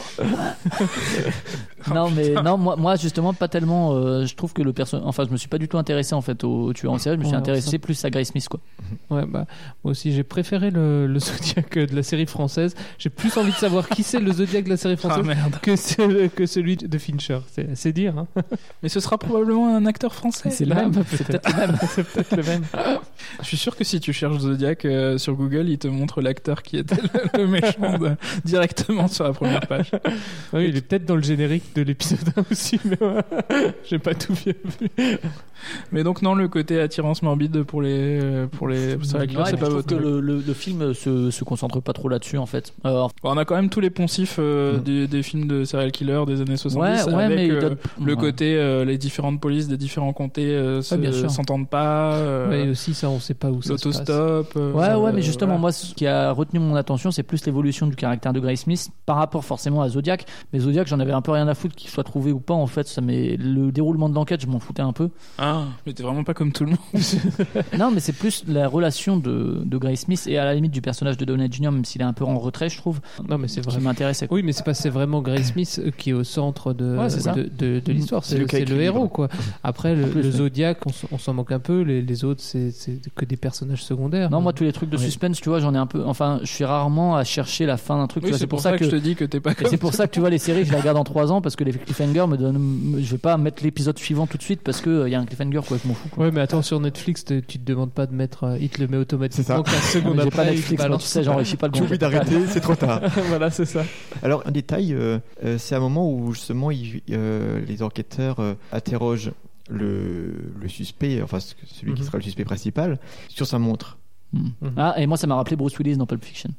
Moi justement pas tellement. Je trouve que le personnage. Enfin, je me suis pas du tout intéressé en fait au tueur en série. Je me suis intéressé plus à Grace Smith, quoi. Ouais, moi aussi j'ai préféré le Zodiac de la série française. J'ai plus envie de savoir qui c'est le Zodiac de la série française que celui de Fincher. C'est dire. Hein. Mais ce sera probablement un acteur français. C'est le même. C'est peut-être le même. C'est peut-être le même. Je suis sûr que si tu cherches Zodiac sur Google, il te montre l'acteur qui était le méchant directement sur la première page. Oui, il est peut-être dans le générique de l'épisode 1 aussi, mais j'ai pas tout bien vu. Mais donc non, le côté attirance morbide pour les serial killers, c'est pas votre truc. Le film se concentre pas trop là-dessus en fait. On a quand même tous les poncifs des films de serial killers des années 70 avec le côté les différentes polices des différents comtés s'entendent pas. Ouais, aussi ça, on sait pas où ça se passe. L'autostop. Mais justement, moi, ce qui a retenu mon attention, c'est plus l'évolution du caractère de Grace Smith par rapport forcément à Zodiac. Mais Zodiac, j'en avais un peu rien à foutre qu'il soit trouvé ou pas. En fait, le déroulement de l'enquête, je m'en foutais un peu. Ah, mais t'es vraiment pas comme tout le monde. Non, mais c'est plus la relation de Grace Smith et à la limite du personnage de Downey Jr., même s'il est un peu en retrait, je trouve. Non, mais c'est vrai. Qui m'intéressait. Oui, mais c'est vraiment Grace Smith qui est au centre de l'histoire. C'est le héros, quoi. Après, le Zodiac, on s'en moque un peu. Les autres, c'est que des personnages secondaires. Non, moi, tous les trucs de suspense, tu vois, j'en ai un peu. Enfin, je suis rarement à chercher la fin d'un truc. Oui, c'est pour ça que je te dis que t'es pas comme c'est pour ça que tu vois, les séries, je les regarde en 3 ans parce que les cliffhangers me donnent. Je vais pas mettre l'épisode suivant tout de suite parce qu'il y a un cliffhanger, quoi, je m'en fous. Quoi. Ouais, mais attends, sur Netflix, tu te demandes pas de mettre. Il te le met automatiquement 15 secondes après. J'ai pas Netflix, tu sais, j'en réussis pas le bon. Tu oublies d'arrêter, c'est trop tard. Voilà, c'est ça. Alors, un détail, c'est un moment où justement les enquêteurs interrogent le suspect, enfin celui qui sera le suspect principal, sur sa montre. Ah, et moi ça m'a rappelé Bruce Willis dans Pulp Fiction.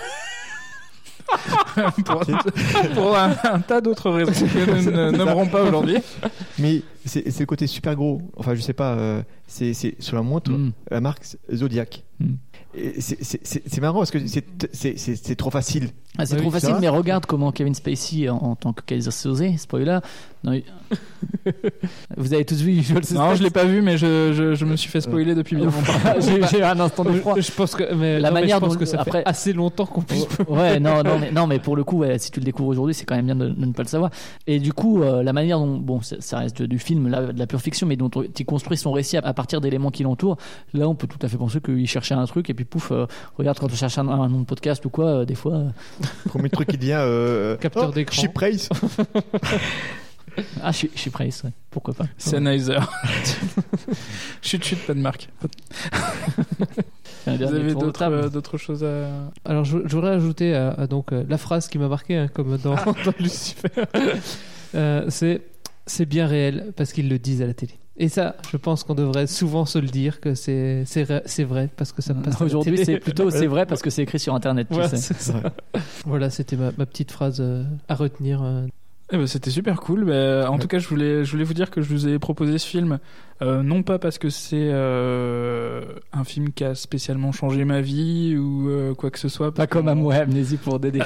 pour un tas d'autres raisons que nous ne nommerons pas aujourd'hui. Mais c'est le côté super gros. Enfin, je sais pas. C'est sur la montre, la marque Zodiac. Et c'est marrant parce que c'est trop facile. Ah, c'est trop facile, mais regarde comment Kevin Spacey en tant que Kaiser Soze, spoiler. Non, vous avez tous vu Usual Suspects? Non, je l'ai pas vu, mais je me suis fait spoiler depuis bien longtemps. J'ai un instant de froid. Je pense que manière dont ça fait assez longtemps qu'on puisse. Ouais, non, mais pour le coup, si tu le découvres aujourd'hui, c'est quand même bien de ne pas le savoir. Et du coup, la manière dont ça reste du film, film, là, de la pure fiction, mais dont il construit son récit à partir d'éléments qui l'entourent. Là, on peut tout à fait penser qu'il cherchait un truc et puis pouf, regarde quand on cherche un nom de podcast ou quoi, des fois. Premier truc qui devient capteur d'écran. Cheap Race. Ah, Cheap Race, ouais. Pourquoi pas. Sennheiser. Chut, pas de marque. Vous avez d'autres choses à... Alors, je voudrais ajouter donc, la phrase qui m'a marqué, hein, comme dans Lucifer. C'est bien réel parce qu'ils le disent à la télé. Et ça, je pense qu'on devrait souvent se le dire que c'est vrai parce que ça passe. Aujourd'hui, c'est plutôt c'est vrai parce que c'est écrit sur Internet. Ouais, tu sais. c'est ça. Voilà, c'était ma petite phrase à retenir. C'était super cool. En tout cas, je voulais vous dire que je vous ai proposé ce film, non pas parce que c'est un film qui a spécialement changé ma vie ou quoi que ce soit. Pas comme Amnésie pour Dédé.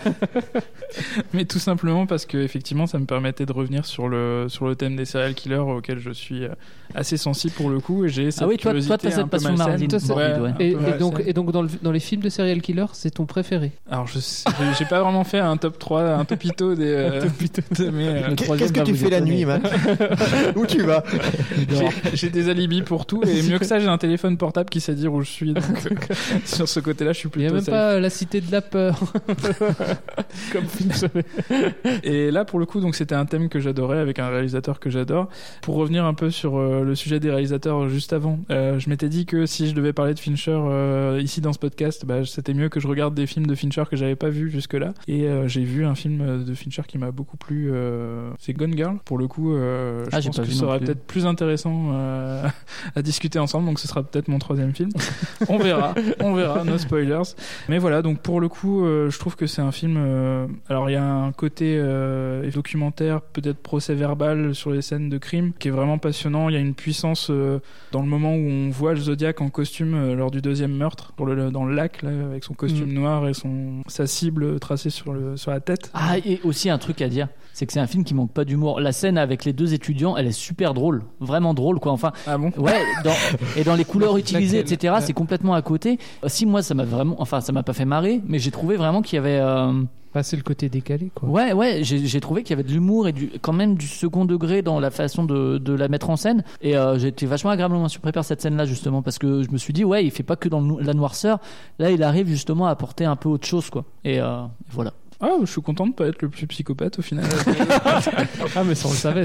Mais tout simplement parce que effectivement, ça me permettait de revenir sur le thème des serial killers auquel je suis assez sensible pour le coup, et j'ai cette curiosité toi, t'as cette passion malsaine. Et donc dans les films de serial killers, c'est ton préféré? Alors j'ai pas vraiment fait un top 3, un topito des Qu'est-ce que tu fais la nuit, Mac? Où tu vas? J'ai des alibis pour tout, et mieux que ça, j'ai un téléphone portable qui sait dire où je suis, donc sur ce côté-là, je suis plutôt. Il y a même pas la cité de la peur. Comme film. Et là, pour le coup, donc c'était un thème que j'adorais avec un réalisateur que j'adore. Pour revenir un peu sur le sujet des réalisateurs juste avant, je m'étais dit que si je devais parler de Fincher ici dans ce podcast, c'était mieux que je regarde des films de Fincher que j'avais pas vus jusque-là. Et j'ai vu un film de Fincher qui m'a beaucoup plu. C'est Gone Girl. Pour le coup, je pense que ce sera peut-être plus intéressant à discuter ensemble. Donc ce sera peut-être mon 3e film. On verra, no spoilers. Mais voilà, donc pour le coup, je trouve que c'est un film. Alors il y a un côté documentaire, peut-être procès-verbal sur les scènes de crime, qui est vraiment passionnant. Il y a une puissance dans le moment où on voit le Zodiac en costume lors du 2e meurtre, dans le lac, là, avec son costume noir et sa cible tracée sur la tête. Ah, et aussi un truc à dire, c'est que c'est un film qui manque pas d'humour. La scène avec les 2 étudiants, elle est super drôle, vraiment drôle, quoi. Enfin, ah bon? Ouais, et dans les couleurs utilisées, etc., c'est complètement à côté. Si moi, ça m'a pas fait marrer, mais j'ai trouvé vraiment qu'il y avait. C'est le côté décalé, quoi. Ouais, j'ai trouvé qu'il y avait de l'humour et quand même du second degré dans la façon de la mettre en scène. Et j'ai été vachement agréablement surpris par cette scène-là, justement, parce que je me suis dit, ouais, il fait pas que dans la noirceur. Là, il arrive justement à apporter un peu autre chose, quoi. Et voilà. Ah, je suis content de pas être le plus psychopathe au final. Ah, mais ça on le savait.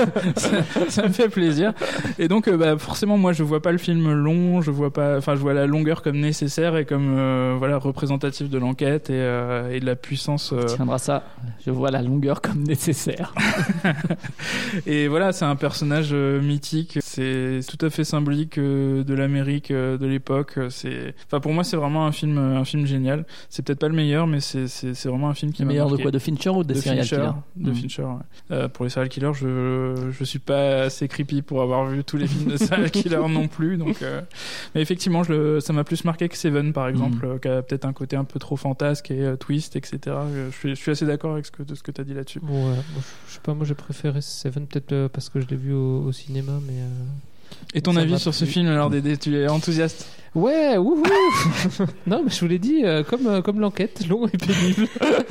Ça me fait plaisir. Et donc, forcément, moi, je vois pas le film long. Je vois la longueur comme nécessaire et comme représentatif de l'enquête et de la puissance. Tiendra ça. Je vois la longueur comme nécessaire. Et voilà, c'est un personnage mythique. C'est tout à fait symbolique de l'Amérique de l'époque. Pour moi, c'est vraiment un film génial. C'est peut-être pas le meilleur, mais c'est vraiment un film qui m'a meilleur marqué. De quoi, de Fincher ou de serial killer? De Fincher, ouais. Pour les serial killers, je suis pas assez creepy pour avoir vu tous les films de serial killer non plus, donc mais effectivement ça m'a plus marqué que Seven par exemple, qui a peut-être un côté un peu trop fantasque et twist, etc. Je suis assez d'accord avec ce que tu as dit là-dessus. Ouais, je sais pas, moi j'ai préféré Seven peut-être parce que je l'ai vu au cinéma, mais et ton avis sur ce film alors, Dédé, tu es enthousiaste? Ouais, wouhou. Non, mais je vous l'ai dit, comme l'enquête, long et pénible.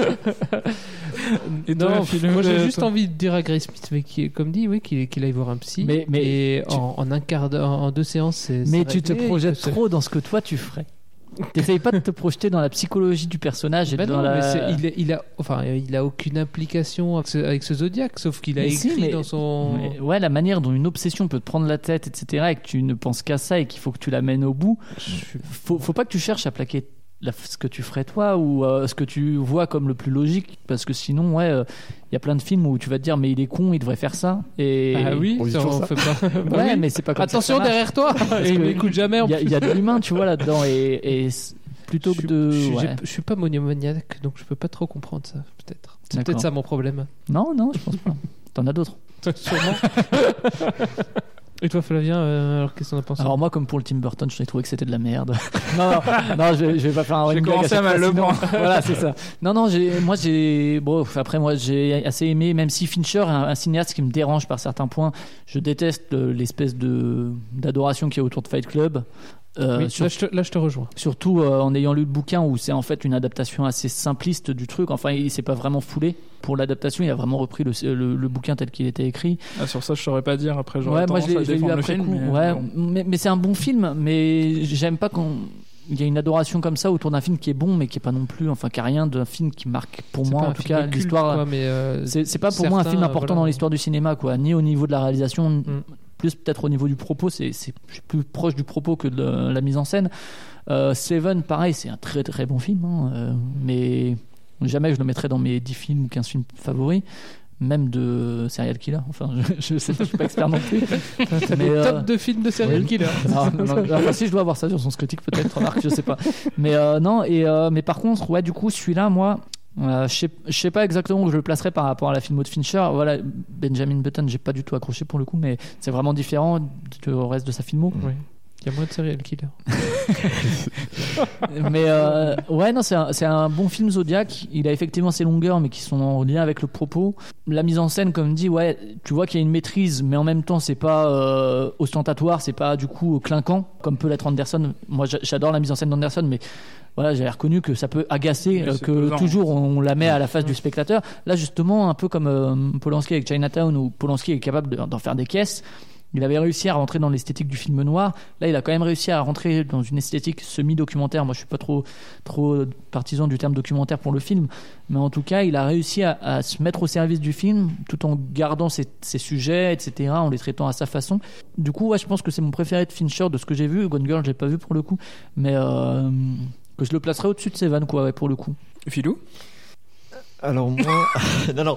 Et non, moi j'ai juste envie de dire à Grace Smith, mais comme dit, oui, qu'il aille voir un psy. Mais en un quart d'heure, en 2 séances, mais tu te projettes trop dans ce que toi tu ferais. T'essayes pas de te projeter dans la psychologie du personnage et mais il a aucune implication avec ce Zodiac, sauf qu'il a écrit dans son. Ouais, la manière dont une obsession peut te prendre la tête, etc., et que tu ne penses qu'à ça et qu'il faut que tu l'amènes au bout. Faut pas que tu cherches à plaquer ce que tu ferais toi ou ce que tu vois comme le plus logique, parce que sinon il y a plein de films où tu vas te dire mais il est con, il devrait faire ça. Et ah oui, on fait pas. Ouais, mais c'est pas comme attention ça derrière toi. Et il m'écoute jamais. Il y a de l'humain, tu vois, là-dedans, et plutôt que de. Je suis pas monomaniaque, donc je peux pas trop comprendre ça. Peut-être. C'est peut-être ça mon problème. Non, je pense pas. T'en as d'autres. Sûrement. Et toi, Flavien, alors qu'est-ce qu'on a pensé? Alors moi, comme pour le Tim Burton, je trouvais que c'était de la merde. non, je vais pas faire un running gag. J'ai commencé à mal le prendre. Voilà, c'est ça. Non, moi j'ai assez aimé, même si Fincher est un cinéaste qui me dérange par certains points. Je déteste l'espèce d'adoration qu'il y a autour de Fight Club. Là, je te rejoins. Surtout en ayant lu le bouquin où c'est en fait une adaptation assez simpliste du truc. Enfin, il s'est pas vraiment foulé pour l'adaptation. Il a vraiment repris le bouquin tel qu'il était écrit. Sur ça, je saurais pas dire. Après, j'aurais moi, tendance je l'ai lu après film, coup. Mais c'est un bon film. Mais j'aime pas quand il y a une adoration comme ça autour d'un film qui est bon, mais qui est pas non plus, qui a rien d'un film qui marque pour moi. En tout cas, l'histoire. C'est pas pour moi un film important dans l'histoire du cinéma, quoi. Ni au niveau de la réalisation. Plus peut-être au niveau du propos, je suis plus proche du propos que de la mise en scène. Seven, pareil, c'est un très très bon film, mais jamais je le mettrais dans mes 10 films ou 15 films favoris, même de serial killer. Enfin, je sais pas, je suis pas expert non plus. Mais top de films de serial killer. Si je dois avoir ça sur Sens Critique, peut-être, remarque, je sais pas. Mais non, mais par contre, ouais, du coup, celui-là, moi. Je sais pas exactement où je le placerai par rapport à la filmo de Fincher. Voilà, Benjamin Button, j'ai pas du tout accroché pour le coup, mais c'est vraiment différent du reste de sa filmo. Oui. Il y a moins de serial killer. Mais ouais, non, c'est un bon film Zodiac. Il a effectivement ses longueurs, mais qui sont en lien avec le propos. La mise en scène, comme dit, ouais, tu vois qu'il y a une maîtrise, mais en même temps, c'est pas ostentatoire, c'est pas du coup clinquant, comme peut l'être Anderson. Moi, j'adore la mise en scène d'Anderson, mais voilà, j'avais reconnu que ça peut agacer, que pesant, toujours on la met à la face du spectateur. Là, justement, un peu comme Polanski avec Chinatown, où Polanski est capable d'en faire des caisses. Il avait réussi à rentrer dans l'esthétique du film noir. Là, il a quand même réussi à rentrer dans une esthétique semi-documentaire. Moi, je suis pas trop partisan du terme documentaire pour le film, mais en tout cas, il a réussi à se mettre au service du film, tout en gardant ses sujets, etc., en les traitant à sa façon. Du coup, ouais, je pense que c'est mon préféré de Fincher de ce que j'ai vu. Gone Girl, je l'ai pas vu pour le coup, mais que je le placerai au-dessus de Seven, quoi, ouais, pour le coup. Philou ? Alors moi, non,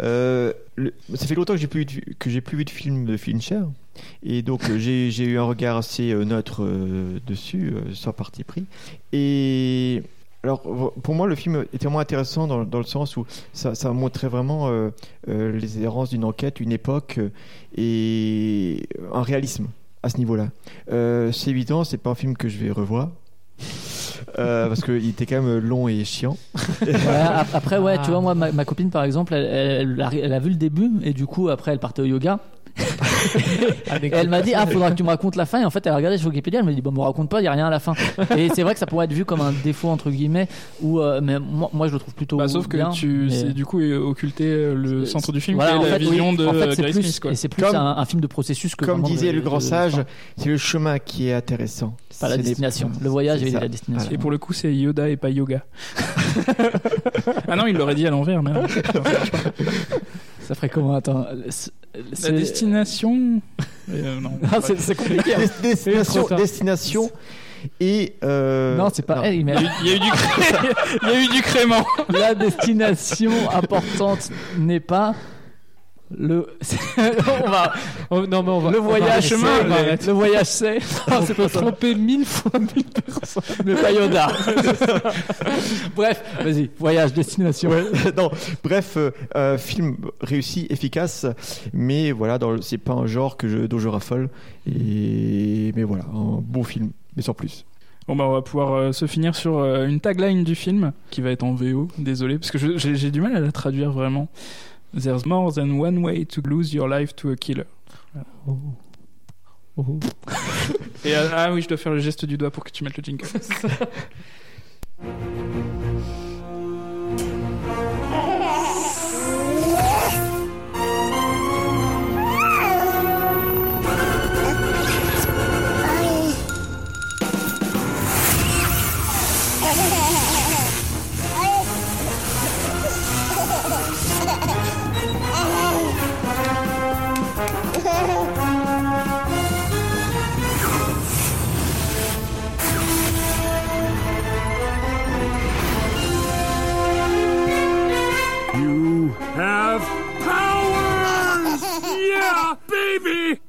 ça fait longtemps que j'ai plus vu de film de Fincher, et donc j'ai eu un regard assez neutre dessus, sans parti pris. Et alors pour moi, le film était vraiment intéressant dans le sens où ça montrait vraiment les errances d'une enquête, une époque, et un réalisme à ce niveau-là. C'est évident, c'est pas un film que je vais revoir. Parce qu'il était quand même long et chiant. Ouais, après, ouais, tu vois, moi, ma copine, par exemple, elle a vu le début, et du coup, après, elle partait au yoga. Et elle m'a dit, faudra que tu me racontes la fin. Et en fait, elle a regardé sur Wikipédia, elle m'a dit, me raconte pas, il n'y a rien à la fin. Et c'est vrai que ça pourrait être vu comme un défaut, entre guillemets, mais moi je le trouve plutôt sauf que bien, c'est du coup occulter le centre du film, voilà, qui est la vision de Grace Smith, quoi. Et c'est plus un film de processus que comme disait le grand sage, c'est le chemin qui est intéressant, pas la destination. Le voyage et la destination. Et pour le coup, c'est Yoda et pas yoga. Ah non, il l'aurait dit à l'envers, mais ça ferait comment? Attends, la destination. Non, c'est compliqué. Destination. Et non, c'est pas. Il y a eu du crément. La destination importante n'est pas le. Le voyage, le voyage, c'est. C'est pas tromper 1000 fois 1000 personnes. Mais pas Yoda. Bref, vas-y, voyage, destination. Non, bref, film réussi, efficace, mais voilà, c'est pas un genre dont je raffole. Mais voilà, un bon film, mais sans plus. Bon bah on va pouvoir se finir sur une tagline du film qui va être en VO, désolé, parce que j'ai du mal à la traduire vraiment. There's more than one way to lose your life to a killer. Et oui, je dois faire le geste du doigt pour que tu mettes le jingle. You have powers! Yeah, baby!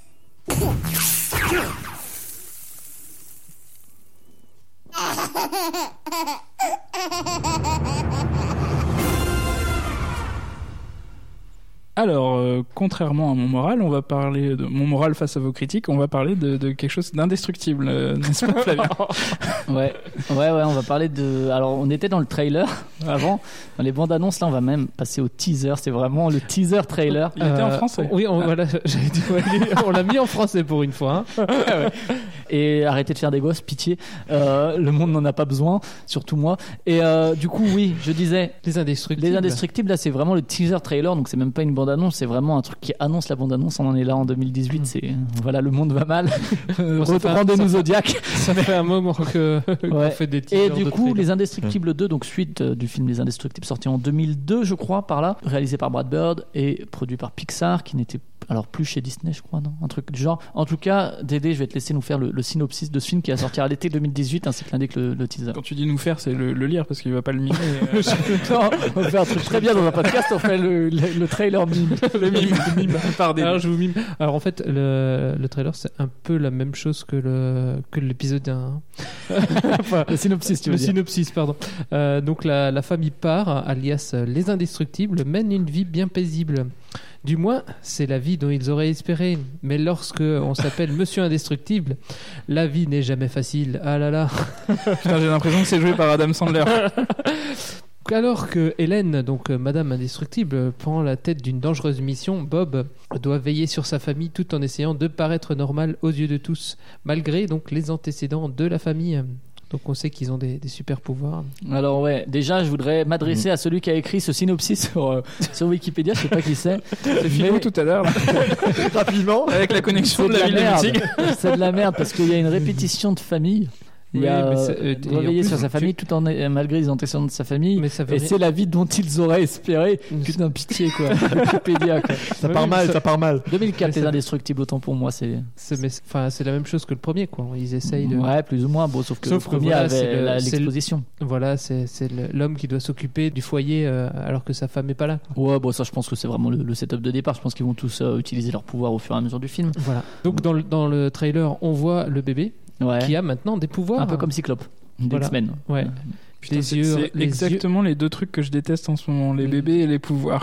Alors, contrairement à mon moral, on va parler de mon moral face à vos critiques. On va parler de quelque chose d'indestructible, n'est-ce pas, Flavien? Ouais, on va parler de. Alors, on était dans le trailer avant, dans les bandes annonces. Là, on va même passer au teaser. C'est vraiment le teaser trailer. Il était en français. Oui, voilà, j'avais dit, on l'a mis en français pour une fois. Hein. Et arrêtez de faire des gosses, pitié. Le monde n'en a pas besoin, surtout moi. Et du coup, oui, je disais... Les Indestructibles, là, c'est vraiment le teaser trailer, donc c'est même pas une bande-annonce, c'est vraiment un truc qui annonce la bande-annonce. On en est là en 2018, c'est... Voilà, le monde va mal. Rendez-nous Zodiac. Ça fait un moment qu'on fait des teasers. Et du coup, Les Indestructibles 2, donc suite du film Les Indestructibles, sorti en 2002, je crois, par là, réalisé par Brad Bird et produit par Pixar, qui n'était alors plus chez Disney, je crois, non, un truc du genre. En tout cas, Dédé, je vais te laisser nous faire le synopsis de ce film qui va sortir à l'été 2018, ainsi que l'indique le teaser. Quand tu dis nous faire, c'est le lire parce qu'il va pas le mimer. Non, on fait un truc très bien dans un podcast, on fait le trailer mime. Le mime par Dédé. Alors je vous mime. Alors en fait, le trailer, c'est un peu la même chose que l'épisode 1. Enfin, le synopsis, tu veux dire. Le synopsis, pardon. Donc la famille Parr, alias les Indestructibles, mène une vie bien paisible. Du moins, c'est la vie dont ils auraient espéré. Mais lorsque on s'appelle Monsieur Indestructible, la vie n'est jamais facile. Ah là là. Putain, j'ai l'impression que c'est joué par Adam Sandler. Alors que Hélène, donc Madame Indestructible, prend la tête d'une dangereuse mission, Bob doit veiller sur sa famille tout en essayant de paraître normal aux yeux de tous, malgré donc les antécédents de la famille. Donc on sait qu'ils ont des super pouvoirs. Alors ouais, déjà je voudrais m'adresser à celui qui a écrit ce synopsis sur Wikipédia, je sais pas qui c'est. C'est Philo tout à l'heure. Rapidement. Avec la connexion de la ville de Mexique. C'est de la merde parce qu'il y a une répétition de famille. Il y a veiller sur sa famille tout en malgré les antécédents de sa famille. Mais ça c'est la vie dont ils auraient espéré. Putain, pitié quoi. Wikipédia quoi. Ça part mal. 2004, Les Indestructibles, autant pour moi, c'est la même chose que le premier quoi. Ils essayent de... Ouais, plus ou moins. Bon, sauf que le premier avait l'exposition. Voilà, c'est l'homme qui doit s'occuper du foyer alors que sa femme est pas là. Quoi. Ouais, bon ça je pense que c'est vraiment le setup de départ. Je pense qu'ils vont tous utiliser leur pouvoir au fur et à mesure du film. Voilà. Donc dans le trailer, on voit le bébé. Ouais. Qui a maintenant des pouvoirs. Un peu comme Cyclope, d'X-Men. Ouais. Putain, c'est exactement les deux trucs que je déteste en ce moment, les bébés et les pouvoirs.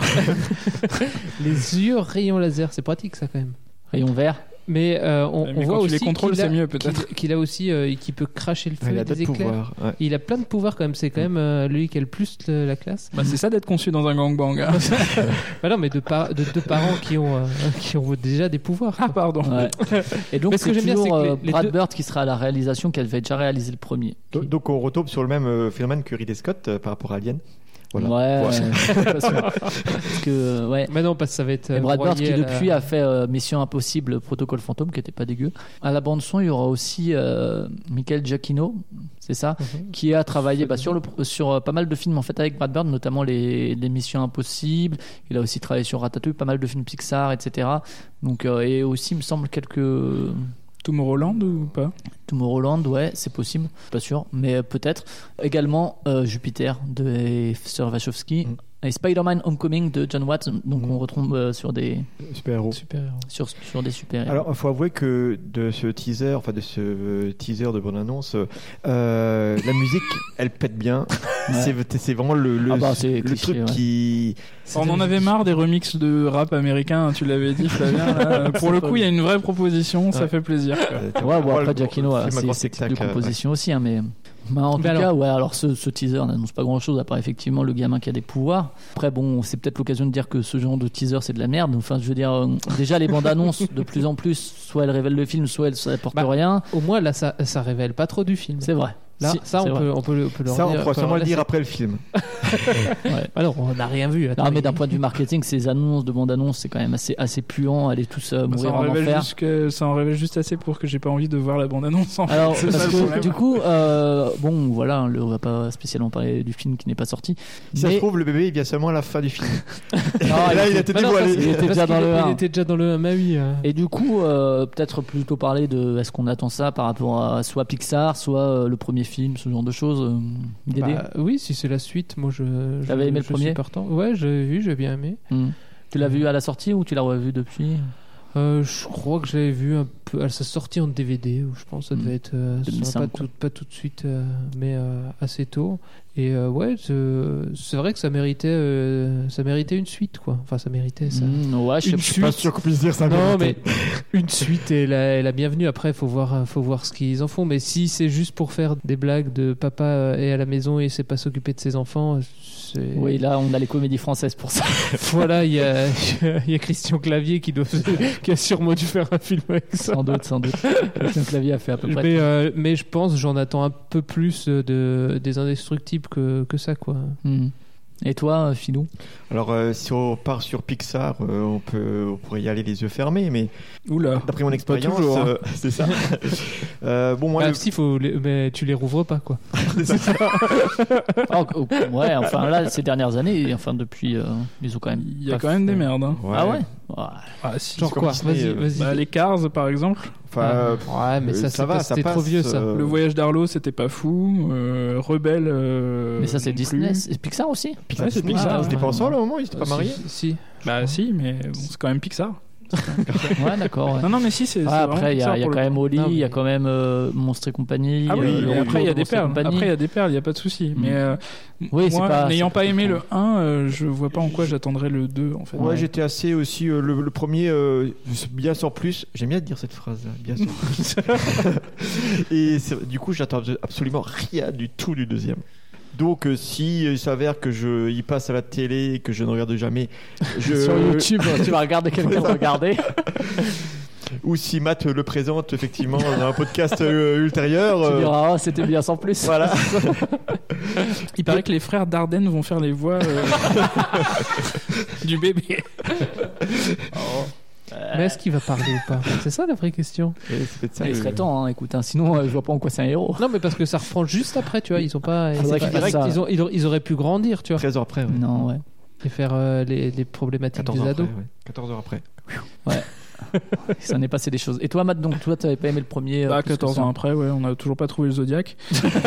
Les yeux rayons laser, c'est pratique ça quand même. Rayon vert. Mais on voit aussi les contrôles, c'est mieux peut-être. Qu'il a aussi, qui peut cracher le feu, des éclairs. Ouais. Il a plein de pouvoirs quand même. C'est quand même lui qui a le plus la classe. Bah, c'est ça d'être conçu dans un gangbang. Hein. Bah non, mais de deux parents qui ont déjà des pouvoirs. Ah pardon. Ouais. Et donc ce que j'aime bien, c'est que Brad Bird qui sera à la réalisation, qui avait déjà réalisé le premier. Donc on retombe sur le même phénomène que Ridley Scott par rapport à Alien. Voilà. Ouais. Parce que ouais. Mais non, parce que ça va être. Et Brad Bird qui depuis a fait Mission Impossible, Protocole Fantôme, qui était pas dégueu. À la bande son, il y aura aussi Michael Giacchino, c'est ça, qui a travaillé sur pas mal de films en fait avec Brad Bird, notamment les Missions Impossibles. Il a aussi travaillé sur Ratatouille, pas mal de films Pixar, etc. Donc et aussi, il me semble quelques. Tomorrowland ou pas? Tomorrowland, ouais, c'est possible, pas sûr, mais peut-être. Également Jupiter de Sir Wachowski et Spider-Man Homecoming de John Watts. Donc on retombe sur des super-héros. Sur des super-héros. Alors il faut avouer que de ce teaser de bande-annonce, la musique, elle pète bien. Ouais. C'est vraiment le truc qui... On en avait marre des remixes de rap américain, tu l'avais dit Flavien. Là. Pour le coup, il y a une vraie proposition, ça fait plaisir. Ouais, bon, après Giacchino, c'est de composition aussi, hein, mais... en tout cas, ouais, alors ce teaser n'annonce pas grand chose à part effectivement le gamin qui a des pouvoirs. Après, bon, c'est peut-être l'occasion de dire que ce genre de teaser c'est de la merde. Enfin, je veux dire, déjà les bandes annonces de plus en plus, soit elles révèlent le film, soit elles n'apportent rien. Au moins, là, ça révèle pas trop du film. C'est vrai. Là, ça, on peut le ça, on pourra sûrement le dire après le film. Ouais. Alors, on n'a rien vu. Non, mais d'un point de vue marketing, ces annonces de bande-annonce, c'est quand même assez puant. Allez tous mourir en enfer. Ça en révèle juste assez pour que j'ai pas envie de voir la bande-annonce. Alors, parce que du coup, bon, voilà, on va pas spécialement parler du film qui n'est pas sorti. Si ça se trouve, le bébé, il vient seulement à la fin du film. Non, là, il était dévoilé. Il était déjà dans le 1. Il était déjà dans le 1, mais oui. Et du coup, peut-être plutôt parler de est-ce qu'on attend ça par rapport à soit Pixar, soit le premier film, ce genre de choses. Oui, si c'est la suite, moi T'avais aimé le premier? Partant. Ouais, j'avais vu, j'ai bien aimé. Tu l'as vu à la sortie ou tu l'as revu depuis? Je crois que j'avais vu un peu à sa sortie en DVD, je pense que ça devait être pas tout de suite, mais assez tôt. Et ouais, c'est vrai que ça méritait une suite, quoi. Enfin, ça méritait ça. Ouais, je suis pas sûr qu'on puisse dire ça. Non, mais une suite est la bienvenue. Après, faut voir ce qu'ils en font. Mais si c'est juste pour faire des blagues de papa est à la maison et sait pas s'occuper de ses enfants. Oui, là, on a les comédies françaises pour ça. Voilà, il y a Christian Clavier qui a sûrement dû faire un film avec ça. doute. Le clavier a fait à peu près. Mais je pense, j'en attends un peu plus des Indestructibles que ça, quoi. Et toi, Philou? Alors, si on part sur Pixar, on pourrait y aller les yeux fermés, mais oula, d'après mon expérience, toujours, hein. c'est ça. Bon, moi, mais tu les rouvres pas, quoi. Ouais, enfin là, ces dernières années, enfin depuis, ils ont quand même. Il y a quand même des merdes. Hein. Ouais. Ah ouais. Ah, si, genre quoi? Vas-y. Bah, les Cars, par exemple. Enfin, ouais, mais ça va, c'était trop vieux, ça. Le voyage d'Arlo, c'était pas fou. Rebelle. Mais ça, c'est Disney. C'est Pixar aussi. Pixar, c'est Pixar. Ils étaient pas ensemble au moment, ils étaient pas mariés. Si. Bah si, mais bon, c'est quand même Pixar. Ouais, d'accord. Ouais. Non, mais si, c'est. Après, il y a quand même Oli, il y a quand même Monstres et compagnie. Ah oui, et après, il y a des perles. Compagnie. Après, il y a des perles, il n'y a pas de souci. Mais oui, moi, n'ayant pas aimé le 1, je vois pas en quoi j'attendrais le 2, en fait. Ouais, j'étais assez aussi. Le premier, bien sans plus. J'aime bien dire cette phrase, bien sans plus. Et du coup, j'attends absolument rien du tout du deuxième. Donc, si il s'avère que il passe à la télé et que je ne regarde jamais, sur YouTube, tu vas regarder quelqu'un regarder. Ou si Matt le présente effectivement dans un podcast ultérieur. Tu diras, c'était bien sans plus. Voilà. Il paraît que les frères Dardenne vont faire les voix du bébé. Mais est-ce qu'il va parler ou pas? C'est ça la vraie question. Il serait temps, hein, écoute, hein, sinon je vois pas en quoi c'est un héros. Non, mais parce que ça reprend juste après, tu vois, ils sont pas. Ils auraient pu grandir, tu vois. 13 heures après. Ouais. Non, ouais. Et faire les problématiques des ados. 14 heures après. Ouais. Ça n'est passé des choses. Et toi, Matt, donc toi, t'avais pas aimé le premier? 14 ans après, ouais, on n'a toujours pas trouvé le Zodiac.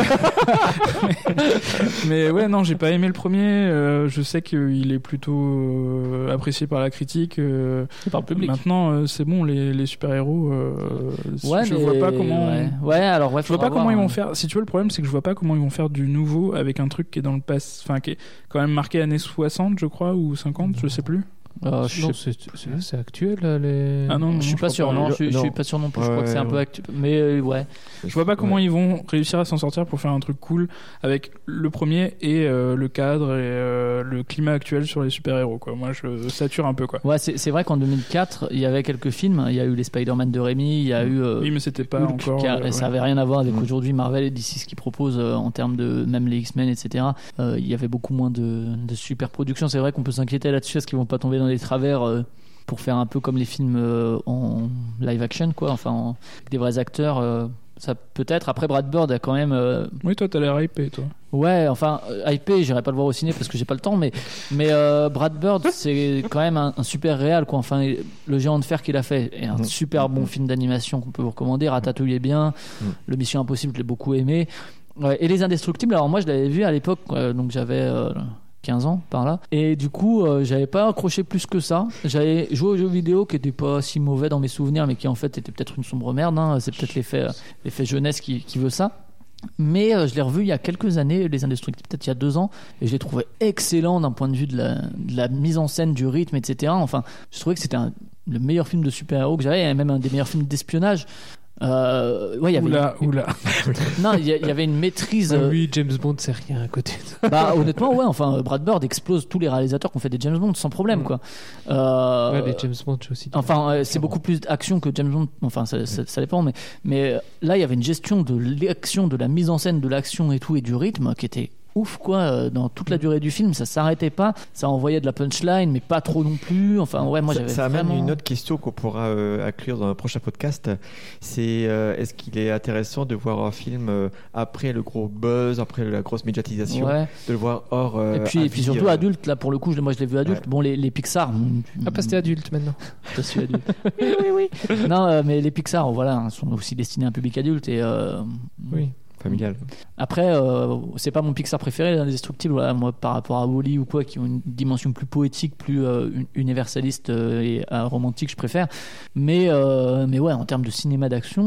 mais ouais, non, j'ai pas aimé le premier. Je sais qu'il est plutôt apprécié par la critique. Et par le public. Maintenant, c'est bon, les super-héros. Ouais, je vois pas comment. Ouais, alors ouais, je vois pas comment ils vont faire. Si tu veux, le problème, c'est que je vois pas comment ils vont faire du nouveau avec un truc qui est dans le passé, enfin, qui est quand même marqué années 60, je crois, ou 50, je sais plus. Non, c'est actuel les... Ah non, je suis pas sûr. Non, je suis pas sûr non plus. Je crois que c'est un peu actuel. Mais ouais. Je vois pas comment ils vont réussir à s'en sortir pour faire un truc cool avec le premier et le cadre et le climat actuel sur les super-héros, quoi. Moi, je sature un peu, quoi. Ouais, c'est vrai qu'en 2004, il y avait quelques films. Il y a eu les Spider-Man de Raimi, il y a eu. Oui, mais c'était pas Hulk, encore. Ça avait rien à voir avec aujourd'hui Marvel et DC, ce qu'ils proposent en termes de même les X-Men, etc. Il y avait beaucoup moins de super productions. C'est vrai qu'on peut s'inquiéter là-dessus, est-ce qu'ils vont pas tomber dans des travers pour faire un peu comme les films en live action, quoi, enfin avec des vrais acteurs, ça peut-être. Après, Brad Bird a quand même oui, toi t'as l'air hypé, toi. Ouais, enfin hypé, j'irai pas le voir au ciné parce que j'ai pas le temps, mais Brad Bird, c'est quand même un super réal, quoi. Enfin, le Géant de fer qu'il a fait est un super bon film d'animation qu'on peut vous recommander. Ratatouille est bien, le Mission Impossible, je l'ai beaucoup aimé. Ouais, et Les Indestructibles, alors moi je l'avais vu à l'époque, donc j'avais 15 ans par là, et du coup j'avais pas accroché plus que ça. J'avais joué aux jeux vidéo qui était pas si mauvais dans mes souvenirs, mais qui en fait était peut-être une sombre merde, hein. C'est peut-être l'effet jeunesse qui veut ça. Mais je l'ai revu il y a quelques années, Les Indestructibles, peut-être il y a 2 ans, et je l'ai trouvé excellent d'un point de vue de la mise en scène, du rythme, etc. Enfin, je trouvais que c'était le meilleur film de super-héros que j'avais, et même un des meilleurs films d'espionnage. Ouais, il y avait oula. Non, il y avait une maîtrise. Oui, James Bond, c'est rien à côté. Bah, honnêtement, ouais. Enfin, Brad Bird explose tous les réalisateurs qui ont fait des James Bond sans problème, quoi. Ouais, les James Bond aussi. Enfin, c'est beaucoup plus d'action que James Bond. Enfin, ça dépend, mais là, il y avait une gestion de l'action, de la mise en scène de l'action et tout, et du rythme qui était ouf, quoi. Dans toute la durée du film, ça s'arrêtait pas, ça envoyait de la punchline, mais pas trop non plus. Enfin, ouais, moi j'avais ça amène vraiment... une autre question qu'on pourra inclure dans un prochain podcast. C'est est-ce qu'il est intéressant de voir un film après le gros buzz, après la grosse médiatisation, de le voir hors et puis surtout adulte, là pour le coup, moi je l'ai vu adulte. Ouais. Bon, les Pixar. Ah, parce que t'es adulte maintenant. Je suis adulte. oui. Non, mais les Pixar, voilà, sont aussi destinés à un public adulte et oui. Familial. Après, c'est pas mon Pixar préféré, Les Indestructibles. Voilà, moi, par rapport à Wall-E ou quoi, qui ont une dimension plus poétique, plus universaliste et romantique, je préfère. Mais ouais, en termes de cinéma d'action,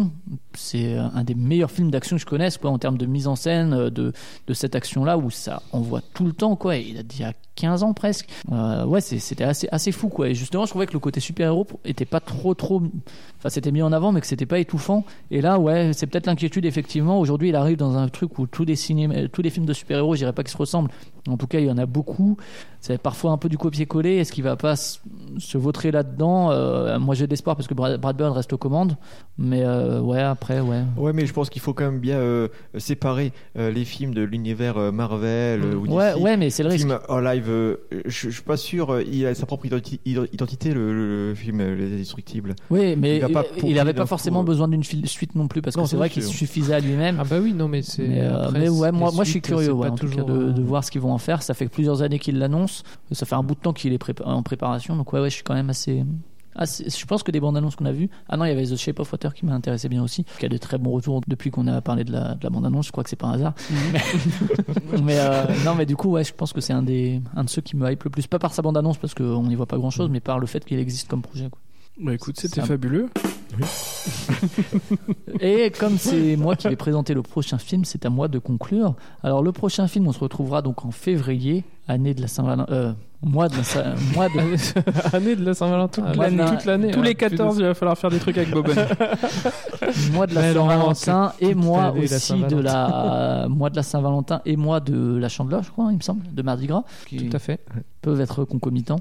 c'est un des meilleurs films d'action que je connaisse, quoi, en termes de mise en scène, de cette action-là où ça envoie tout le temps, quoi. Il y a 15 ans presque. C'était assez fou, quoi. Et justement, je trouvais que le côté super-héros était pas trop. Enfin, c'était mis en avant, mais que c'était pas étouffant. Et là, ouais, c'est peut-être l'inquiétude, effectivement. Aujourd'hui, il arrive dans un truc où tous les films de super-héros, je dirais pas qu'ils se ressemblent. En tout cas, il y en a beaucoup. C'est parfois un peu du copier-coller. Est-ce qu'il va pas se vautrer là-dedans? Moi, j'ai de l'espoir parce que Brad Bird reste aux commandes. Mais après. Ouais, mais je pense qu'il faut quand même bien séparer les films de l'univers Marvel ou DC. Ouais, mais c'est le risque. Film en live, je suis pas sûr. Il a sa propre identité, le film Les Indestructibles. Oui, mais il n'avait pas forcément besoin d'une suite non plus parce que c'est vrai qu'il suffisait à lui-même. Ah bah oui, non, mais c'est. Mais ouais, moi je suis curieux, en tout cas, de voir ce qu'ils vont en faire. Ça fait plusieurs années qu'ils l'annoncent. Ça fait un bout de temps qu'il est en préparation. Donc ouais, je suis quand même assez. Je pense que des bandes annonces qu'on a vues. Ah non, il y avait The Shape of Water qui m'intéressait bien aussi, qui a de très bons retours depuis qu'on a parlé de la bande annonce. Je crois que c'est pas un hasard. Non, mais du coup, ouais, je pense que c'est un de ceux qui me hype le plus. Pas par sa bande annonce parce qu'on n'y voit pas grand chose, mais par le fait qu'il existe comme projet, quoi. Bah écoute, c'était fabuleux. Oui. Et comme c'est moi qui vais présenter le prochain film, c'est à moi de conclure. Alors le prochain film, on se retrouvera donc en février, année de la Saint-Valentin. Année de la Saint-Valentin. Toute l'année. Tous les 14, il va falloir faire des trucs avec Bobonne. Mois de la Saint-Valentin et mois aussi de la mois de la Saint-Valentin et mois de la Chandeleur, je crois, il me semble, de Mardi Gras. Tout à fait. Peuvent être concomitants.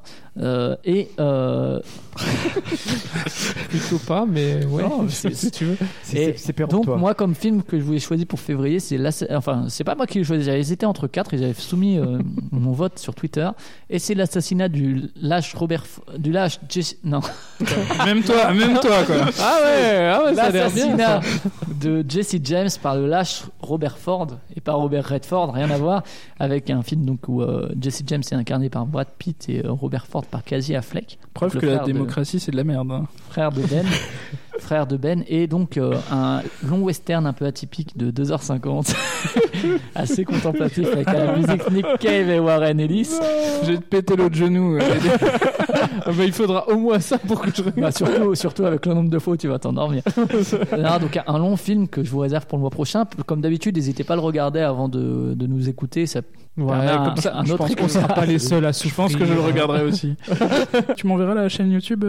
Plutôt pas, mais ouais. Non, si tu veux. C'est donc moi, comme film que je voulais choisir pour février, c'est c'est pas moi qui l'ai choisi. J'avais hésité entre 4 et j'avais soumis mon vote sur Twitter. Et c'est l'assassinat du lâche Jesse. Non. Même toi, quoi. Ah ouais, ça a l'air bien. L'assassinat de Jesse James par le lâche Robert Ford et pas Robert Redford, rien à voir, avec un film donc où Jesse James est incarné par Brad Pitt et Robert Ford par Casey Affleck. Preuve que la démocratie c'est de la merde. Hein. Frère de Ben, et donc un long western un peu atypique de 2h50 assez contemplatif avec la musique Nick Cave et Warren Ellis. Je vais te péter l'autre genou. Il faudra au moins ça pour que je regarde. Surtout avec le nombre de fois où tu vas t'endormir. Donc un long film que je vous réserve pour le mois prochain. Comme d'habitude, n'hésitez pas à le regarder avant de nous écouter. Ça comme ça, je pense qu'on ne sera pas les seuls à souffrir. Je pense que je le regarderai aussi. Tu m'enverras la chaîne YouTube,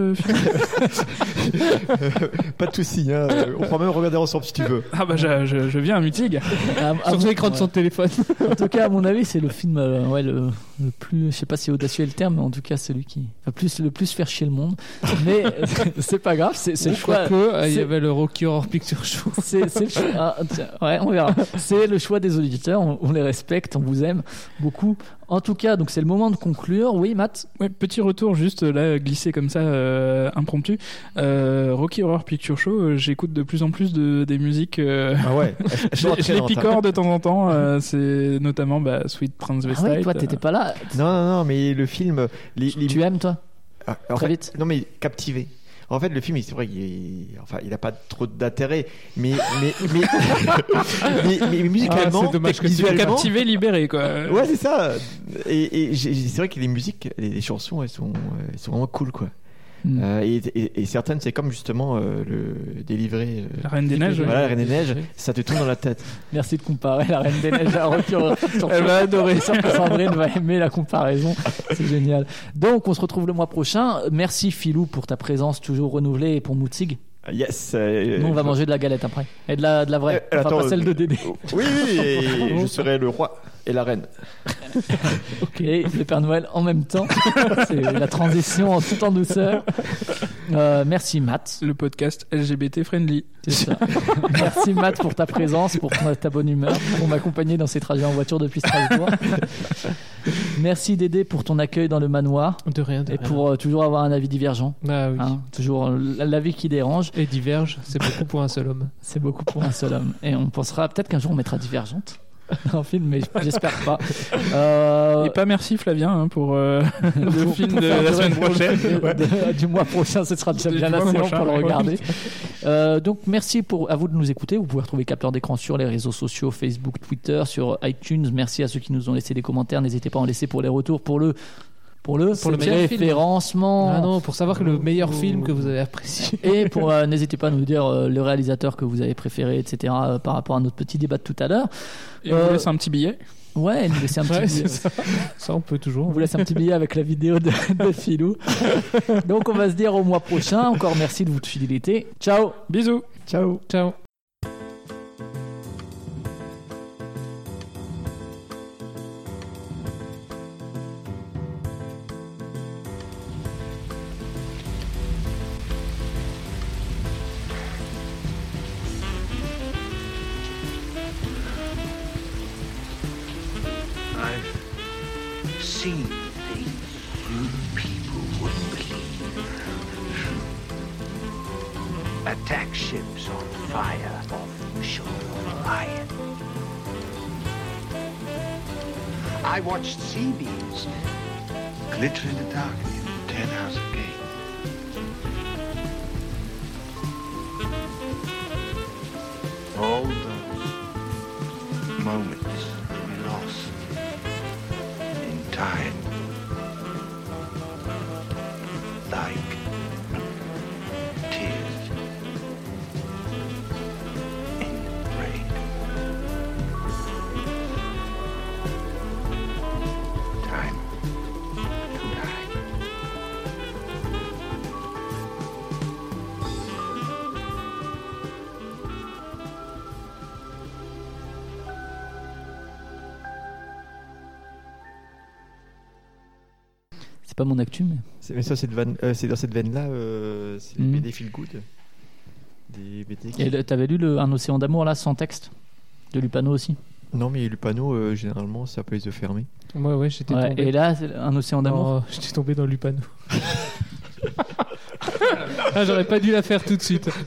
Pas de soucis, hein. On pourra même regarder ensemble si tu veux. Ah bah je viens à Mutig. Sur l'écran de son téléphone. En tout cas, à mon avis, c'est le film le plus, je sais pas si audacieux est le terme, mais en tout cas celui qui va le plus faire chier le monde. Mais c'est pas grave, c'est le choix. Il y avait le Rocky Horror Picture Show. C'est le choix. On verra. C'est le choix des auditeurs. On les respecte, on vous aime beaucoup. En tout cas, donc c'est le moment de conclure. Oui, Matt. Ouais, petit retour juste là glissé comme ça, impromptu. Rocky Horror Picture Show. J'écoute de plus en plus des musiques. Je les picore de temps en temps. C'est notamment Sweet Transvestite. Ah ouais, toi, t'étais pas là. Non, mais le film. Tu aimes toi? Très vite. Non, mais captivé. En fait, le film, c'est vrai qu'il n'a pas trop d'intérêt, mais musicalement, c'est dommage que tu sois captivé, libéré, quoi. Ouais, c'est ça. Et c'est vrai que les musiques, les chansons, elles sont vraiment cool, quoi. Et certaines, c'est comme justement le délivrer. La Reine des Neiges. Voilà, la Reine des Neiges, ça te tourne dans la tête. Merci de comparer la Reine des Neiges à Rocky Horror. Elle va adorer. Sandrine va aimer la comparaison. C'est génial. Donc, on se retrouve le mois prochain. Merci Philou pour ta présence toujours renouvelée et pour Mutzig. Yes. Nous, on va manger de la galette après. Et de la vraie. Pas celle de Dédé. Oui, et je serai le roi et la reine. Et le Père Noël en même temps. C'est la transition en tout en douceur. Merci Matt. Le podcast LGBT friendly. C'est ça. Merci Matt pour ta présence, pour ta bonne humeur, pour m'accompagner dans ces trajets en voiture depuis Strasbourg. Merci Dédé pour ton accueil dans le manoir. De rien. Et pour toujours avoir un avis divergent. Ah oui. Toujours l'avis qui dérange. Et diverge, c'est beaucoup pour un seul homme. C'est beaucoup pour un seul homme. Et on pensera peut-être qu'un jour on mettra Divergente dans le film, mais j'espère pas. Et pas merci Flavien pour le film de la semaine prochaine. Du mois prochain, ce sera déjà bien assez long pour le regarder. Donc merci à vous de nous écouter. Vous pouvez retrouver Capteur d'écran sur les réseaux sociaux, Facebook, Twitter, sur iTunes. Merci à ceux qui nous ont laissé des commentaires. N'hésitez pas à en laisser pour les retours pour le Pour le meilleur film. Référencement. Ah non, pour savoir que le meilleur film que vous avez apprécié. Et pour n'hésitez pas à nous dire le réalisateur que vous avez préféré, etc. Par rapport à notre petit débat de tout à l'heure. Et vous laissez un petit billet. Ouais, nous laisser un petit billet. Ça, on peut toujours. On vous laisse un petit billet avec la vidéo de Philou. Donc, on va se dire au mois prochain. Encore merci de votre fidélité. Ciao. Bisous. Ciao. Ciao. I've seen things you people wouldn't believe. Attack ships on fire off the shore of Orion. I watched sea beams glitter in the dark near the 10-house gate. All those moments we lost in time, like tears in rain. Time to die. C'est pas mon actu, mais. Mais ça, c'est dans cette veine-là, c'est les BD Feel Good. Des BD qui... Et t'avais lu Un océan d'amour là sans texte de Lupano aussi? Non, mais Lupano, généralement, ça peut les yeux fermés. Ouais, j'étais tombé. Et là, Un océan d'amour. Oh, j'étais tombé dans Lupano. J'aurais pas dû la faire tout de suite.